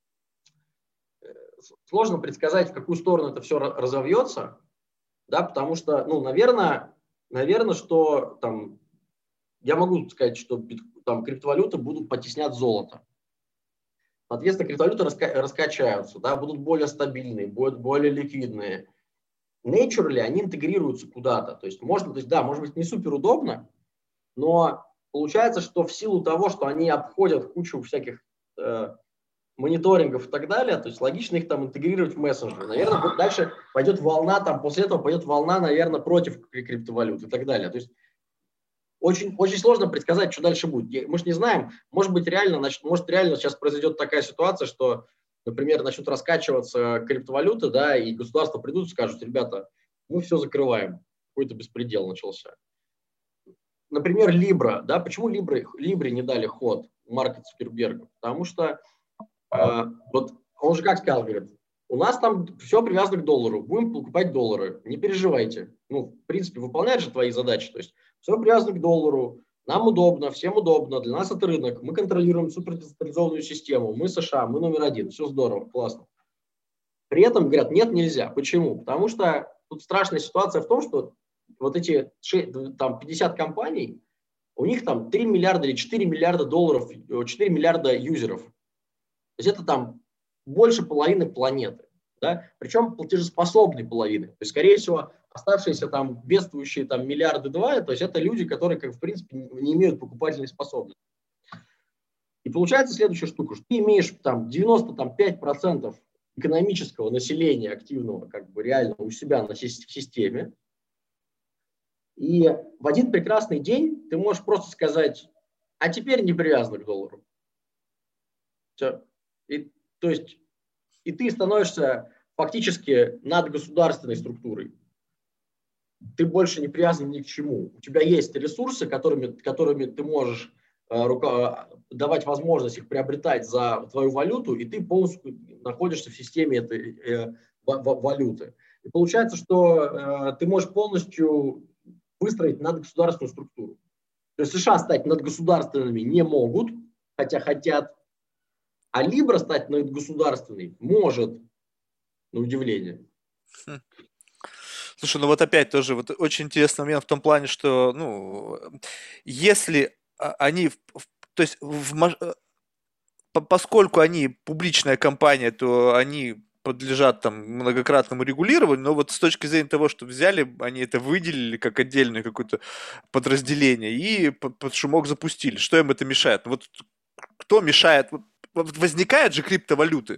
сложно предсказать, в какую сторону это все разовьется, да, потому что, ну, наверное, наверное, что там, я могу сказать, что бит, там криптовалюты будут потеснять золото. Соответственно, криптовалюты раска, раскачаются, да, будут более стабильные, будут более ликвидные. Naturally они интегрируются куда-то. То есть можно, то есть да, может быть не супер удобно, но получается, что в силу того, что они обходят кучу всяких э, мониторингов и так далее, то есть логично их там интегрировать в мессенджеры. Наверное, вот дальше пойдет волна, там после этого пойдет волна, наверное, против криптовалют и так далее. То есть очень, очень сложно предсказать, что дальше будет. Мы же не знаем, может быть реально, значит, может реально сейчас произойдет такая ситуация, что, например, начнут раскачиваться криптовалюты, да, и государства придут и скажут, ребята, мы все закрываем, какой-то беспредел начался. Например, Libra, да, почему Libra, Libra не дали ход Марка Цукерберга? Потому что э, вот он же как сказал, говорит, у нас там все привязано к доллару, будем покупать доллары, не переживайте. Ну, в принципе, выполняет же твои задачи, то есть все привязано к доллару, нам удобно, всем удобно, для нас это рынок, мы контролируем суперцентрализованную систему, мы США, мы номер один, все здорово, классно. При этом говорят, нет, нельзя. Почему? Потому что тут страшная ситуация в том, что вот эти там, пятьдесят компаний, у них там три миллиарда или четыре миллиарда долларов, четыре миллиарда юзеров. То есть это там больше половины планеты. Да? Причем платежеспособной половины. То есть, скорее всего, оставшиеся там бедствующие там миллиарды два, то есть это люди, которые, как в принципе, не имеют покупательной способности. И получается следующая штука, что ты имеешь там девяносто пять процентов экономического населения активного как бы реально у себя на системе, и в один прекрасный день ты можешь просто сказать, а теперь не привязано к доллару. Все. И, то есть, и ты становишься фактически над государственной структурой. Ты больше не привязан ни к чему. У тебя есть ресурсы, которыми, которыми ты можешь э, рука, давать возможность их приобретать за твою валюту, и ты полностью находишься в системе этой э, валюты. И получается, что э, ты можешь полностью выстроить надгосударственную структуру. То есть США стать надгосударственными не могут, хотя хотят, а Libra стать надгосударственной может, на удивление. Хм. Слушай, ну вот опять тоже вот очень интересный момент в том плане, что, ну, если а, они, в- в- то есть в, маж- по- поскольку они публичная компания, то они подлежат там многократному регулированию, но вот с точки зрения того, что взяли, они это выделили как отдельное какое-то подразделение и под, под шумок запустили. Что им это мешает? Ну вот кто мешает? Вот вот возникают же криптовалюты.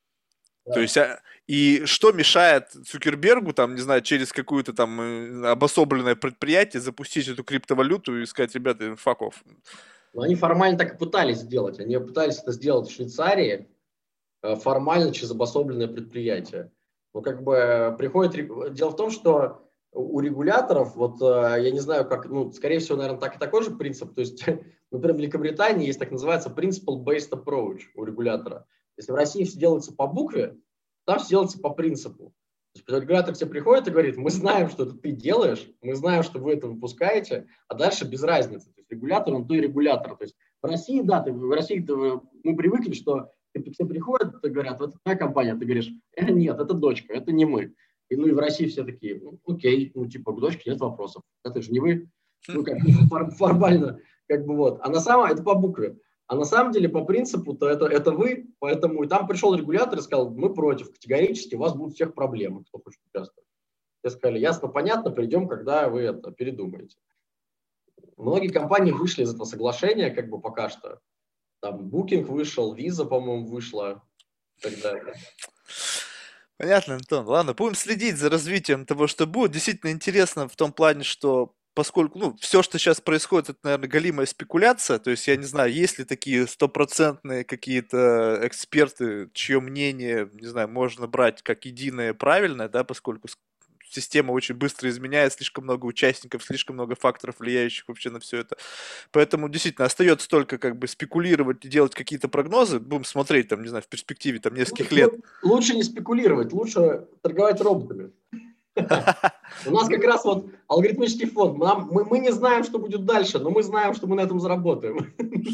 То Да. есть, а, и что мешает Цукербергу, там, не знаю, через какое-то там э, обособленное предприятие запустить эту криптовалюту и сказать, ребята, fuck off. Но они формально так и пытались сделать. Они пытались это сделать в Швейцарии, э, формально через обособленное предприятие. Но как бы э, приходит... регу- Дело в том, что у регуляторов, вот э, я не знаю, как, ну, скорее всего, наверное, так и такой же принцип. То есть, например, в Великобритании есть так называется principle-based approach у регулятора. Если в России все делается по букве, там все делается по принципу. То есть регулятор к тебе приходит и говорит, мы знаем, что это ты делаешь, мы знаем, что вы это выпускаете, а дальше без разницы. То есть регулятор, он то и регулятор. То есть в России, да, ты, в России ты, мы привыкли, что к тебе приходят и говорят, это твоя компания, ты говоришь, э, нет, это дочка, это не мы. И, ну и в России все такие, ну, окей, ну типа к дочке нет вопросов, это же не вы. Ну как фор- формально, как бы вот. А на самом это по букве. А на самом деле по принципу-то это, это вы, поэтому и там пришел регулятор и сказал, мы против, категорически, у вас будут всех проблемы, кто хочет участвовать. Все сказали, ясно, понятно, придем, когда вы это передумаете. Многие компании вышли из этого соглашения, как бы пока что. Там Booking вышел, Visa, по-моему, вышла и так далее. Понятно, Антон. Ладно, будем следить за развитием того, что будет. Действительно интересно в том плане, что поскольку, ну, все, что сейчас происходит, это, наверное, галимая спекуляция. То есть я не знаю, есть ли такие стопроцентные какие-то эксперты, чье мнение, не знаю, можно брать как единое правильное, да, поскольку с- система очень быстро изменяет, слишком много участников, слишком много факторов, влияющих вообще на все это. Поэтому действительно остается только как бы спекулировать и делать какие-то прогнозы. Будем смотреть там, не знаю, в перспективе там нескольких лет. Лу- Лучше не спекулировать, лучше торговать роботами. У нас как Ну, раз вот алгоритмический фонд. Нам- мы, мы не знаем, что будет дальше, но мы знаем, что мы на этом заработаем.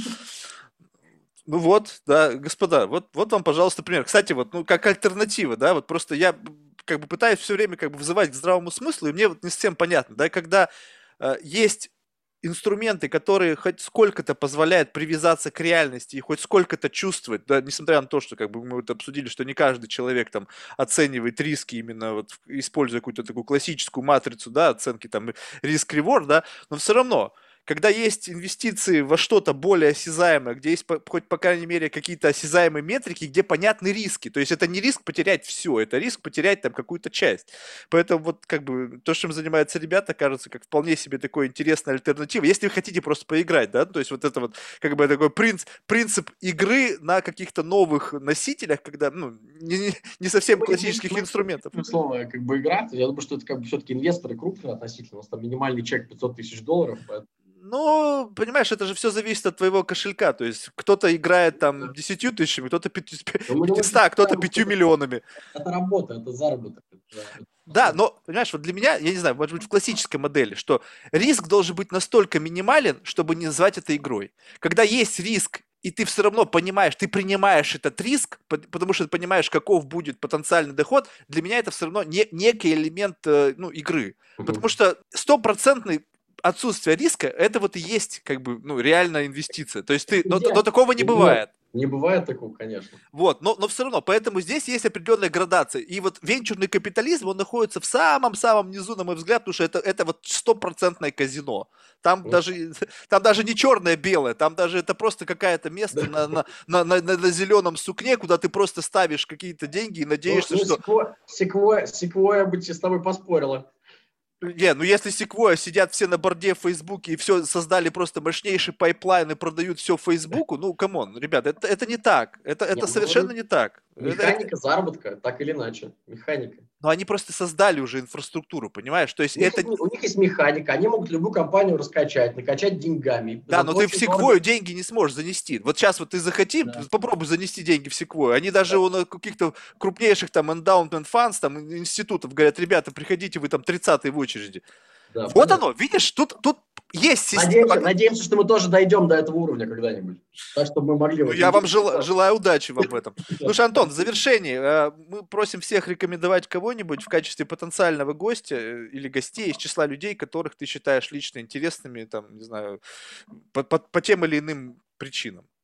ну вот, да, господа, вот, вот вам, пожалуйста, пример. Кстати, вот, ну, как альтернатива, да, вот просто я б- как бы пытаюсь все время как бы взывать к здравому смыслу, и мне вот не совсем понятно, да, когда э, есть инструменты, которые хоть сколько-то позволяют привязаться к реальности и хоть сколько-то чувствовать, да, несмотря на то, что как бы мы вот обсудили, что не каждый человек там оценивает риски именно вот в- используя какую-то такую классическую матрицу, да, оценки там риск-реворд, да, но все равно когда есть инвестиции во что-то более осязаемое, где есть по- хоть, по крайней мере, какие-то осязаемые метрики, где понятны риски. То есть это не риск потерять все, это риск потерять там какую-то часть. Поэтому вот как бы то, чем занимаются ребята, кажется, как вполне себе такой интересная альтернатива. Если вы хотите просто поиграть, да, то есть вот это вот как бы такой принцип, принцип игры на каких-то новых носителях, когда, ну, не, не- не совсем Мы, мы, классических мы инструментов. используем слово как бы игра. Я думаю, что это как бы все-таки инвесторы крупные относительно. У нас там минимальный чек пятьсот тысяч долларов. Поэтому, Ну, понимаешь, это же все зависит от твоего кошелька. То есть кто-то играет там десятью тысячами, кто-то но мы, мы пятьюстами, а кто-то считаем, что пятью это, миллионами. это работа, это заработок. Это, это Да, способность. но, понимаешь, вот для меня, я не знаю, может быть, в классической модели, что риск должен быть настолько минимален, чтобы не назвать это игрой. Когда есть риск, и ты все равно понимаешь, ты принимаешь этот риск, по- потому что ты понимаешь, каков будет потенциальный доход, для меня это все равно не, некий элемент э, ну, игры. Потому Мгм. что стопроцентный отсутствие риска, это вот и есть как бы ну, реальная инвестиция. То есть ты, но, но Везде. такого не Нет, бывает. не бывает такого, конечно. Вот, но, но все равно, поэтому здесь есть определенная градация. И вот венчурный капитализм, он находится в самом-самом низу, на мой взгляд, потому что это, это вот стопроцентное казино. Там Ну, даже, там даже не черное-белое, там даже это просто какое-то место на, на, на, на, на зеленом сукне, куда ты просто ставишь какие-то деньги и ну, надеешься, ну что секвоя, секвоя, секвоя бы с тобой поспорила. не, ну если Sequoia сидят все на борде в Фейсбуке и все создали просто мощнейший пайплайн и продают все Фейсбуку, ну, камон, ребята, это, это не так. Это, Не, это ну, совершенно не так. Это, это- механика заработка, так или иначе. Механика. но они просто создали уже инфраструктуру, понимаешь? То есть У них, это... есть, у них есть механика, они могут любую компанию раскачать, накачать деньгами. Да, Зато но ты в очень дорого. Sequoia деньги не сможешь занести. Вот сейчас вот ты захоти, Да, попробуй занести деньги в Sequoia. Они даже да, у на каких-то крупнейших там endowment funds, там институтов говорят, ребята, приходите, вы там тридцатый в очереди. да, Вот понятно. оно, видишь, тут, тут есть система. Надеемся, надеемся, что мы тоже дойдем до этого уровня когда-нибудь. Так, чтобы мы могли Ну, вот я вам инвестировать. жела- желаю удачи вам в этом. Да, Слушай, Антон, в спасибо. завершении э, мы просим всех рекомендовать кого-нибудь в качестве потенциального гостя э, или гостей из числа людей, которых ты считаешь лично интересными, там, не знаю, по, по- по тем или иным причинам.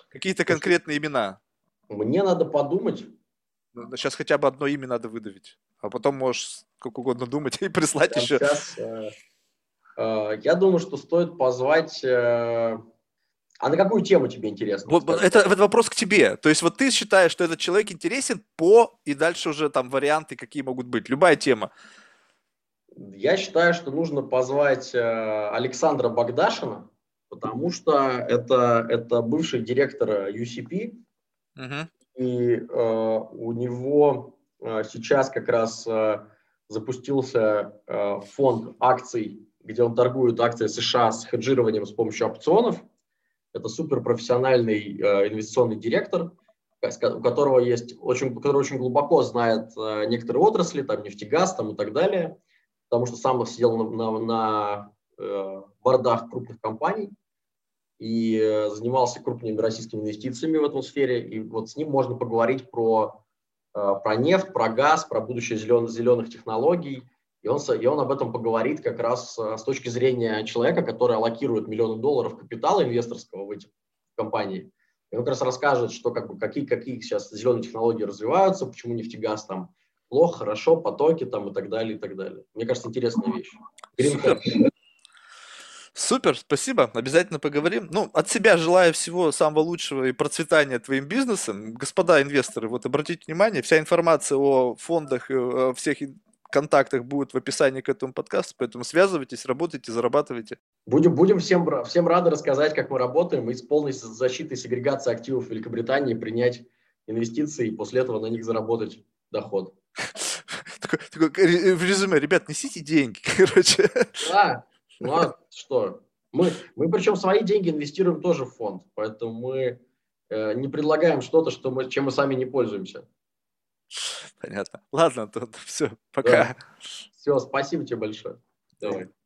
Какие-то конкретные имена. Мне надо подумать. Сейчас хотя бы одно имя надо выдавить. А потом можешь как угодно думать и прислать еще. Сейчас, э, э, я думаю, что стоит позвать... Э, а на какую тему тебе интересно? Вот, это, это вопрос к тебе. То есть вот ты считаешь, что этот человек интересен по... И дальше уже там варианты какие могут быть. Любая тема. Я считаю, что нужно позвать э, Александра Богдашина, потому что это, это бывший директор ю си пи, угу. и э, у него э, сейчас как раз э, запустился э, фонд акций, где он торгует акции США с хеджированием с помощью опционов. Это суперпрофессиональный э, инвестиционный директор, у которого есть очень, который очень глубоко знает э, некоторые отрасли, там нефтегаз там, и так далее, потому что сам сидел на, на, на э, бордах крупных компаний и э, занимался крупными российскими инвестициями в этом сфере. И вот с ним можно поговорить про, э, про нефть, про газ, про будущее зелен, зеленых технологий. И он, и он об этом поговорит как раз с точки зрения человека, который аллокирует миллионы долларов капитала инвесторского в эти компании. И он как раз расскажет, что, как бы, какие, какие сейчас зеленые технологии развиваются, почему нефтегаз там плохо, хорошо, потоки там и так далее, и так далее. Мне кажется, интересная вещь. Супер. Супер, спасибо. Обязательно поговорим. Ну, от себя желаю всего самого лучшего и процветания твоим бизнесом. Господа инвесторы, вот обратите внимание, вся информация о фондах и о всех контактах будет в описании к этому подкасту, поэтому связывайтесь, работайте, зарабатывайте. Будем, будем всем, всем рады рассказать, как мы работаем, и с полной защитой сегрегации активов в Великобритании принять инвестиции и после этого на них заработать доход. В резюме, ребят, несите деньги, короче. Да, ну а что? Мы, мы причем свои деньги инвестируем тоже в фонд, поэтому мы э, не предлагаем что-то, что мы, чем мы сами не пользуемся. Понятно. Ладно, то все, пока. Да. Все, спасибо тебе большое. Давай.